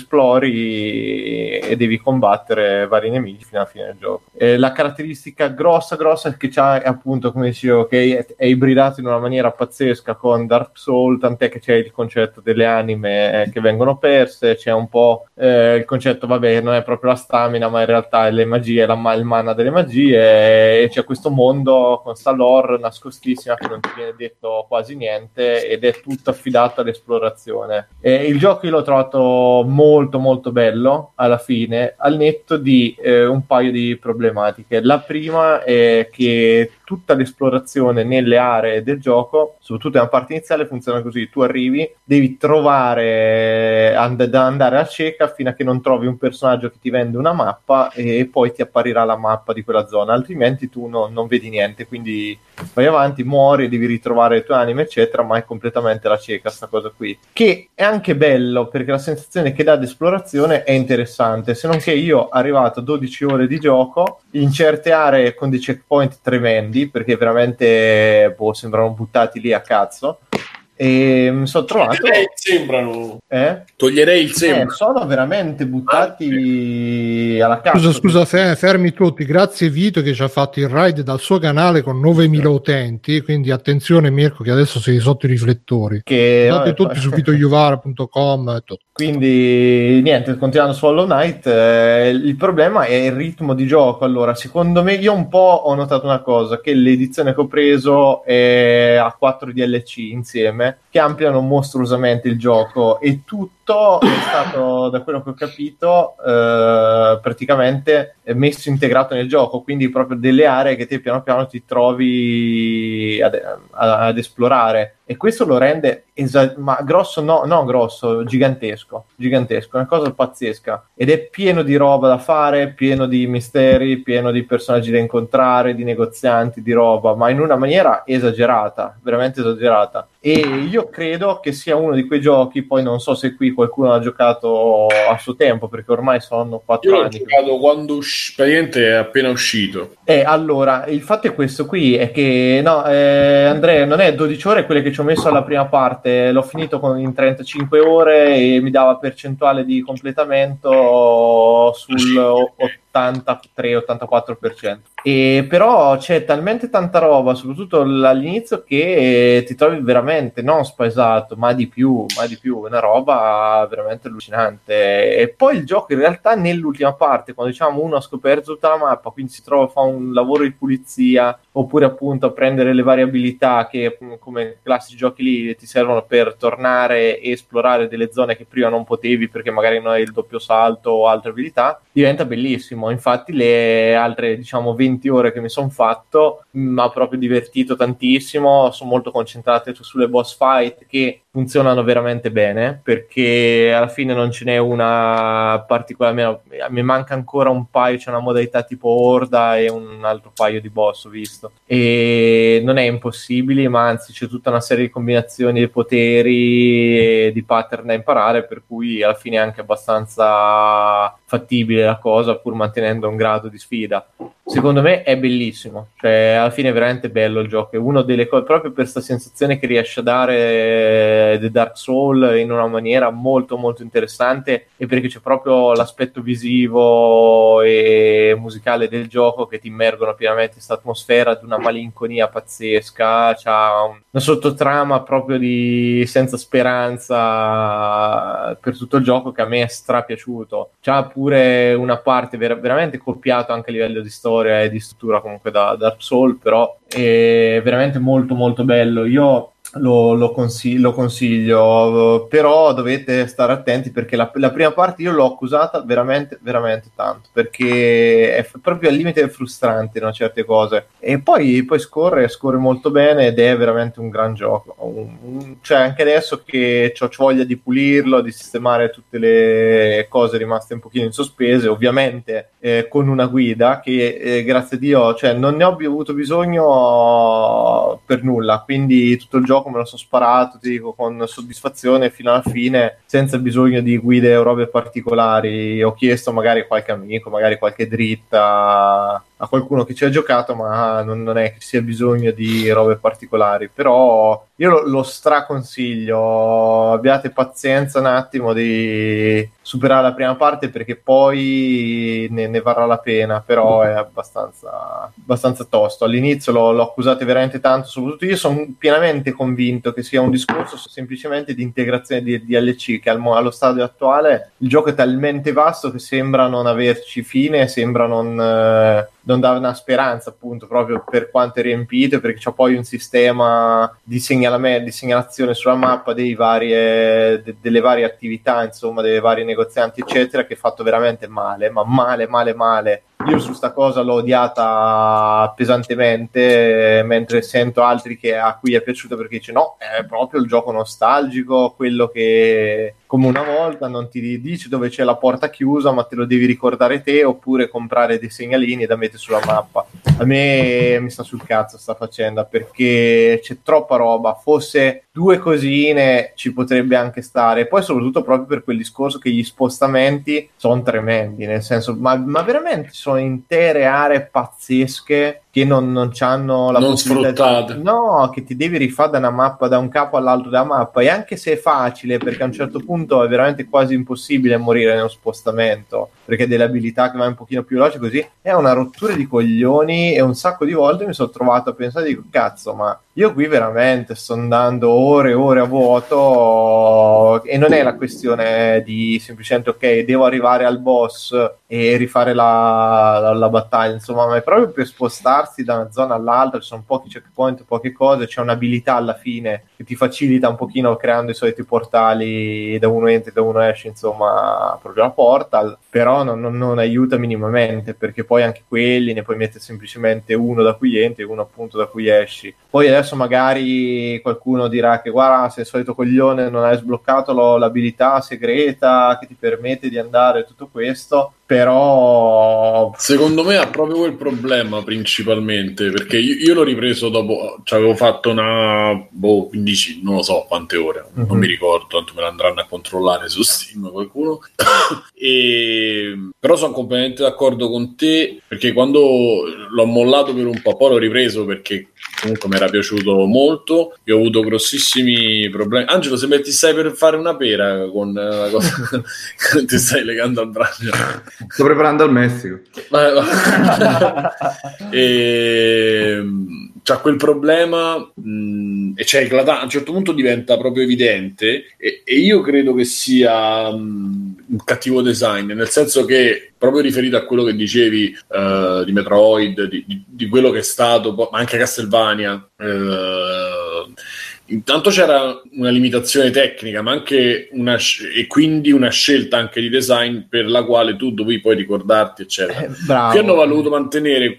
esplori e devi combattere vari nemici fino alla fine del gioco. La caratteristica grossa è che c'ha, appunto, come dicevo, che è ibridato in una maniera pazzesca con Dark Souls, tant'è che c'è il concetto delle anime che vengono perse, c'è un po' il concetto, vabbè, non è proprio la stamina, ma in realtà è le magie, il mana delle magie, e c'è questo mondo con sta lore nascostissima che non ti viene detto quasi niente ed è tutto affidato all'esplorazione. Il gioco io l'ho trovato molto molto bello alla fine, al netto di un paio di problematiche. La prima è che tutta l'esplorazione nelle aree del gioco, soprattutto nella parte iniziale, funziona così: tu arrivi, devi trovare, andare a cieca fino a che non trovi un personaggio che ti vende una mappa e poi ti apparirà la mappa di quella zona, altrimenti tu non vedi niente, quindi vai avanti, muori, devi ritrovare le tue anime eccetera, ma è completamente la cieca sta cosa qui, che è anche bello perché la sensazione che dà di esplorazione è interessante, se non che io arrivato a 12 ore di gioco in certe aree con dei checkpoint tremendi, perché veramente sembrano buttati lì a cazzo, e mi sono trovato toglierei il sembra, sono veramente buttati alla cazzo. Scusa, fermi tutti, grazie Vito che ci ha fatto il raid dal suo canale con 9.000 utenti, quindi attenzione Mirko che adesso sei sotto i riflettori, andate tutti su vitoiuvara.com e tutto. Quindi niente, continuando su Hollow Knight, il problema è il ritmo di gioco. Allora, secondo me, io un po' ho notato una cosa, che l'edizione che ho preso ha 4 DLC insieme che ampliano mostruosamente il gioco, e tutto è stato, da quello che ho capito, praticamente messo integrato nel gioco, quindi proprio delle aree che te piano piano ti trovi ad esplorare, e questo lo rende ma grosso, no grosso, gigantesco, una cosa pazzesca, ed è pieno di roba da fare, pieno di misteri, pieno di personaggi da incontrare, di negozianti, di roba, ma in una maniera esagerata, veramente esagerata. E io credo che sia uno di quei giochi, poi non so se qui qualcuno ha giocato a suo tempo, perché ormai sono 4 anni. Io l'ho giocato quando praticamente è appena uscito. Allora, il fatto è questo qui, è che Andrea, non è 12 ore quelle che ci ho messo alla prima parte, l'ho finito in 35 ore e mi dava percentuale di completamento sul 83-84%. E però c'è talmente tanta roba, soprattutto all'inizio, che ti trovi veramente non spaesato, ma di più, una roba veramente allucinante. E poi il gioco in realtà nell'ultima parte, quando diciamo uno ha scoperto tutta la mappa, quindi si trova a fare un lavoro di pulizia, oppure appunto a prendere le varie abilità che, come classici giochi lì, ti servono per tornare e esplorare delle zone che prima non potevi perché magari non hai il doppio salto o altre abilità, diventa bellissimo. Infatti le altre 20 ore che mi sono fatto mi ha proprio divertito tantissimo, sono molto concentrate sulle boss fight che funzionano veramente bene, perché alla fine non ce n'è una particolare, mi manca ancora un paio, c'è una modalità tipo Horda e un altro paio di boss ho visto, e non è impossibile, ma anzi c'è tutta una serie di combinazioni di poteri e di pattern da imparare, per cui alla fine è anche abbastanza fattibile la cosa, pur mantenendo un grado di sfida. Secondo me è bellissimo, cioè alla fine è veramente bello il gioco, è una delle cose, proprio per questa sensazione che riesce a dare The Dark Souls in una maniera molto molto interessante, e perché c'è proprio l'aspetto visivo e musicale del gioco che ti immergono pienamente in questa atmosfera di una malinconia pazzesca, c'ha una sottotrama proprio di senza speranza per tutto il gioco che a me è strapiaciuto. C'ha pure una parte veramente copiata anche a livello di storia e di struttura comunque da Dark Souls, però è veramente molto molto bello. Io lo consiglio, però dovete stare attenti perché la prima parte io l'ho accusata veramente veramente tanto, perché è proprio al limite frustrante in certe cose, e poi scorre molto bene ed è veramente un gran gioco. Cioè anche adesso che c'ho voglia di pulirlo, di sistemare tutte le cose rimaste un pochino in sospese, ovviamente con una guida che grazie a Dio, cioè non ne ho avuto bisogno per nulla, quindi tutto il gioco me lo sono sparato, ti dico, con soddisfazione fino alla fine, senza bisogno di guide o robe particolari. Ho chiesto magari qualche amico, magari qualche dritta a qualcuno che ci ha giocato, ma non è che ci sia bisogno di robe particolari. Però io lo straconsiglio, abbiate pazienza un attimo di superare la prima parte, perché poi ne varrà la pena, però è abbastanza tosto. All'inizio l'ho accusato veramente tanto, soprattutto io sono pienamente convinto che sia un discorso semplicemente di integrazione di DLC, che allo stadio attuale il gioco è talmente vasto che sembra non averci fine, sembra non dare una speranza, appunto, proprio per quanto è riempito, perché c'è poi un sistema di segnalazione sulla mappa delle varie attività, insomma, delle varie negozianti, eccetera, che è fatto veramente male, ma male. Io su sta cosa l'ho odiata pesantemente, mentre sento altri a cui è piaciuto perché dice no, è proprio il gioco nostalgico, quello che come una volta non ti dice dove c'è la porta chiusa, ma te lo devi ricordare te, oppure comprare dei segnalini da mettere sulla mappa. A me mi sta sul cazzo sta faccenda, perché c'è troppa roba. Fosse 2 cosine ci potrebbe anche stare, e poi soprattutto proprio per quel discorso che gli spostamenti sono tremendi, nel senso, ma veramente sono intere aree pazzesche che non c'hanno la possibilità no, che ti devi rifare da una mappa, da un capo all'altro della mappa, e anche se è facile, perché a un certo punto è veramente quasi impossibile morire nello spostamento, perché delle abilità che vai un pochino più veloce, così è una rottura di coglioni, e un sacco di volte mi sono trovato a pensare, dico, cazzo, ma io qui veramente sto andando ore e ore a vuoto, e non è la questione di semplicemente ok, devo arrivare al boss e rifare la battaglia, insomma, ma è proprio per spostarsi da una zona all'altra. Ci sono pochi checkpoint, poche cose, c'è un'abilità alla fine che ti facilita un pochino, creando i soliti portali, da uno entri, da uno esci, insomma, proprio la portal, però non aiuta minimamente, perché poi anche quelli ne puoi mettere semplicemente uno da cui entri e uno appunto da cui esci. Poi adesso magari qualcuno dirà che guarda, se il solito coglione non hai sbloccato l'abilità segreta che ti permette di andare, tutto questo, però secondo me ha proprio quel problema principalmente, perché io l'ho ripreso dopo, cioè avevo fatto una 15, non lo so quante ore, non mi ricordo, tanto me la andranno a controllare su Steam qualcuno però sono completamente d'accordo con te, perché quando l'ho mollato per un po', poi l'ho ripreso perché comunque mi era piaciuto molto. Io ho avuto grossissimi problemi. Angelo, sembra che ti stai per fare una pera con la cosa ti stai legando al braccio. Sto preparando al Messico. C'ha quel problema e c'è eclatante, a un certo punto diventa proprio evidente, e io credo che sia un cattivo design, nel senso che, proprio riferito a quello che dicevi di Metroid, di quello che è stato, ma anche Castlevania, intanto c'era una limitazione tecnica, ma anche e quindi una scelta anche di design per la quale tu dovevi poi ricordarti, eccetera. Qui hanno voluto mantenere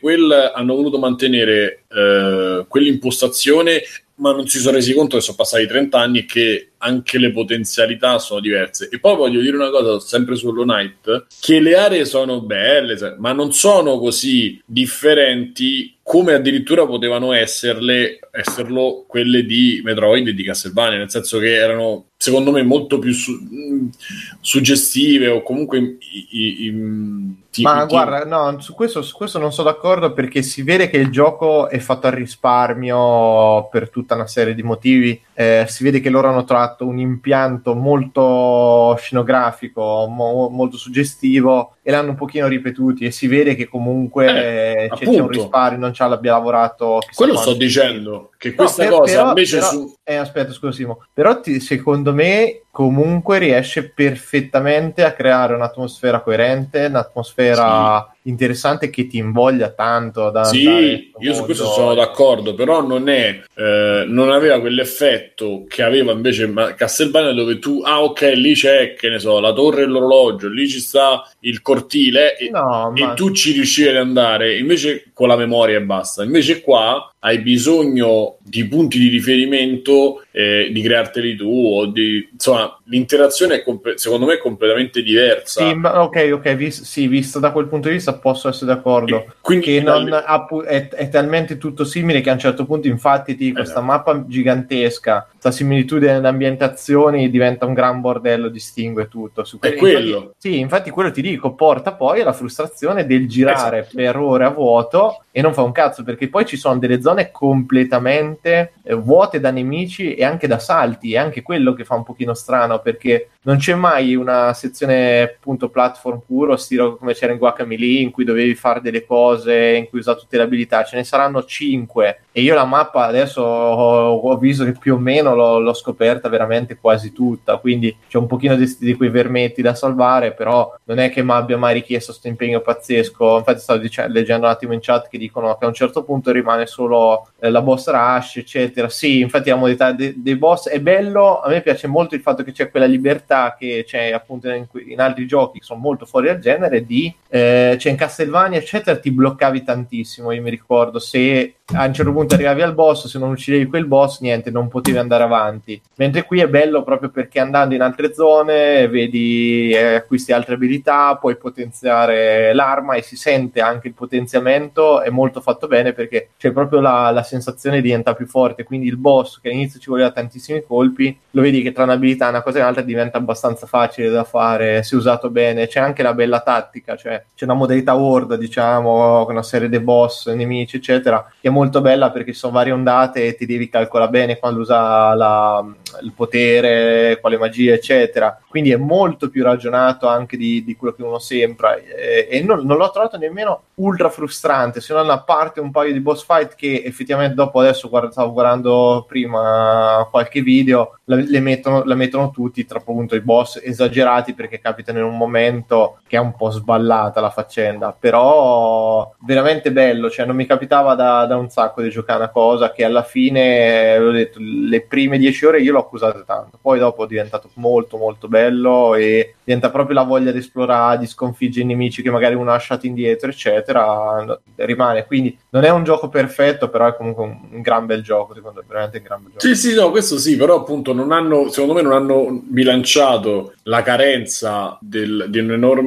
quell'impostazione, ma non si sono resi conto che sono passati 30 anni e che anche le potenzialità sono diverse. E poi voglio dire una cosa, sempre su Hollow Knight, che le aree sono belle, ma non sono così differenti come addirittura potevano esserlo quelle di Metroid e di Castlevania, nel senso che erano, secondo me, molto più suggestive, o comunque guarda, no, su questo non sono d'accordo, perché si vede che il gioco è fatto al risparmio per tutta una serie di motivi. Si vede che loro hanno trovato un impianto molto scenografico, molto suggestivo, e l'hanno un pochino ripetuti, e si vede che comunque c'è un risparmio, non ci abbia lavorato. Quello sto dicendo, che questa cosa invece aspetta, scusa Simo, però secondo me comunque riesce perfettamente a creare un'atmosfera coerente, un'atmosfera interessante, che ti invoglia tanto da sì, io su questo sono d'accordo, però non aveva quell'effetto che aveva invece Castlevania, dove tu ok, lì c'è, che ne so, la torre e l'orologio, lì ci sta il cortile e tu ci riuscivi ad andare invece con la memoria e basta. Invece qua hai bisogno di punti di riferimento, di crearteli tu, o insomma, l'interazione secondo me è completamente diversa. Sì, ok, visto da quel punto di vista posso essere d'accordo. Quindi è talmente tutto simile che a un certo punto, infatti, ti dico, questa mappa gigantesca, questa similitudine nelle ambientazioni diventa un gran bordello, distingue tutto. È quello. Infatti quello ti dico, porta poi alla frustrazione del girare per ore a vuoto e non fa un cazzo, perché poi ci sono delle zone completamente vuote da nemici e anche da salti, è anche quello che fa un pochino strano, perché non c'è mai una sezione appunto platform puro, stile come c'era in Guacamelee, in cui dovevi fare delle cose, in cui usavi tutte le abilità. Ce ne saranno 5 e io la mappa adesso ho visto che più o meno l'ho scoperta veramente quasi tutta, quindi c'è un pochino di quei vermetti da salvare, però non è che mi abbia mai richiesto questo impegno pazzesco. Infatti stavo leggendo un attimo in chat che dicono che a un certo punto rimane solo la boss rush, eccetera. Sì, infatti la modalità dei boss è bello, a me piace molto il fatto che c'è quella libertà che c'è appunto in altri giochi che sono molto fuori dal genere, c'è in Castlevania eccetera, ti bloccavi tantissimo. Io mi ricordo, se a un certo punto arrivavi al boss, se non uccidevi quel boss, niente, non potevi andare avanti. Mentre qui è bello proprio perché andando in altre zone vedi, acquisti altre abilità, puoi potenziare l'arma e si sente anche il potenziamento, è molto fatto bene perché c'è proprio la sensazione di diventare più forte. Quindi il boss, che all'inizio ci voleva tantissimi colpi, lo vedi che tra un'abilità e una cosa e un'altra diventa abbastanza facile da fare se usato bene. C'è anche la bella tattica, cioè c'è una modalità Horde, diciamo, con una serie di boss, nemici eccetera, che è molto bella perché ci sono varie ondate e ti devi calcolare bene quando usa il potere, quale magia eccetera, quindi è molto più ragionato anche di quello che uno sembra, e non l'ho trovato nemmeno ultra frustrante, se non a parte un paio di boss fight che effettivamente dopo, adesso stavo guardando prima qualche video, la mettono tutti, tra appunto i boss esagerati perché capitano in un momento che è un po' sballata la faccenda, però veramente bello, cioè non mi capitava da un sacco di giocare una cosa che alla fine, l'ho detto, le prime 10 ore io l'ho accusata tanto, poi dopo è diventato molto molto bello e diventa proprio la voglia di esplorare, di sconfiggere i nemici che magari uno ha lasciato indietro eccetera, rimane. Quindi non è un gioco perfetto, però è comunque un gran bel gioco, secondo me, veramente un gran bel gioco. Sì, no, questo sì, però appunto secondo me non hanno bilanciato la carenza di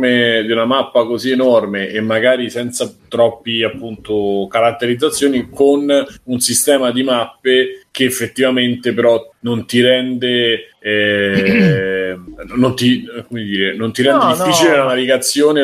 una mappa così enorme e magari senza troppi appunto caratterizzazioni, con un sistema di mappe che effettivamente però non ti rende non ti rende difficile la navigazione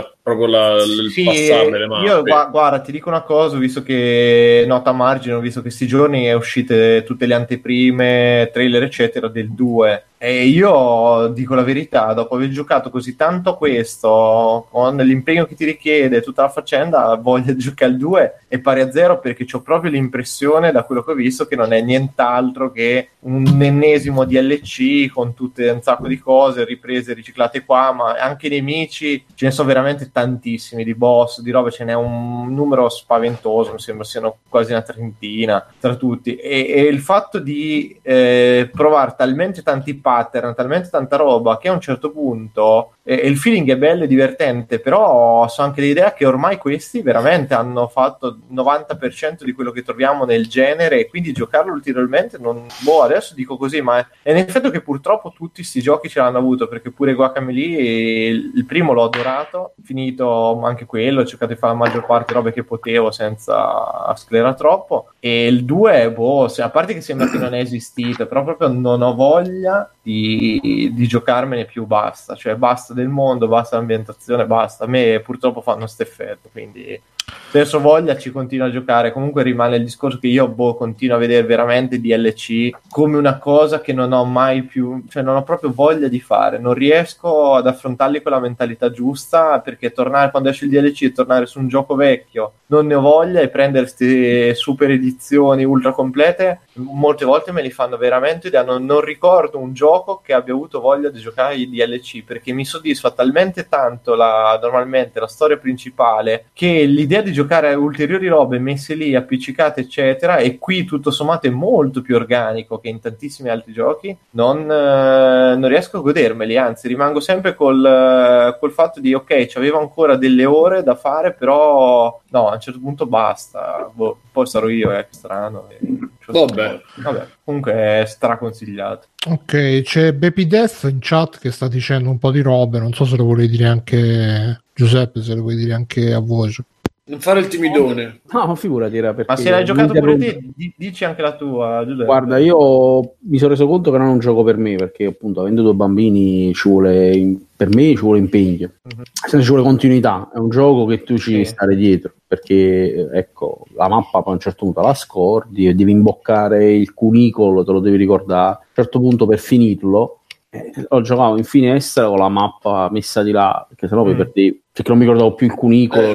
il passarle le mappe. Io guarda, ti dico una cosa, visto che nota a margine, ho visto che sti giorni è uscite tutte le anteprime, trailer eccetera del 2, e io dico la verità, dopo aver giocato così tanto a questo, con l'impegno che ti richiede tutta la faccenda, voglia di giocare al 2 è pari a 0, perché c'ho proprio l'impressione, da quello che ho visto, che non è nient'altro che un ennesimo DLC con tutte un sacco di cose riprese, riciclate qua, ma anche i nemici ce ne sono veramente tantissimi, di boss, di roba, ce n'è un numero spaventoso, mi sembra siano quasi una trentina tra tutti, e il fatto di provare talmente tanti pattern, talmente tanta roba, che a un certo punto il feeling è bello e divertente, però so anche l'idea che ormai questi veramente hanno fatto 90% di quello che troviamo nel genere, e quindi giocarlo ulteriormente adesso dico così, ma è un effetto che purtroppo tutti sti giochi ce l'hanno avuto, perché pure Guacamelee il primo l'ho adorato, finito anche quello, ho cercato di fare la maggior parte robe che potevo senza sclerare troppo, e il 2 a parte che sembra che non è esistito, però proprio non ho voglia di giocarmene più, basta del mondo, basta l'ambientazione, basta. A me purtroppo fanno questo effetto, quindi se ho voglia ci continuo a giocare. Comunque rimane il discorso che io continuo a vedere veramente DLC come una cosa che non ho mai più, cioè non ho proprio voglia di fare, non riesco ad affrontarli con la mentalità giusta, perché tornare quando esce il DLC e tornare su un gioco vecchio non ne ho voglia, e prendere queste super edizioni ultra complete molte volte me li fanno veramente idea. Non ricordo un gioco che abbia avuto voglia di giocare i DLC, perché mi soddisfa talmente tanto normalmente la storia principale, che l'idea l'idea di giocare a ulteriori robe messe lì, appiccicate eccetera, e qui tutto sommato è molto più organico che in tantissimi altri giochi, non riesco a godermeli, anzi rimango sempre col fatto di ok, c'avevo ancora delle ore da fare, però no, a un certo punto basta, poi sarò io, strano. Vabbè, comunque è straconsigliato. Ok, c'è Baby Death in chat che sta dicendo un po' di robe, non so se lo vuoi dire anche Giuseppe, se lo vuoi dire anche a voce. Non fare il timidone. No, figurati, era perché... Ma se l'hai giocato pure te, dici anche la tua, Giuseppe. Guarda, io mi sono reso conto che non è un gioco per me, perché appunto avendo 2 bambini per me ci vuole impegno, ci vuole continuità, è un gioco che tu ci devi stare dietro, perché ecco, la mappa poi a un certo punto la scordi e devi imboccare il cunicolo, te lo devi ricordare, a un certo punto per finirlo. Lo giocavo in finestra con la mappa messa di là, perché sennò mi perdevo, perché non mi ricordavo più il cunicolo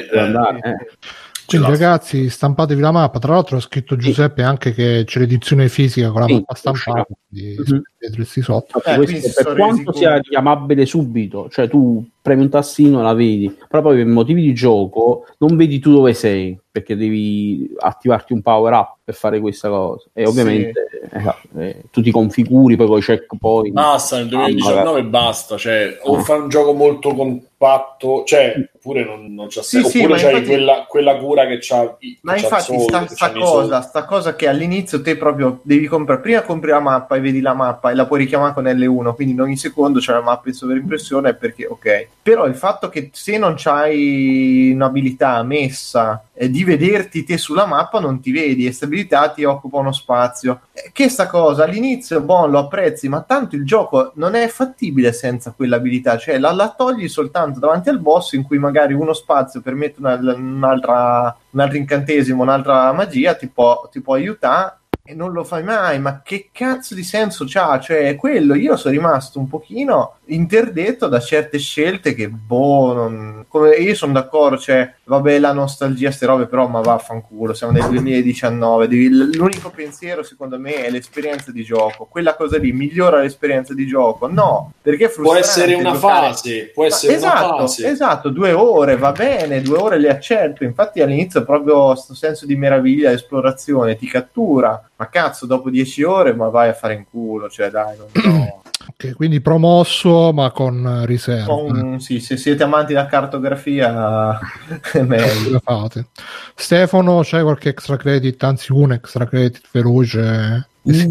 Quindi ragazzi, stampatevi la mappa. Tra l'altro ha scritto Giuseppe anche che c'è l'edizione fisica con la mappa stampata, sotto. Per quanto sia richiamabile subito, cioè tu premi un tastino e la vedi, però poi per motivi di gioco non vedi tu dove sei, perché devi attivarti un power up per fare questa cosa, e ovviamente tu ti configuri poi con i checkpoint. Basta, nel 2019 basta, cioè o fai un gioco molto compatto, cioè oppure non c'ha senso, oppure c'hai infatti, quella cura che c'ha. Ma infatti sta cosa che all'inizio te proprio devi comprare, prima compri la mappa e vedi la mappa e la puoi richiamare con L1, quindi in ogni secondo c'è la mappa in sovraimpressione, perché ok, però il fatto che se non c'hai un'abilità messa di vederti te sulla mappa non ti vedi, e stabilità ti occupa uno spazio, che sta cosa all'inizio lo apprezzi, ma tanto il gioco non è fattibile senza quell'abilità, cioè la togli soltanto davanti al boss in cui magari uno spazio permette un altro incantesimo, un'altra magia ti può aiutare, e non lo fai mai. Ma che cazzo di senso c'ha? Cioè, quello, io sono rimasto un pochino interdetto da certe scelte che come io sono d'accordo, cioè vabbè, la nostalgia, ste robe, però ma vaffanculo, siamo nel 2019, l'unico pensiero secondo me è l'esperienza di gioco, quella cosa lì migliora l'esperienza di gioco, no, perché è frustrante, può essere una fase, esatto, 2 ore va bene, 2 ore le accetto, infatti all'inizio proprio questo senso di meraviglia, esplorazione ti cattura, ma cazzo dopo 10 ore ma vai a fare in culo, cioè dai, no. Ok, quindi promosso ma con riserva. Sì, se siete amanti della cartografia è meglio. Fate. Stefano, c'hai qualche extra credit, anzi un extra credit veloce?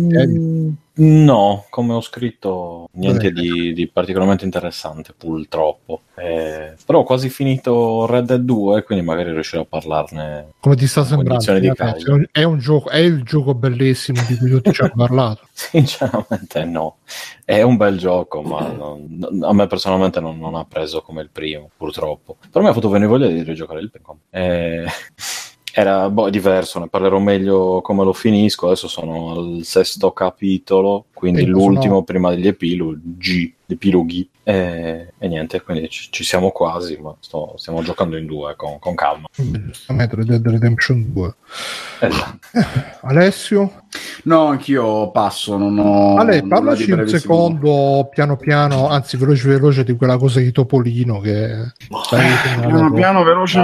No, come ho scritto niente di particolarmente interessante purtroppo, però ho quasi finito Red Dead 2, quindi magari riuscirò a parlarne. Come ti sta sembrando? È il gioco bellissimo di cui tutti ci hanno parlato. Sinceramente no, è un bel gioco, ma a me personalmente non ha preso come il primo, purtroppo. Per me ha fatto venire voglia di rigiocare il primo. Era diverso, ne parlerò meglio come lo finisco. Adesso sono al 6º capitolo, quindi l'ultimo prima degli epiloghi, e niente, quindi ci siamo quasi, ma stiamo giocando in 2 con calma. Giustamente Red Dead Redemption 2. Alessio? No, anch'io passo, non ho. Ale, parlaci un secondo piano piano, anzi veloce di quella cosa di Topolino che piano veloce.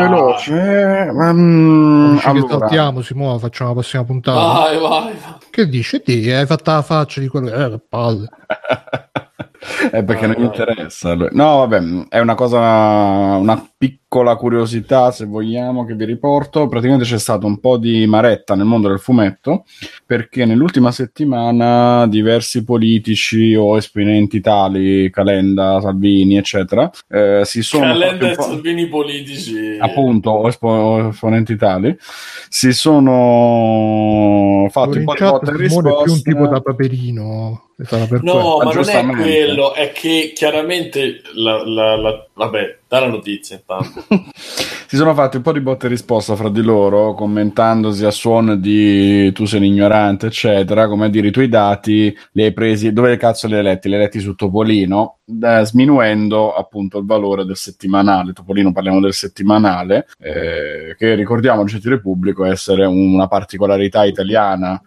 Allora. Saltiamo, si muove, facciamo la prossima puntata. Vai. Che dici? Hai fatto la faccia di quello che palle. È perché non gli interessa. No, vabbè, è una cosa, una piccola curiosità, se vogliamo, che vi riporto. Praticamente c'è stato un po' di maretta nel mondo del fumetto, perché nell'ultima settimana diversi politici o esponenti tali, Calenda, Salvini, eccetera, si sono Calenda e Salvini politici, appunto, o esponenti tali, si sono fatti un po' di botta e risposta. È più un tipo da Paperino. No, ma non è quello, è che chiaramente vabbè, dà la notizia intanto. Si sono fatti un po' di botte e risposta fra di loro, commentandosi a suono di tu sei un ignorante, eccetera, come a dire i tuoi dati li hai presi, dove cazzo li hai letti? Li hai letti su Topolino? sminuendo appunto il valore del settimanale. Topolino, parliamo del settimanale, che ricordiamo al gentile pubblico essere una particolarità italiana.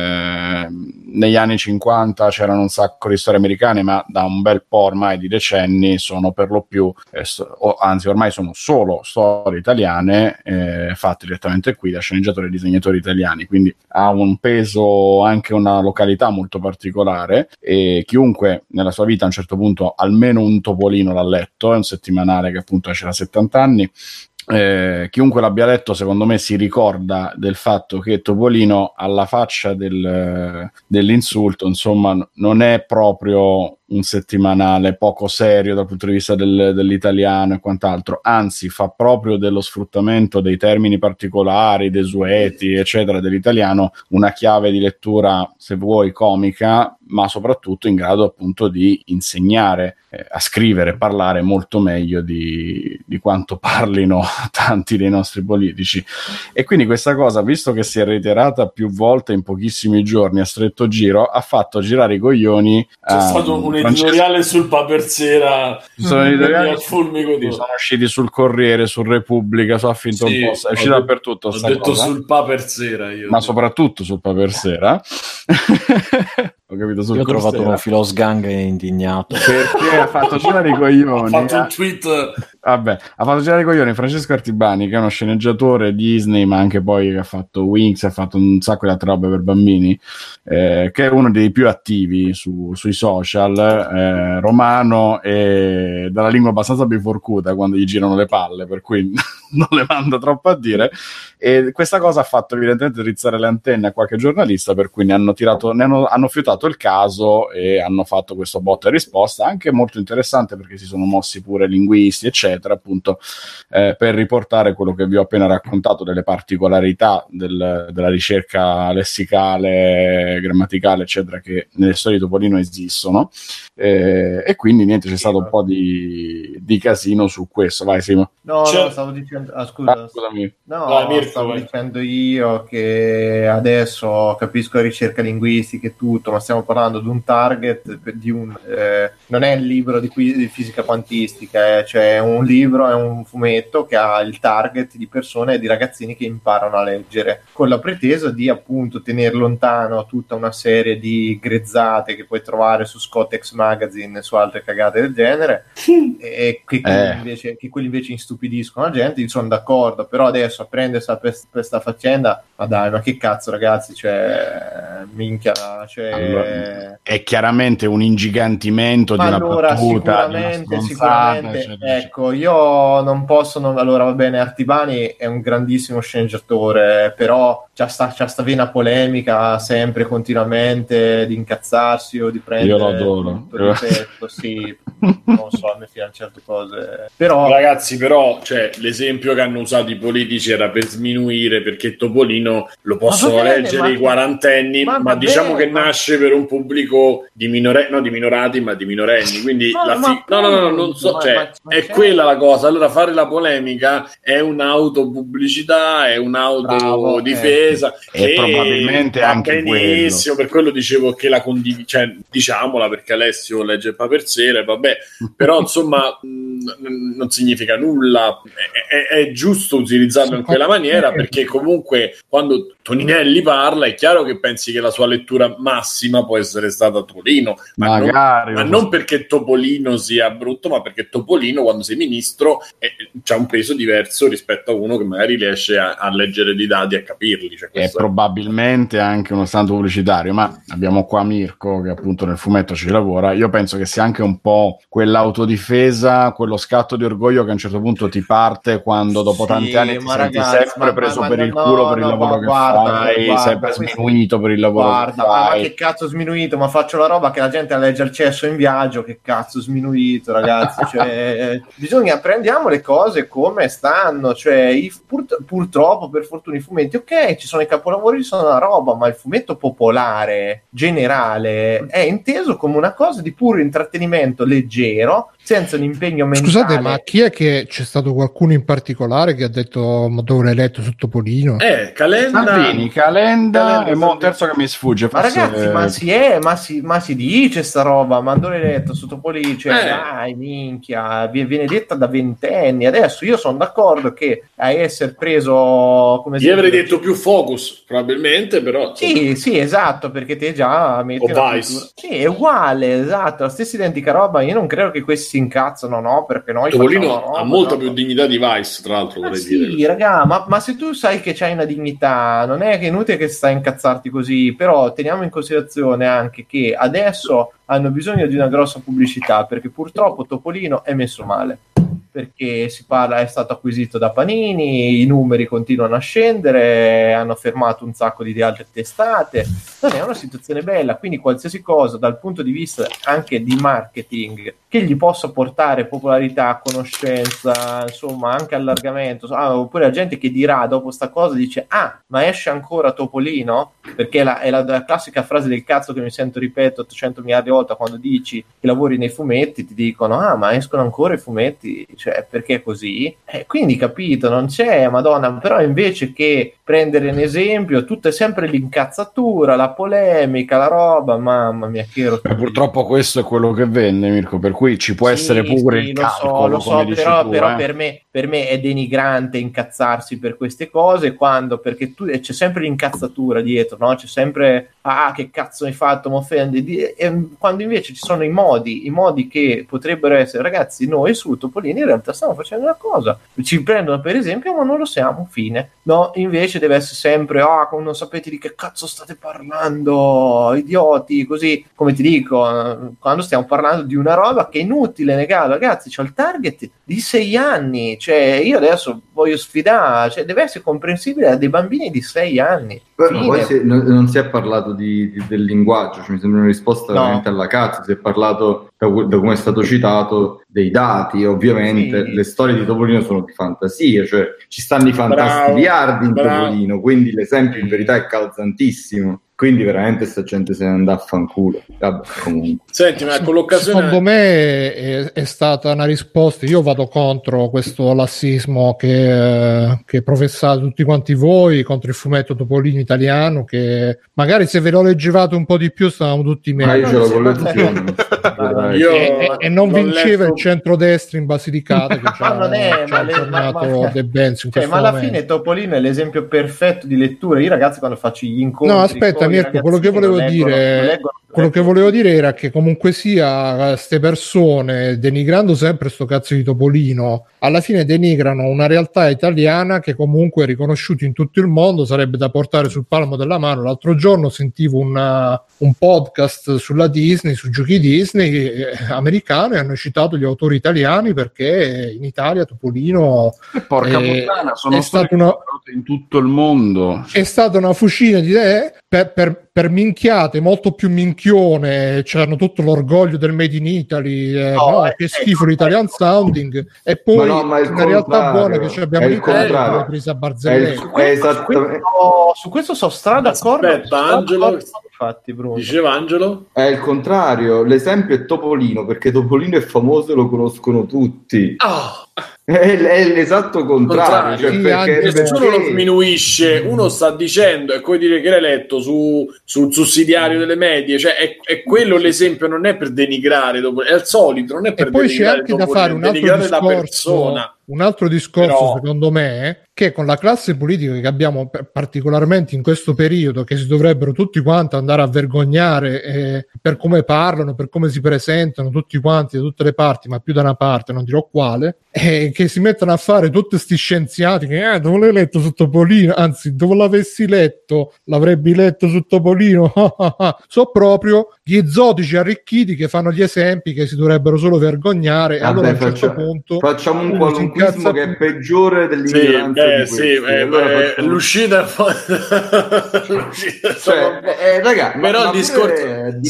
Negli anni 50 c'erano un sacco di storie americane, ma da un bel po' ormai di decenni sono per lo più, anzi ormai sono solo storie italiane fatte direttamente qui da sceneggiatori e disegnatori italiani, quindi ha un peso, anche una località molto particolare, e chiunque nella sua vita a un certo punto almeno un Topolino l'ha letto. È un settimanale che appunto esce da 70 anni. Chiunque l'abbia letto secondo me si ricorda del fatto che Topolino, alla faccia dell'insulto, insomma, non è proprio un settimanale poco serio dal punto di vista dell'italiano e quant'altro, anzi fa proprio dello sfruttamento dei termini particolari, desueti eccetera dell'italiano una chiave di lettura, se vuoi comica, ma soprattutto in grado appunto di insegnare a scrivere e parlare molto meglio di quanto parlino tanti dei nostri politici. E quindi questa cosa, visto che si è reiterata più volte in pochissimi giorni a stretto giro, ha fatto girare i coglioni. C'è stato un editoriale sul Papersera, sono editoriali al fulmico di... sono usciti sul Corriere, sul Repubblica, su Huffington Post, è uscito dappertutto. Ho detto cosa. Sul Papersera io, ma soprattutto sul Papersera. Ho capito, sul io ho trovato uno filosgang indignato perché ha fatto girare i coglioni. Ha fatto un tweet. Vabbè, ha fatto girare i coglioni Francesco Artibani, che è uno sceneggiatore Disney, ma anche poi che ha fatto Winx, ha fatto un sacco di altre robe per bambini, che è uno dei più attivi sui social, romano, e dalla lingua abbastanza biforcuta quando gli girano le palle, per cui non le manda troppo a dire. E questa cosa ha fatto evidentemente drizzare le antenne a qualche giornalista, per cui hanno fiutato il caso e hanno fatto questo botta e risposta, anche molto interessante, perché si sono mossi pure linguisti eccetera, appunto, per riportare quello che vi ho appena raccontato delle particolarità della ricerca lessicale, grammaticale eccetera, che nelle storie di Topolino esistono, e quindi niente, c'è stato un po' di casino su questo. Vai Simo. No, stavo dicendo, scusami. Stavo dicendo io che adesso capisco la ricerca linguistica e tutto, ma stiamo parlando di un target di non è il libro di fisica quantistica, cioè è un libro, è un fumetto che ha il target di persone e di ragazzini che imparano a leggere, con la pretesa di appunto tenere lontano tutta una serie di grezzate che puoi trovare su Scottex Magazine e su altre cagate del genere, e che quelli invece instupidiscono la gente. Io sono d'accordo, però adesso a prendersi per questa faccenda, ma dai, ma che cazzo ragazzi, cioè minchia, cioè... Allora, è chiaramente un ingigantimento di una battuta, sicuramente eccetera. Ecco, io non posso allora va bene, Artibani è un grandissimo sceneggiatore, però c'ha sta vena polemica sempre, continuamente, di incazzarsi o di prendere, io lo adoro, ripeto, sì, non so, a me fiano certe cose, però ragazzi, però cioè, l'esempio che hanno usato i politici era per sminuire, perché Topolino lo possono leggere i quarantenni, ma diciamo che nasce per un pubblico di minorati, ma di minorenni, quindi non so, è quella la cosa. Allora fare la polemica è un'autopubblicità, è un'autodifesa, e probabilmente anche benissimo, per quello dicevo che la cioè, diciamola, perché Alessio legge il Papersera e vabbè, però insomma non significa nulla, è giusto utilizzarlo in quella maniera, perché comunque quando Toninelli parla è chiaro che pensi che la sua lettura massima può essere stata Topolino, ma non perché Topolino sia brutto, ma perché Topolino, quando sei ministro, c'ha un peso diverso rispetto a uno che magari riesce a leggere dei dati e a capirli, cioè, è probabilmente anche uno stanto pubblicitario. Ma abbiamo qua Mirko che appunto nel fumetto ci lavora. Io penso che sia anche un po' quell'autodifesa, quello scatto di orgoglio che a un certo punto ti parte quando dopo tanti anni ti senti sempre preso per il culo per il lavoro che fai, sempre sminuito per il lavoro che fai. Ma che cazzo sminuito? Ma faccio la roba che la gente legge al cesso in viaggio, che cazzo sminuito, ragazzi, cioè prendiamo le cose come stanno, cioè purtroppo, per fortuna, i fumetti, ok, ci sono i capolavori, sono una roba, ma il fumetto popolare generale è inteso come una cosa di puro intrattenimento leggero, senza un impegno mentale. Scusate, ma chi è che c'è stato qualcuno in particolare che ha detto ma dove l'hai letto su Topolino? Calenda e mo terzo che mi sfugge. Ma ragazzi, ma si dice sta roba, ma dove l'hai letto su Topolino? Cioè, dai, minchia, viene detta da 20 anni. Adesso io sono d'accordo che a essere preso come io avrei detto più Focus, probabilmente, però sì, esatto, perché te già metti Vice. Sì, è uguale, esatto, la stessa identica roba. Io non credo che questi si incazzano, no, perché noi Topolino ha molta più dignità di Vice, tra l'altro, vorrei dire. Sì, raga, ma se tu sai che c'hai una dignità, non è che è inutile che stai a incazzarti così, però teniamo in considerazione anche che adesso hanno bisogno di una grossa pubblicità, perché purtroppo Topolino è messo male, perché si parla, è stato acquisito da Panini, i numeri continuano a scendere, hanno fermato un sacco di altre testate, non è una situazione bella, quindi qualsiasi cosa dal punto di vista anche di marketing che gli possa portare popolarità, conoscenza, insomma anche allargamento, oppure la gente che dirà dopo sta cosa, dice ma esce ancora Topolino? Perché è la classica frase del cazzo che mi sento ripeto 800 miliardi di volte quando dici che lavori nei fumetti, ti dicono ma escono ancora i fumetti, cioè perché così? Quindi capito, non c'è, madonna, però invece che prendere un esempio, tutto è sempre l'incazzatura, la polemica, la roba, mamma mia che purtroppo questo è quello che vende, Mirko, per cui ci può essere pure il calcolo, lo so, però per me è denigrante incazzarsi per queste cose, perché c'è sempre l'incazzatura dietro, no? C'è sempre che cazzo hai fatto, mi offendi, quando invece ci sono i modi che potrebbero essere, ragazzi, noi su Topolino in realtà stiamo facendo una cosa, ci prendono per esempio ma non lo siamo, fine, no? Invece deve essere sempre non sapete di che cazzo state parlando, idioti, così come ti dico, quando stiamo parlando di una roba che è inutile negare, ragazzi, c'ho il target di 6 anni, cioè io adesso voglio sfidare, cioè deve essere comprensibile a dei bambini di 6 anni. Ma poi non si è parlato del linguaggio, cioè mi sembra una risposta veramente alla cazzo, si è parlato, da come è stato citato, dei dati, ovviamente le storie di Topolino sono di fantasia, cioè ci stanno i fantasti miliardi in Topolino, quindi l'esempio in verità è calzantissimo. Quindi veramente sta gente se ne andà a fanculo. Vabbè, comunque. Senti, ma con l'occasione secondo me è stata una risposta. Io vado contro questo lassismo che professate tutti quanti voi contro il fumetto Topolino italiano, che magari se ve lo leggevate un po' di più stavamo tutti meglio. Io ce l'ho collezione. E non vinceva il centrodestra in Basilicata che ci ha tornato De Benz in questo ma alla momento. fine Topolino è l'esempio perfetto di lettura. Io ragazzi quando faccio gli incontri, no aspetta Mirko, quello che volevo dire era che comunque sia queste persone, denigrando sempre sto cazzo di Topolino, alla fine denigrano una realtà italiana che comunque è riconosciuta in tutto il mondo, sarebbe da portare sul palmo della mano. L'altro giorno sentivo un podcast sulla Disney, su giochi Disney americano, e hanno citato gli autori italiani perché in Italia Topolino porca puttana, sono stato in tutto il mondo, è stata una fucina di per minchiate molto più minchione, c'hanno tutto l'orgoglio del Made in Italy, che schifo l'Italian sounding, e poi una realtà buona che abbiamo in Italia l'abbiamo presa a barzellette. Su questo sono d'accordo. Aspetta, Angelo, infatti, Bruno. Diceva Angelo? È il contrario, l'esempio è Topolino, perché Topolino è famoso e lo conoscono tutti. È l'esatto contrario, cioè perché nessuno lo sminuisce, uno sta dicendo, è come dire che l'hai letto sul sussidiario delle medie, cioè è quello l'esempio, non è per denigrare, è il solito, non è per denigrare. E poi c'è anche da fare un altro discorso, però, secondo me, che con la classe politica che abbiamo particolarmente in questo periodo, che si dovrebbero tutti quanti andare a vergognare per come parlano, per come si presentano tutti quanti da tutte le parti, ma più da una parte, non dirò quale, che si mettono a fare tutti sti scienziati che dove l'hai letto su Topolino, anzi dove l'avessi letto l'avrebbe letto su Topolino. So proprio gli esotici arricchiti che fanno gli esempi che si dovrebbero solo vergognare. Allora a un certo punto facciamo un qualunque qualunquismo che è peggiore dell'ignoranza. L'uscita raga, però il discorso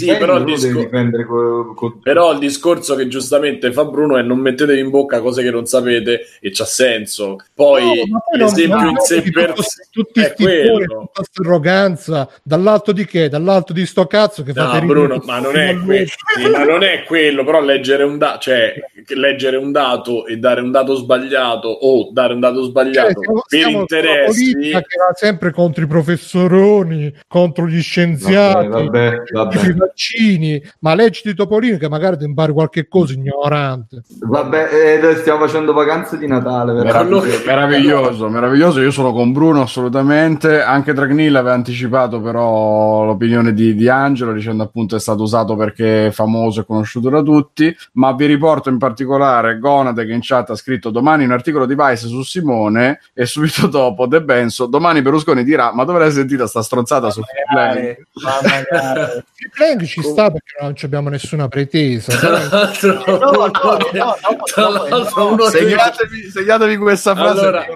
però il discorso che giustamente fa Bruno è non mettetevi in bocca cose che non sapete, e c'ha senso. Poi l'esempio in sé per tutti è quello, tutta questa arroganza dall'alto di che? Dall'alto di sto cazzo che fa Bruno, ma non è quello, però leggere un dato e dare un dato sbagliato o dare un dato sbagliato per interessi che va sempre contro i professoroni, contro gli scienziati, i vaccini, ma leggiti Topolino che magari ti impari qualche cosa ignorante. Stiamo facendo vacanze di Natale, meraviglioso. Io sono con Bruno assolutamente. Anche Dragnil aveva anticipato però l'opinione di Angelo, dicendo appunto è stato usato perché è famoso e conosciuto da tutti. Ma vi riporto in particolare Gonade che in chat ha scritto: domani un articolo di Vice su Simone, e subito dopo De Benso: domani Berlusconi dirà ma dove l'hai sentita sta stronzata su Freeplank? Freeplank ci sta perché non abbiamo nessuna pretesa. Segnatevi questa frase, allora,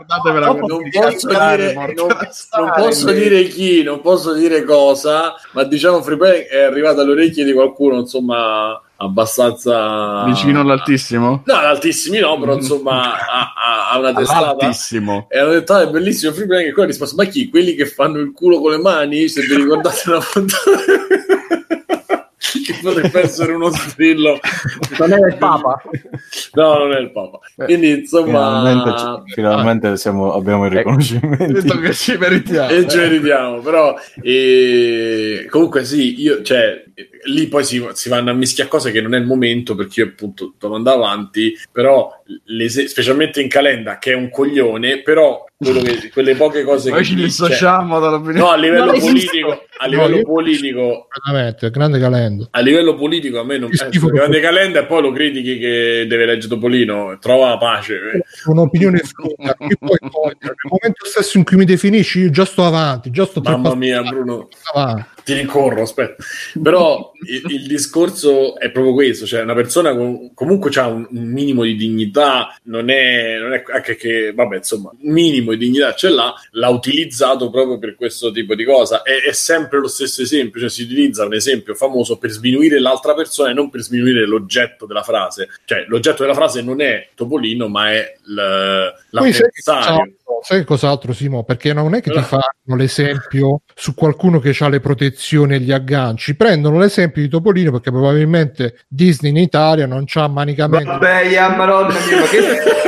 non posso dire cosa, ma diciamo Freeplank è arrivato alle orecchie di qualcuno, insomma, abbastanza vicino all'altissimo? No, all'altissimi no, però insomma ha una testata altissimo. E hanno detto è bellissimo Freeplank, e poi ha risposto: ma chi? Quelli che fanno il culo con le mani? Se vi ricordate una puntata che potrebbe essere uno strillo. Non è il Papa. No, non è il Papa. Quindi insomma finalmente abbiamo il riconoscimento. Detto che ci meritiamo. E ci meritiamo, però comunque sì, io lì poi si vanno a mischiare cose che non è il momento, perché io appunto devo andare avanti, però specialmente in Calenda che è un coglione, però quelle poche cose noi che ci dissociamo dall'opinione. No, a livello politico veramente grande Calenda. A livello politico a me non grande Calenda, e poi lo critichi che deve leggere Topolino, trova la pace. Un'opinione scotta, che poi nel momento stesso in cui mi definisci io già sto avanti, mamma mia Bruno avanti. Ti rincorro, aspetta. Però il discorso è proprio questo, cioè una persona comunque c'ha un minimo di dignità, non è anche che, vabbè, insomma, un minimo di dignità ce l'ha utilizzato proprio per questo tipo di cosa. È sempre lo stesso esempio, cioè si utilizza un esempio famoso per sminuire l'altra persona e non per sminuire l'oggetto della frase. Cioè l'oggetto della frase non è Topolino, ma è l'avversario. Sai cos'altro, Simo? Perché non è che ti fanno l'esempio su qualcuno che ha le protezioni e gli agganci, prendono l'esempio di Topolino perché probabilmente Disney in Italia non c'ha manicamenti. Vabbè, madonna mia, ma che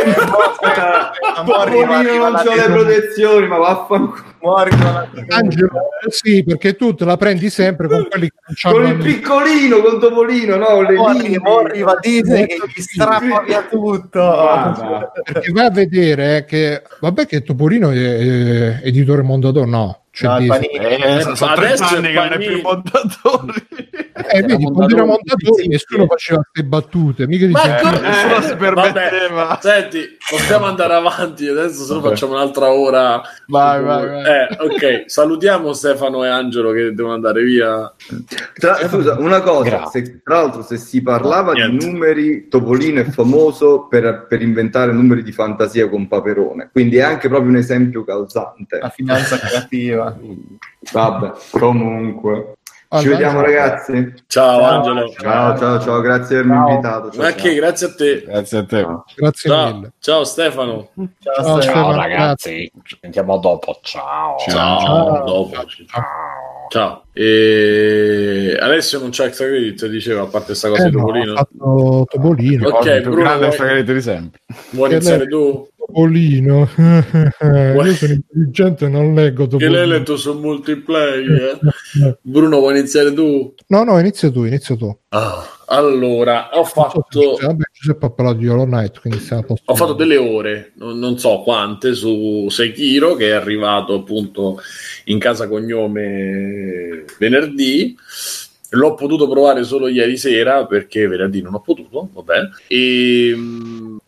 Topolino non c'ha le protezioni, ma vaffanculo. Angelo, sì, perché tu te la prendi sempre con quelli che non c'hanno con il piccolino, con Topolino, no? Arriva Disney che gli strappa via tutto. Perché vai a vedere che vabbè che Topolino è editore Mondadori, no. Sono 3 anni che non è più Mondadori. Vedi, quando era Mondadori nessuno faceva queste battute, mica nessuno si permetteva. Senti, possiamo andare avanti adesso, se no facciamo un'altra ora. Vai. Ok, salutiamo Stefano e Angelo che devono andare via. Scusa, una cosa, tra l'altro se si parlava di numeri, Topolino è famoso per inventare numeri di fantasia con Paperone, quindi è anche proprio un esempio calzante. La finanza creativa. Vabbè, comunque ci vediamo ragazzi. Ciao Angelo. Ciao, grazie per avermi invitato. Grazie a te. Grazie Grazie mille. Ciao Stefano. Ciao Stefano, ragazzi. Ci sentiamo dopo. Ciao. Ciao. E Alessio non c'ha extra credit, diceva, a parte questa cosa di Topolino. Ha fatto Topolino. Ok, Bruno, grande extra credit di sempre. Vuoi iniziare tu? Topolino. Io sono intelligente e non leggo Topolino. Che l'hai letto su multiplayer. Bruno, vuoi iniziare tu? No, inizia tu. Allora, ho fatto Giuseppe ha parlato di Hollow Knight, quindi ho fatto delle ore, non so quante, su Sekiro, che è arrivato appunto in casa cognome venerdì. L'ho potuto provare solo ieri sera perché venerdì non ho potuto, vabbè. E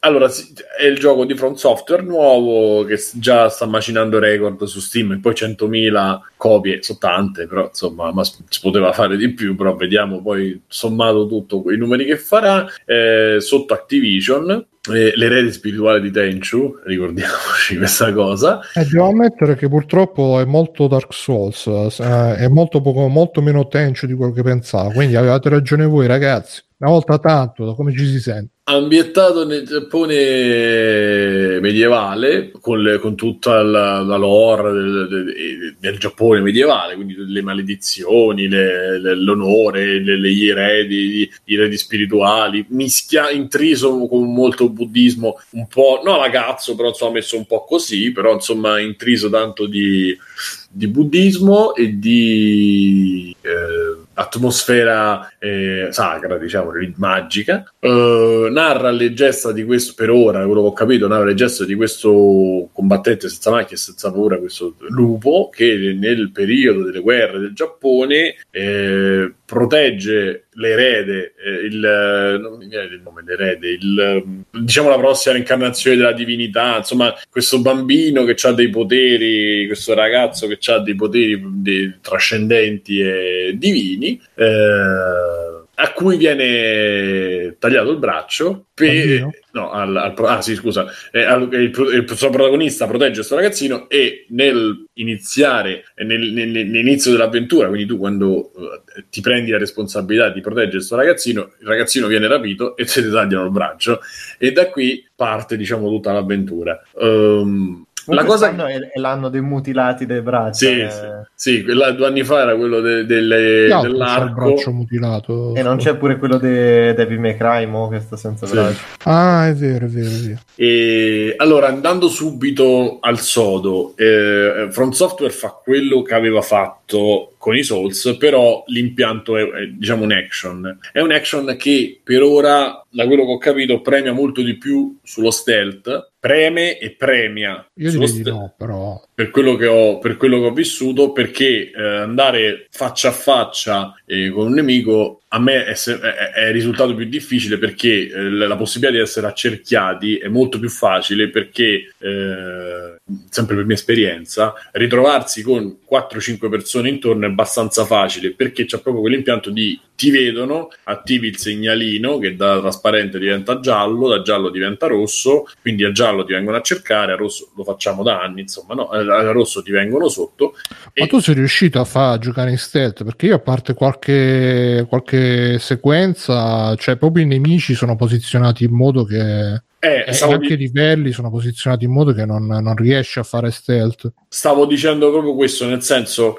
Allora, è il gioco di From Software nuovo che già sta macinando record su Steam, e poi 100.000 copie sono tante, però insomma ma si poteva fare di più, però vediamo poi sommato tutto i numeri che farà. Sotto Activision, l'erede spirituale di Tenchu, ricordiamoci questa cosa. Devo ammettere che purtroppo è molto Dark Souls, è molto meno Tenchu di quello che pensavo, quindi avevate ragione voi ragazzi, una volta tanto, come ci si sente. Ambientato nel Giappone medievale, con tutta la lore del Giappone medievale, quindi le maledizioni, l'onore, gli eredi spirituali, intriso con molto buddismo, un po', no ragazzo, però insomma messo un po' così, però insomma intriso tanto di buddismo e di atmosfera sacra, diciamo, magica. Narra le gesta di questo, per ora, quello che ho capito, narra le gesta di questo combattente senza macchia e senza paura, questo lupo, che nel periodo delle guerre del Giappone protegge l'erede, non mi viene il nome, l'erede, diciamo la prossima incarnazione della divinità, insomma questo bambino che ha dei poteri, questo ragazzo che ha dei poteri trascendenti e divini, a cui viene tagliato il braccio il suo protagonista protegge questo ragazzino, e nell'inizio dell'avventura, quindi tu quando ti prendi la responsabilità di proteggere questo ragazzino, il ragazzino viene rapito e se ti tagliano il braccio, e da qui parte, diciamo, tutta l'avventura. La cosa è l'anno dei mutilati dei bracci. Sì, 2 anni fa era quello dell'arco, il braccio mutilato, e non c'è pure quello di Devil May Cry che sta senza braccio. Ah, è vero. E allora, andando subito al sodo, From Software fa quello che aveva fatto con i Souls, però l'impianto è diciamo un action. È un action che per ora, da quello che ho capito, premia molto di più sullo stealth, premia. Io direi di no, però per quello che ho vissuto, perché andare faccia a faccia con un nemico a me è risultato più difficile, perché la possibilità di essere accerchiati è molto più facile, perché sempre per mia esperienza, ritrovarsi con 4-5 persone intorno è abbastanza facile, perché c'è proprio quell'impianto di ti vedono, attivi il segnalino che da trasparente diventa giallo, da giallo diventa rosso, quindi a giallo ti vengono a cercare, a rosso lo facciamo da anni, insomma, no, a rosso ti vengono sotto. Ma tu sei riuscito a giocare in stealth? Perché io, a parte qualche sequenza, cioè proprio i nemici sono posizionati in modo che anche i livelli sono posizionati in modo che non riesci a fare stealth. Stavo dicendo proprio questo, nel senso,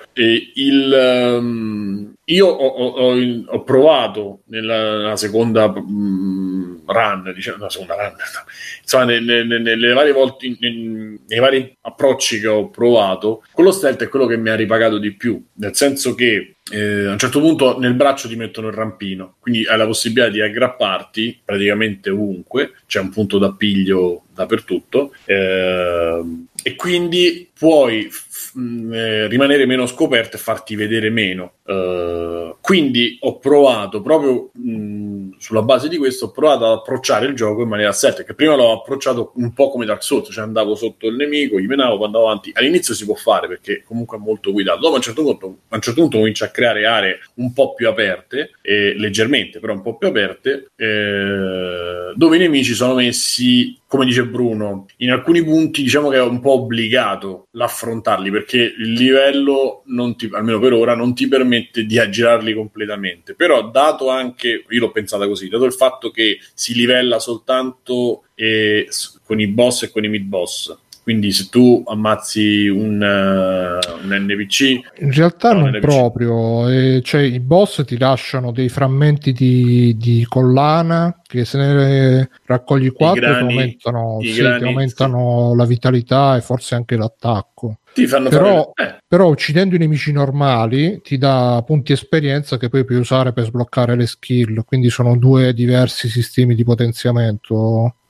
io ho provato nella seconda run, diciamo, la seconda run, insomma, nelle varie volte, nei vari approcci che ho provato, quello stealth è quello che mi ha ripagato di più, nel senso che a un certo punto nel braccio ti mettono il rampino, quindi hai la possibilità di aggrapparti praticamente ovunque, c'è un punto d'appiglio dappertutto, e quindi puoi rimanere meno scoperto e farti vedere meno. Quindi ho provato proprio sulla base di questo, ho provato ad approcciare il gioco in maniera stealth, che prima l'ho approcciato un po' come Dark Souls, cioè andavo sotto il nemico, gli menavo, poi andavo avanti. All'inizio si può fare perché comunque è molto guidato, dopo a un certo punto comincia a creare aree un po' più aperte, leggermente però un po' più aperte, dove i nemici sono messi, come dice Bruno, in alcuni punti diciamo che è un po' obbligato l'affrontarli, perché il livello almeno per ora non ti permette di aggirarli completamente, però dato anche, io l'ho pensata così, dato il fatto che si livella soltanto con i boss e con i mid boss, quindi se tu ammazzi un NPC, in realtà non proprio, cioè i boss ti lasciano dei frammenti di collana che, se ne raccogli 4, ti aumentano la vitalità e forse anche l'attacco. Però uccidendo i nemici normali ti dà punti esperienza che poi puoi usare per sbloccare le skill, quindi sono 2 diversi sistemi di potenziamento.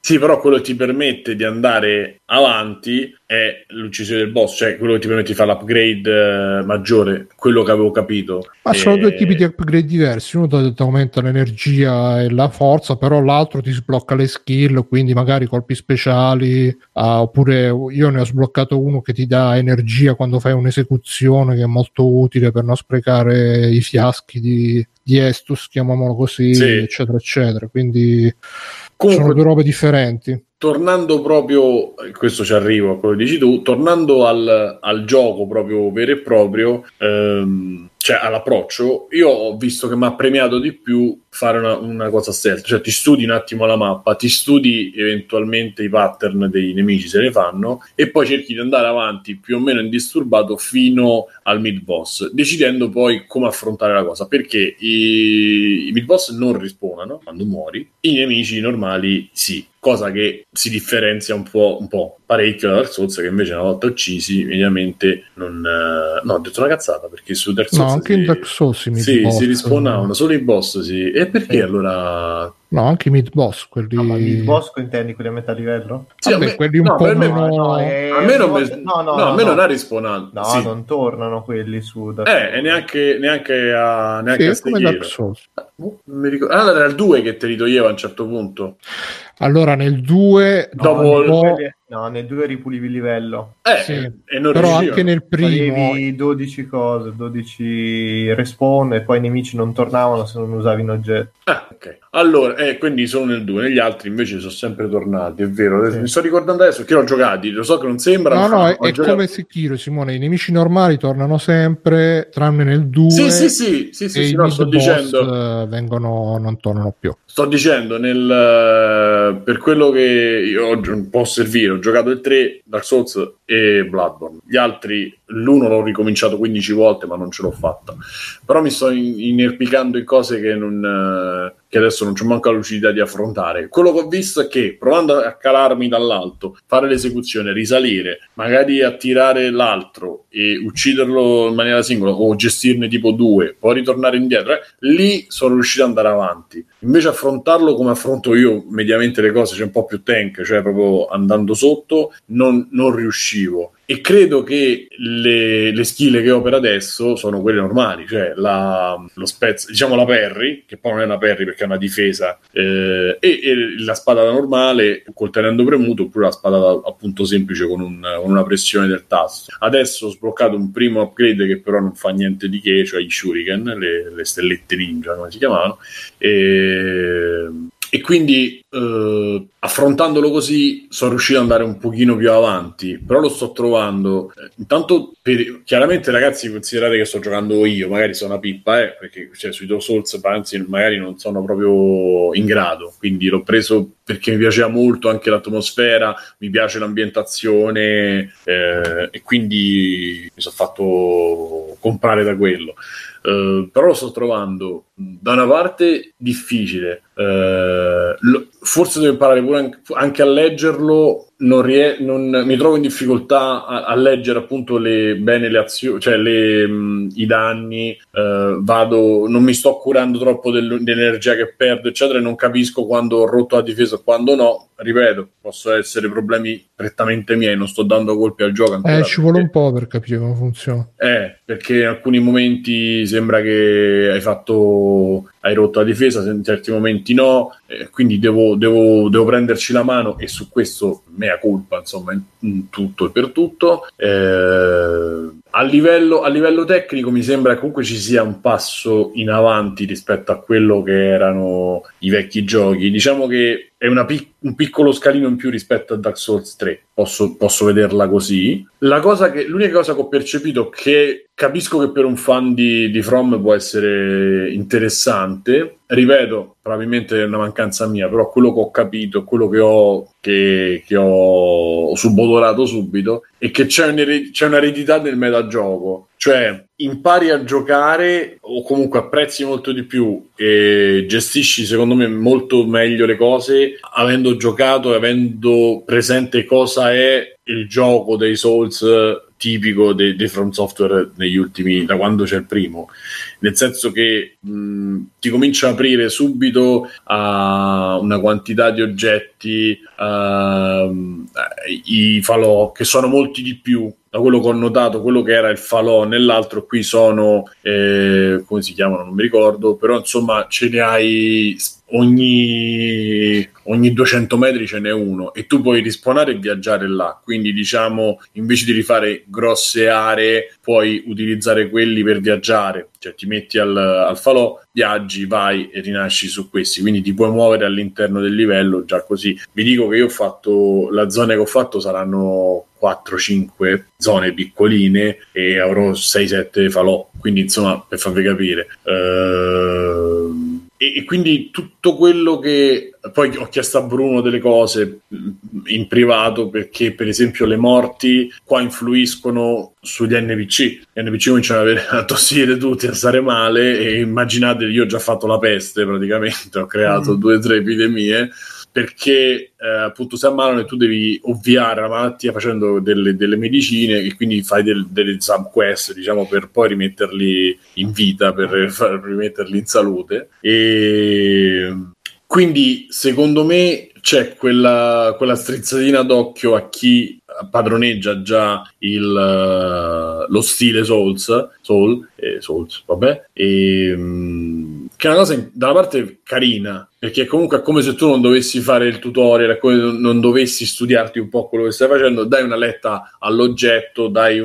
Sì, però quello che ti permette di andare avanti è l'uccisione del boss, cioè quello che ti permette di fare l'upgrade maggiore, quello che avevo capito. Ma sono due tipi di upgrade diversi, uno ti aumenta l'energia e la forza, però l'altro ti sblocca le skill, quindi magari colpi speciali, oppure io ne ho sbloccato uno che ti dà energia quando fai un'esecuzione, che è molto utile per non sprecare i fiaschi di Estus, chiamiamolo così, sì, eccetera eccetera, quindi comunque, sono due robe differenti. Tornando proprio, questo ci arrivo a quello che dici tu, tornando al gioco proprio vero e proprio, cioè all'approccio, io ho visto che mi ha premiato di più fare una cosa stealth, cioè ti studi un attimo la mappa, ti studi eventualmente i pattern dei nemici se ne fanno e poi cerchi di andare avanti più o meno indisturbato fino al mid boss, decidendo poi come affrontare la cosa, perché i mid boss non rispawnano quando muori, i nemici normali sì, cosa che si differenzia un po' parecchio da Dark Souls, che invece una volta uccisi immediatamente non no, ho detto una cazzata, perché su Dark Souls anche in Dark Souls si rispawnavano solo i boss, sì. E perché allora no, anche i mid boss, quelli ma mid boss intendi quelli a metà livello? sì, vabbè, quelli un po' meno a me non ha rispawnato, no, sì. non tornano quelli su Dark E neanche a come Dark Souls. Non mi ricordo. Allora era il 2 che te li toglieva a un certo punto. Allora nel 2 nel 2 ripulivi il livello. Sì, e non però riuscivano. anche nel primo avevi 12 respawn e poi i nemici non tornavano se non usavi un oggetto. Ok. Allora, quindi solo nel 2, negli altri invece sono sempre tornati, è vero. Sì. Mi sto ricordando adesso che l'ho giocati, lo so che non sembra. No, è come Sekiro, Simone, i nemici normali tornano sempre, tranne nel 2. Sì, e i no, mid sto boss dicendo non tornano più. Sto dicendo, per quello che io può servire, ho giocato il 3, Dark Souls e Bloodborne. Gli altri, l'1 l'ho ricominciato 15 volte, ma non ce l'ho fatta. Però mi sto inerpicando in cose che adesso non c'ho manco la lucidità di affrontare. Quello che ho visto è che, provando a calarmi dall'alto, fare l'esecuzione, risalire, magari attirare l'altro e ucciderlo in maniera singola, o gestirne tipo 2, poi ritornare indietro, lì sono riuscito ad andare avanti. Invece affrontarlo come affronto io mediamente le cose, c'è un po' più tank, cioè proprio andando sotto, non riuscivo. E credo che le skill che ho per adesso sono quelle normali, cioè lo spezzo, diciamo la parry, che poi non è una parry perché è una difesa, e la spadata normale col tenendo premuto, oppure la spadata appunto semplice con una pressione del tasto. Adesso ho sbloccato un primo upgrade che però non fa niente di che, cioè i shuriken, le stellette ninja come si chiamavano, e quindi affrontandolo così sono riuscito ad andare un pochino più avanti, però lo sto trovando intanto chiaramente, ragazzi, considerate che sto giocando io, magari sono una pippa, perché sui Dark Souls anzi magari non sono proprio in grado, quindi l'ho preso perché mi piaceva molto anche l'atmosfera, mi piace l'ambientazione, e quindi mi sono fatto comprare da quello. Però lo sto trovando da una parte difficile, forse devo imparare pure anche a leggerlo, non mi trovo in difficoltà a leggere appunto bene le azioni, cioè i danni, non mi sto curando troppo dell'energia che perdo eccetera, e non capisco quando ho rotto la difesa e quando no. Ripeto, possono essere problemi prettamente miei, non sto dando colpi al gioco ancora, ci vuole un po' per capire come funziona, perché in alcuni momenti sembra che hai rotto la difesa, in certi momenti no, quindi devo prenderci la mano, e su questo mea colpa, insomma, in tutto e per tutto. A livello tecnico mi sembra che comunque ci sia un passo in avanti rispetto a quello che erano i vecchi giochi. Diciamo che è un piccolo scalino in più rispetto a Dark Souls 3, posso vederla così. L'unica cosa che ho percepito, che capisco che per un fan di From può essere interessante, ripeto, probabilmente è una mancanza mia, però quello che ho capito, quello che ho subodorato subito, è che c'è un'eredità del metagioco, cioè impari a giocare o comunque apprezzi molto di più e gestisci secondo me molto meglio le cose avendo giocato e avendo presente cosa è il gioco dei Souls tipico dei From Software negli ultimi, da quando c'è il primo, nel senso che ti comincia a aprire subito a una quantità di oggetti, i falò, che sono molti di più da quello che ho notato. Quello che era il falò nell'altro, qui sono come si chiamano, non mi ricordo, però insomma ce ne hai ogni 200 metri ce n'è uno, e tu puoi rispawnare e viaggiare là. Quindi diciamo, invece di rifare grosse aree, puoi utilizzare quelli per viaggiare, cioè ti metti al falò, viaggi, vai e rinasci su questi, quindi ti puoi muovere all'interno del livello già così. Vi dico che io ho fatto, la zona che ho fatto saranno 4-5 zone piccoline e avrò 6-7 falò, quindi insomma, per farvi capire. E quindi tutto quello che poi ho chiesto a Bruno delle cose in privato, perché per esempio le morti qua influiscono sugli NPC. Gli NPC cominciano a tossire tutti, a stare male, e immaginate, io ho già fatto la peste praticamente, ho creato 2 o 3 epidemie, perché appunto si ammalano e tu devi ovviare la malattia facendo delle medicine, e quindi fai delle subquest, diciamo, per poi rimetterli in vita, per rimetterli in salute. E quindi secondo me c'è quella strizzatina d'occhio a chi padroneggia già lo stile Souls, vabbè, che è una cosa da una parte carina, perché comunque è come se tu non dovessi fare il tutorial, è come se non dovessi studiarti un po' quello che stai facendo, dai una letta all'oggetto, dai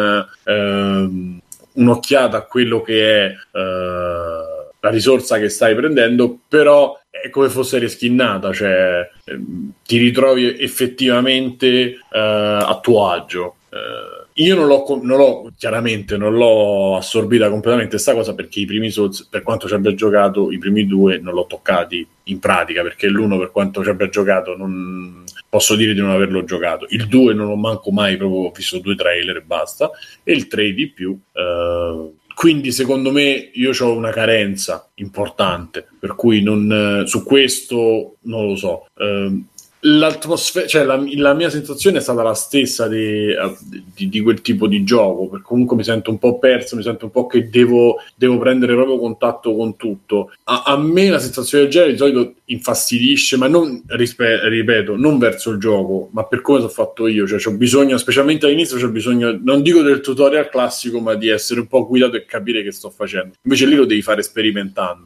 un'occhiata a quello che è la risorsa che stai prendendo, però è come fosse reskinnata, cioè ti ritrovi effettivamente a tuo agio. Io non l'ho chiaramente non l'ho assorbita completamente sta cosa, perché i primi Souls, per quanto ci abbia giocato, i primi 2 non l'ho toccati in pratica, perché l'1, per quanto ci abbia giocato, non posso dire di non averlo giocato. Il 2 non ho manco mai, proprio ho visto 2 trailer e basta, e il 3 di più. Quindi secondo me io ho una carenza importante, per cui su questo non lo so. L'atmosfera, cioè la mia sensazione è stata la stessa di quel tipo di gioco, perché comunque mi sento un po' perso, mi sento un po' che devo prendere proprio contatto con tutto. A me la sensazione del genere di solito infastidisce, ma non, ripeto, non verso il gioco, ma per come sono fatto io. Cioè c'ho bisogno, specialmente all'inizio, c'ho bisogno, non dico del tutorial classico, ma di essere un po' guidato e capire che sto facendo. Invece lì lo devi fare sperimentando,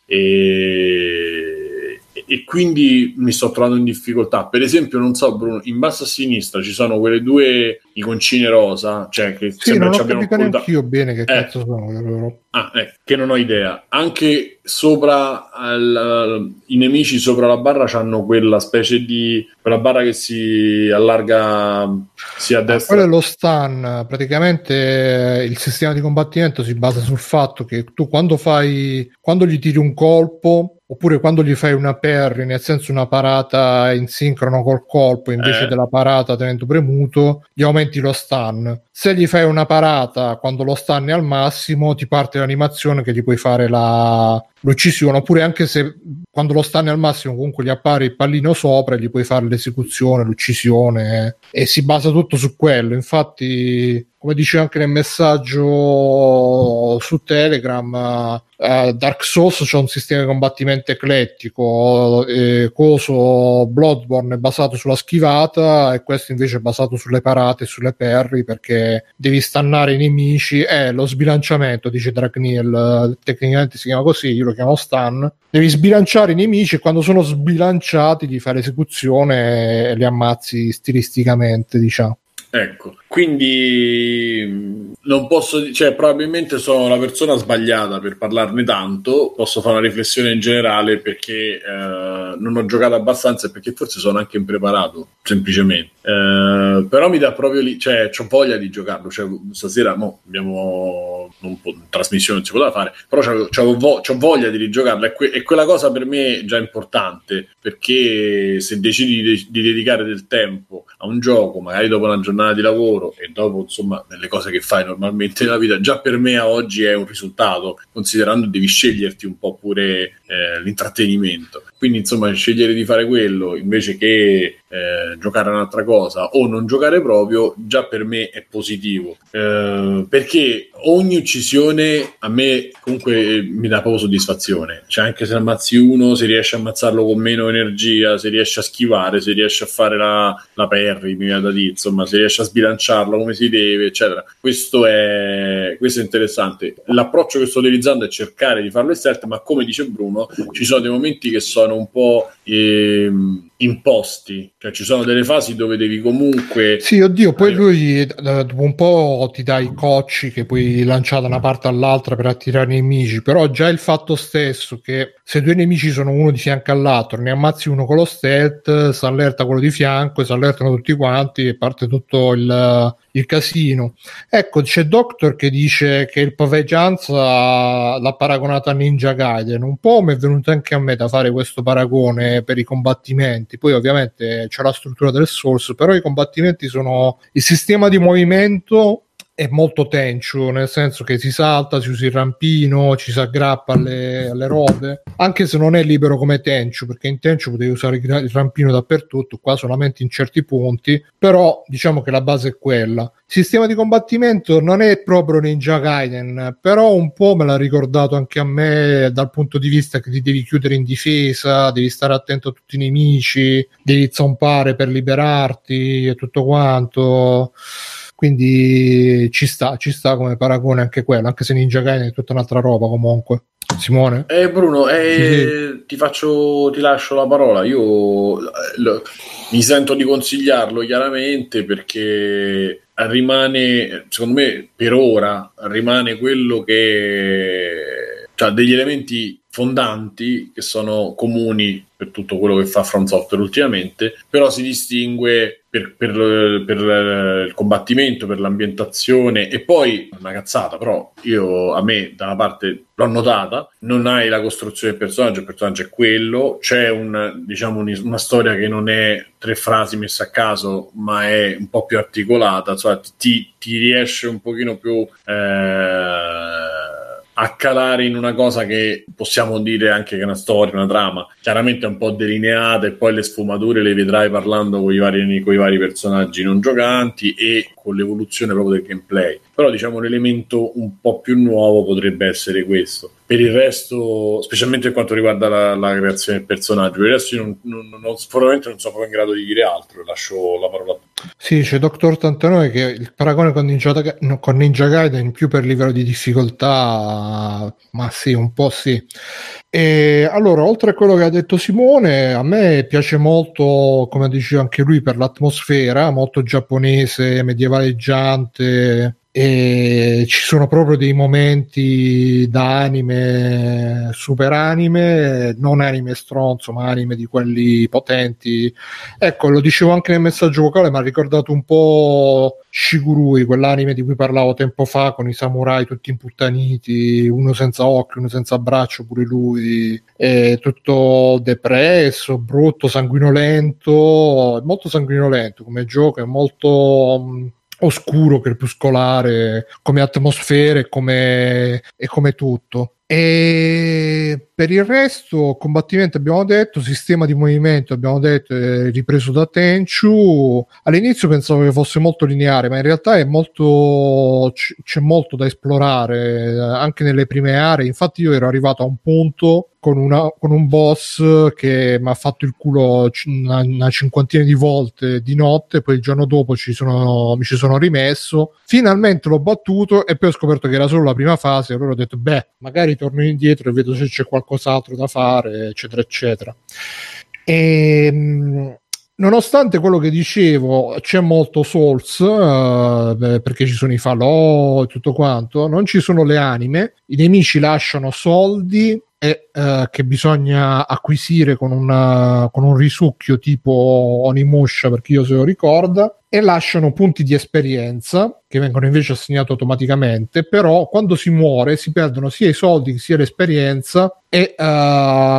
e quindi mi sto trovando in difficoltà. Per esempio, non so, Bruno, in basso a sinistra ci sono quelle 2 iconcine rosa, cioè che sì, non ho capito neanche io bene che cazzo sono loro. Che non ho idea. Anche sopra i nemici sopra la barra c'hanno quella specie di quella barra che si allarga sia a destra. Quello è lo stun. Praticamente il sistema di combattimento si basa sul fatto che tu quando gli tiri un colpo, oppure quando gli fai una parry, nel senso una parata in sincrono col colpo invece della parata tenendo premuto, gli aumenti lo stun. Se gli fai una parata quando lo stun è al massimo, ti parte l'animazione che gli puoi fare l'uccisione, oppure anche se quando lo stun è al massimo comunque gli appare il pallino sopra e gli puoi fare l'esecuzione, l'uccisione, e si basa tutto su quello. Infatti, come dice anche nel messaggio su Telegram, Dark Souls c'è un sistema di combattimento eclettico, Bloodborne è basato sulla schivata e questo invece è basato sulle parate e sulle parry, perché devi stannare i nemici. Lo sbilanciamento, dice Dragneel, tecnicamente si chiama così, io lo chiamo stun. Devi sbilanciare i nemici e quando sono sbilanciati gli fai l'esecuzione e li ammazzi stilisticamente, diciamo. Ecco, quindi non posso, cioè probabilmente sono la persona sbagliata per parlarne tanto. Posso fare una riflessione in generale, perché non ho giocato abbastanza e perché forse sono anche impreparato, semplicemente. Però mi dà proprio cioè c'ho voglia di giocarlo. Cioè, stasera abbiamo trasmissione, non si poteva fare, però c'ho voglia di rigiocarlo, e quella cosa per me è già importante, perché se decidi di dedicare del tempo a un gioco, magari dopo una giornata di lavoro e dopo insomma nelle cose che fai normalmente nella vita, già per me a oggi è un risultato, considerando devi sceglierti un po' pure l'intrattenimento. quindi insomma scegliere di fare quello invece che giocare a un'altra cosa o non giocare proprio, già per me è positivo, perché ogni uccisione a me comunque mi dà proprio soddisfazione, cioè anche se ammazzi uno, se riesci a ammazzarlo con meno energia, se riesci a schivare, se riesci a fare la parry, mi viene da dire, insomma, se riesci a sbilanciarlo come si deve, eccetera. Questo è interessante. L'approccio che sto utilizzando è cercare di farlo in stealth, ma come dice Bruno, ci sono dei momenti che sono un po' imposti, cioè ci sono delle fasi dove devi comunque poi lui dopo un po' ti dà i cocci che puoi lanciare da una parte all'altra per attirare i nemici, però già il fatto stesso che se due nemici sono uno di fianco all'altro, ne ammazzi uno con lo stealth, si allerta quello di fianco e si allertano tutti quanti e parte tutto il casino. Ecco, c'è Doctor che dice che il Paveggianza l'ha paragonato a Ninja Gaiden. Un po' mi è venuto anche a me da fare questo paragone per i combattimenti. Poi ovviamente c'è la struttura del Souls, però i combattimenti sono il sistema di movimento è molto tencio, nel senso che si salta, si usa il rampino, ci si aggrappa alle robe, anche se non è libero come Tenchu, perché in Tenchu potevi usare il rampino dappertutto, qua solamente in certi punti, però diciamo che la base è quella. Il sistema di combattimento non è proprio Ninja Gaiden, però un po' me l'ha ricordato anche a me dal punto di vista che ti devi chiudere in difesa, devi stare attento a tutti i nemici, devi zompare per liberarti e tutto quanto. Quindi ci sta come paragone anche quello, anche se Ninja Gaiden è tutta un'altra roba comunque. Simone? Bruno, sì. Ti lascio la parola. Io mi sento di consigliarlo chiaramente perché rimane, secondo me, per ora rimane quello che ha degli elementi fondanti che sono comuni per tutto quello che fa From Software ultimamente, però si distingue per il combattimento, per l'ambientazione, e poi una cazzata, però a me da una parte l'ho notata, non hai la costruzione del personaggio, il personaggio è quello, c'è una storia che non è 3 frasi messe a caso, ma è un po' più articolata, cioè ti riesce un pochino più a calare in una cosa che possiamo dire anche che è una storia, una trama chiaramente un po' delineata, e poi le sfumature le vedrai parlando con i vari personaggi non giocanti e con l'evoluzione proprio del gameplay. Però diciamo un elemento un po' più nuovo potrebbe essere questo. Per il resto, specialmente per quanto riguarda la creazione del personaggio, per il resto io sicuramente non sono proprio in grado di dire altro, lascio la parola a te. Sì, c'è Dr. 89 che il paragone con Ninja Gaiden più per livello di difficoltà, ma sì, un po' sì. E allora, oltre a quello che ha detto Simone, a me piace molto, come diceva anche lui, per l'atmosfera, molto giapponese, medievaleggiante, e ci sono proprio dei momenti da anime, super anime, non anime stronzo, ma anime di quelli potenti. Ecco, lo dicevo anche nel messaggio vocale, mi ha ricordato un po' Shigurui, quell'anime di cui parlavo tempo fa, con i samurai tutti imputtaniti, uno senza occhio, uno senza braccio, pure lui, è tutto depresso, brutto, sanguinolento, è molto sanguinolento come gioco, è molto oscuro, crepuscolare come atmosfere e come tutto. E per il resto, combattimento abbiamo detto, sistema di movimento abbiamo detto, è ripreso da Tenchu. All'inizio pensavo che fosse molto lineare, ma in realtà è c'è molto da esplorare anche nelle prime aree. Infatti io ero arrivato a un punto con un boss che mi ha fatto il culo una cinquantina di volte di notte, poi il giorno dopo mi ci sono rimesso, finalmente l'ho battuto e poi ho scoperto che era solo la prima fase. Allora ho detto magari torno indietro e vedo se c'è qualcos'altro da fare, eccetera eccetera. Nonostante quello che dicevo, c'è molto Souls, perché ci sono i falò e tutto quanto, non ci sono le anime, i nemici lasciano soldi che bisogna acquisire con un risucchio tipo Onimusha, per chi se lo ricorda, e lasciano punti di esperienza che vengono invece assegnati automaticamente, però quando si muore si perdono sia i soldi sia l'esperienza, e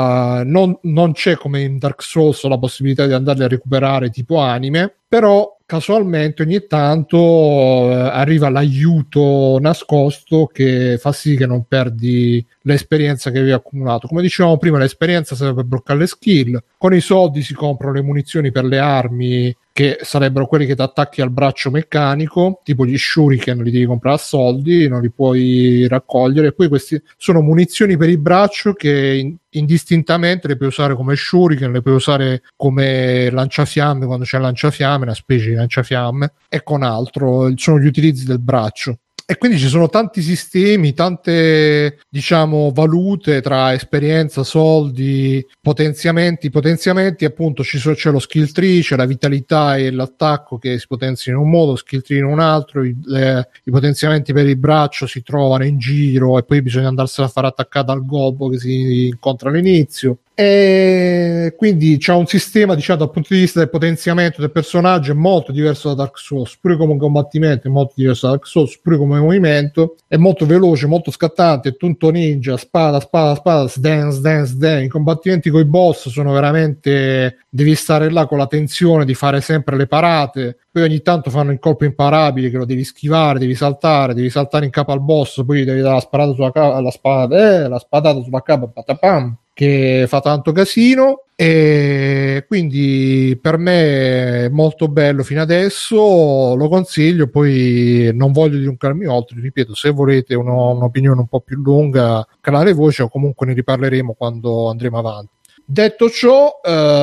non c'è come in Dark Souls la possibilità di andarli a recuperare tipo anime, però casualmente ogni tanto arriva l'aiuto nascosto che fa sì che non perdi l'esperienza che avevi accumulato. Come dicevamo prima, l'esperienza serve per bloccare le skill, con i soldi si comprano le munizioni per le armi, che sarebbero quelli che ti attacchi al braccio meccanico, tipo gli shuriken li devi comprare a soldi, non li puoi raccogliere. E poi questi sono munizioni per il braccio che indistintamente le puoi usare come shuriken, le puoi usare come lanciafiamme quando c'è il lanciafiamme, una specie di lanciafiamme, e con altro. Sono gli utilizzi del braccio. E quindi ci sono tanti sistemi, tante, diciamo, valute tra esperienza, soldi, potenziamenti, appunto c'è lo skill tree, c'è la vitalità e l'attacco che si potenziano in un modo, skill tree in un altro, i potenziamenti per il braccio si trovano in giro e poi bisogna andarsela a fare attaccare al gobbo che si incontra all'inizio. E quindi c'è un sistema, diciamo, dal punto di vista del potenziamento del personaggio è molto diverso da Dark Souls, pure come combattimento è molto diverso da Dark Souls, pure come movimento è molto veloce, molto scattante, tutto ninja, spada, dance. I combattimenti con i boss sono veramente, devi stare là con la tensione di fare sempre le parate, poi ogni tanto fanno il colpo imparabile che lo devi schivare, devi saltare in capo al boss, poi devi dare la sparata sulla capa, la spadata sulla capa, patapam, che fa tanto casino. E quindi per me è molto bello fino adesso, lo consiglio. Poi non voglio dilungarmi oltre, ripeto, se volete un'opinione un po' più lunga, canale voce, o comunque ne riparleremo quando andremo avanti. Detto ciò,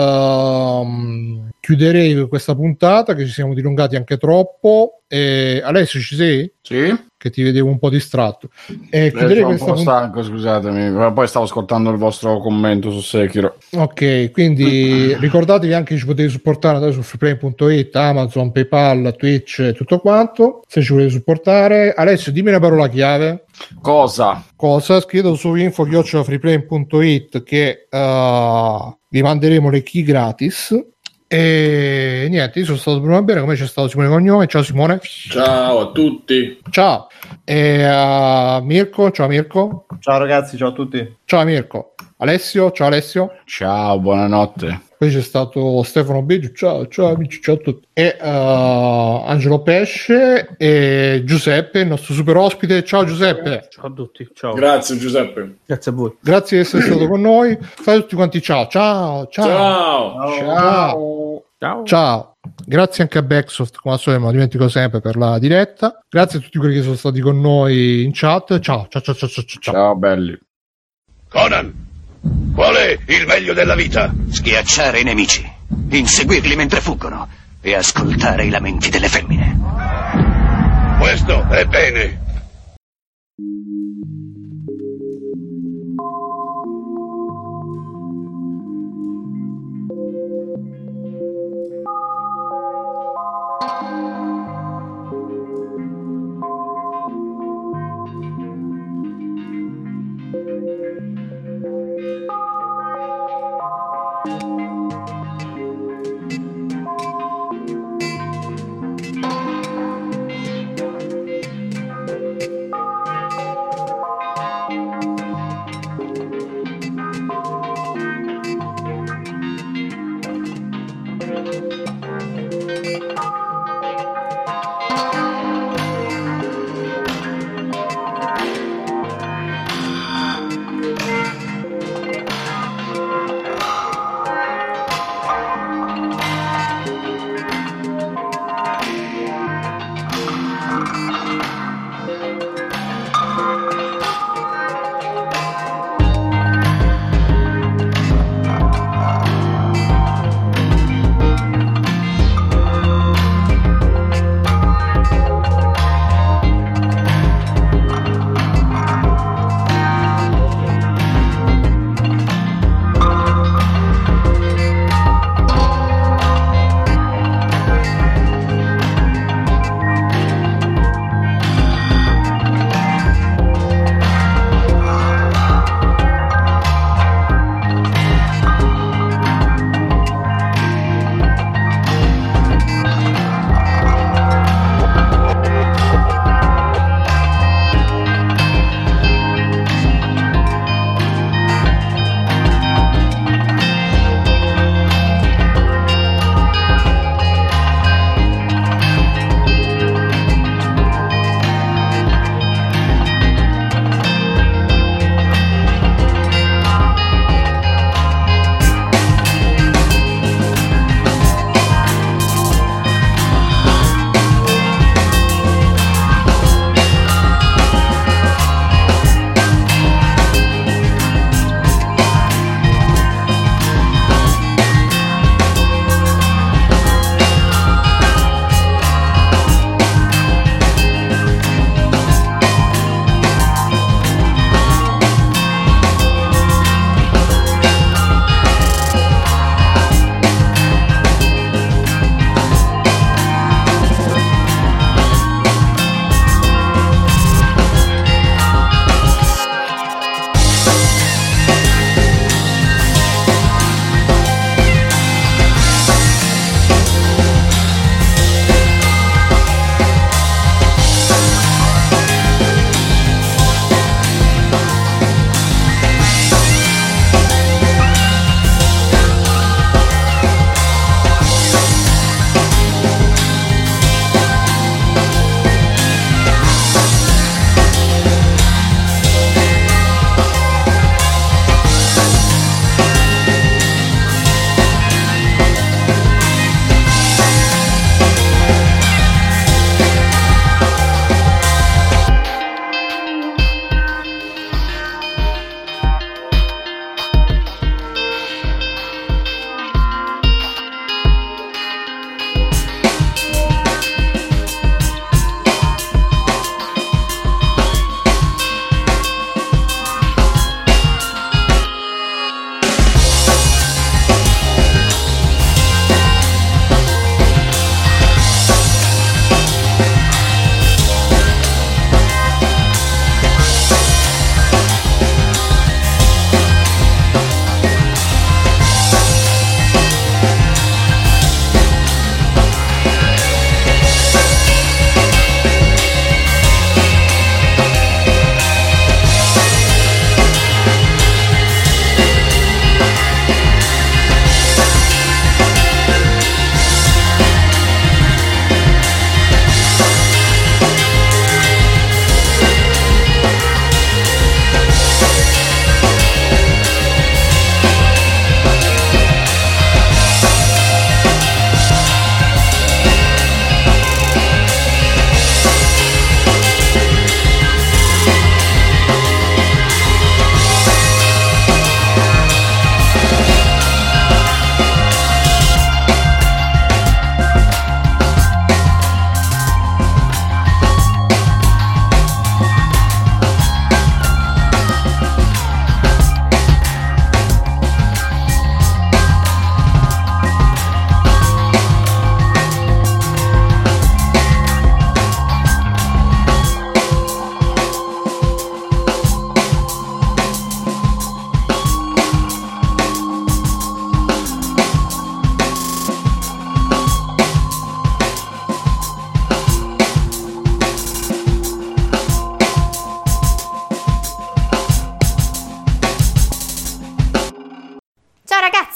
chiuderei questa puntata, che ci siamo dilungati anche troppo. Alessio, ci sei? Sì. Che ti vedevo un po' distratto. Chiuderei un po' stanco, scusatemi, poi stavo ascoltando il vostro commento su Sekiro. Ok, quindi ricordatevi anche che ci potete supportare adesso su freeplay.it, Amazon, PayPal, Twitch, tutto quanto, se ci volete supportare. Alessio, dimmi una parola chiave. Cosa? Scrivete su info@freeplay.it che vi manderemo le key gratis. E niente, io sono stato Bruno Bene, come c'è stato Simone Cognome. Ciao Simone. Ciao a tutti. Ciao. Mirko, ciao Mirko. Ciao ragazzi, ciao a tutti. Ciao Mirko. Alessio, ciao Alessio. Ciao, buonanotte. Poi c'è stato Stefano Beggio, ciao amici, ciao a tutti. E Angelo Pesce e Giuseppe, il nostro super ospite. Ciao Giuseppe. Ciao a tutti. Ciao. Grazie Giuseppe. Grazie a voi. Grazie di essere stato con noi. Fate tutti quanti ciao. Ciao. Grazie anche a Backsoft, come al solito, me lo dimentico sempre, per la diretta. Grazie a tutti quelli che sono stati con noi in chat. Ciao. Ciao belli. Conan, qual è il meglio della vita? Schiacciare i nemici, inseguirli mentre fuggono e ascoltare i lamenti delle femmine. Questo è bene.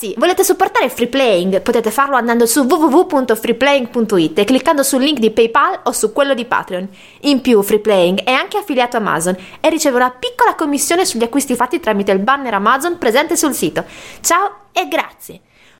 Ragazzi, volete supportare Free Playing? Potete farlo andando su www.freeplaying.it e cliccando sul link di PayPal o su quello di Patreon. In più, Free Playing è anche affiliato a Amazon e riceve una piccola commissione sugli acquisti fatti tramite il banner Amazon presente sul sito. Ciao e grazie!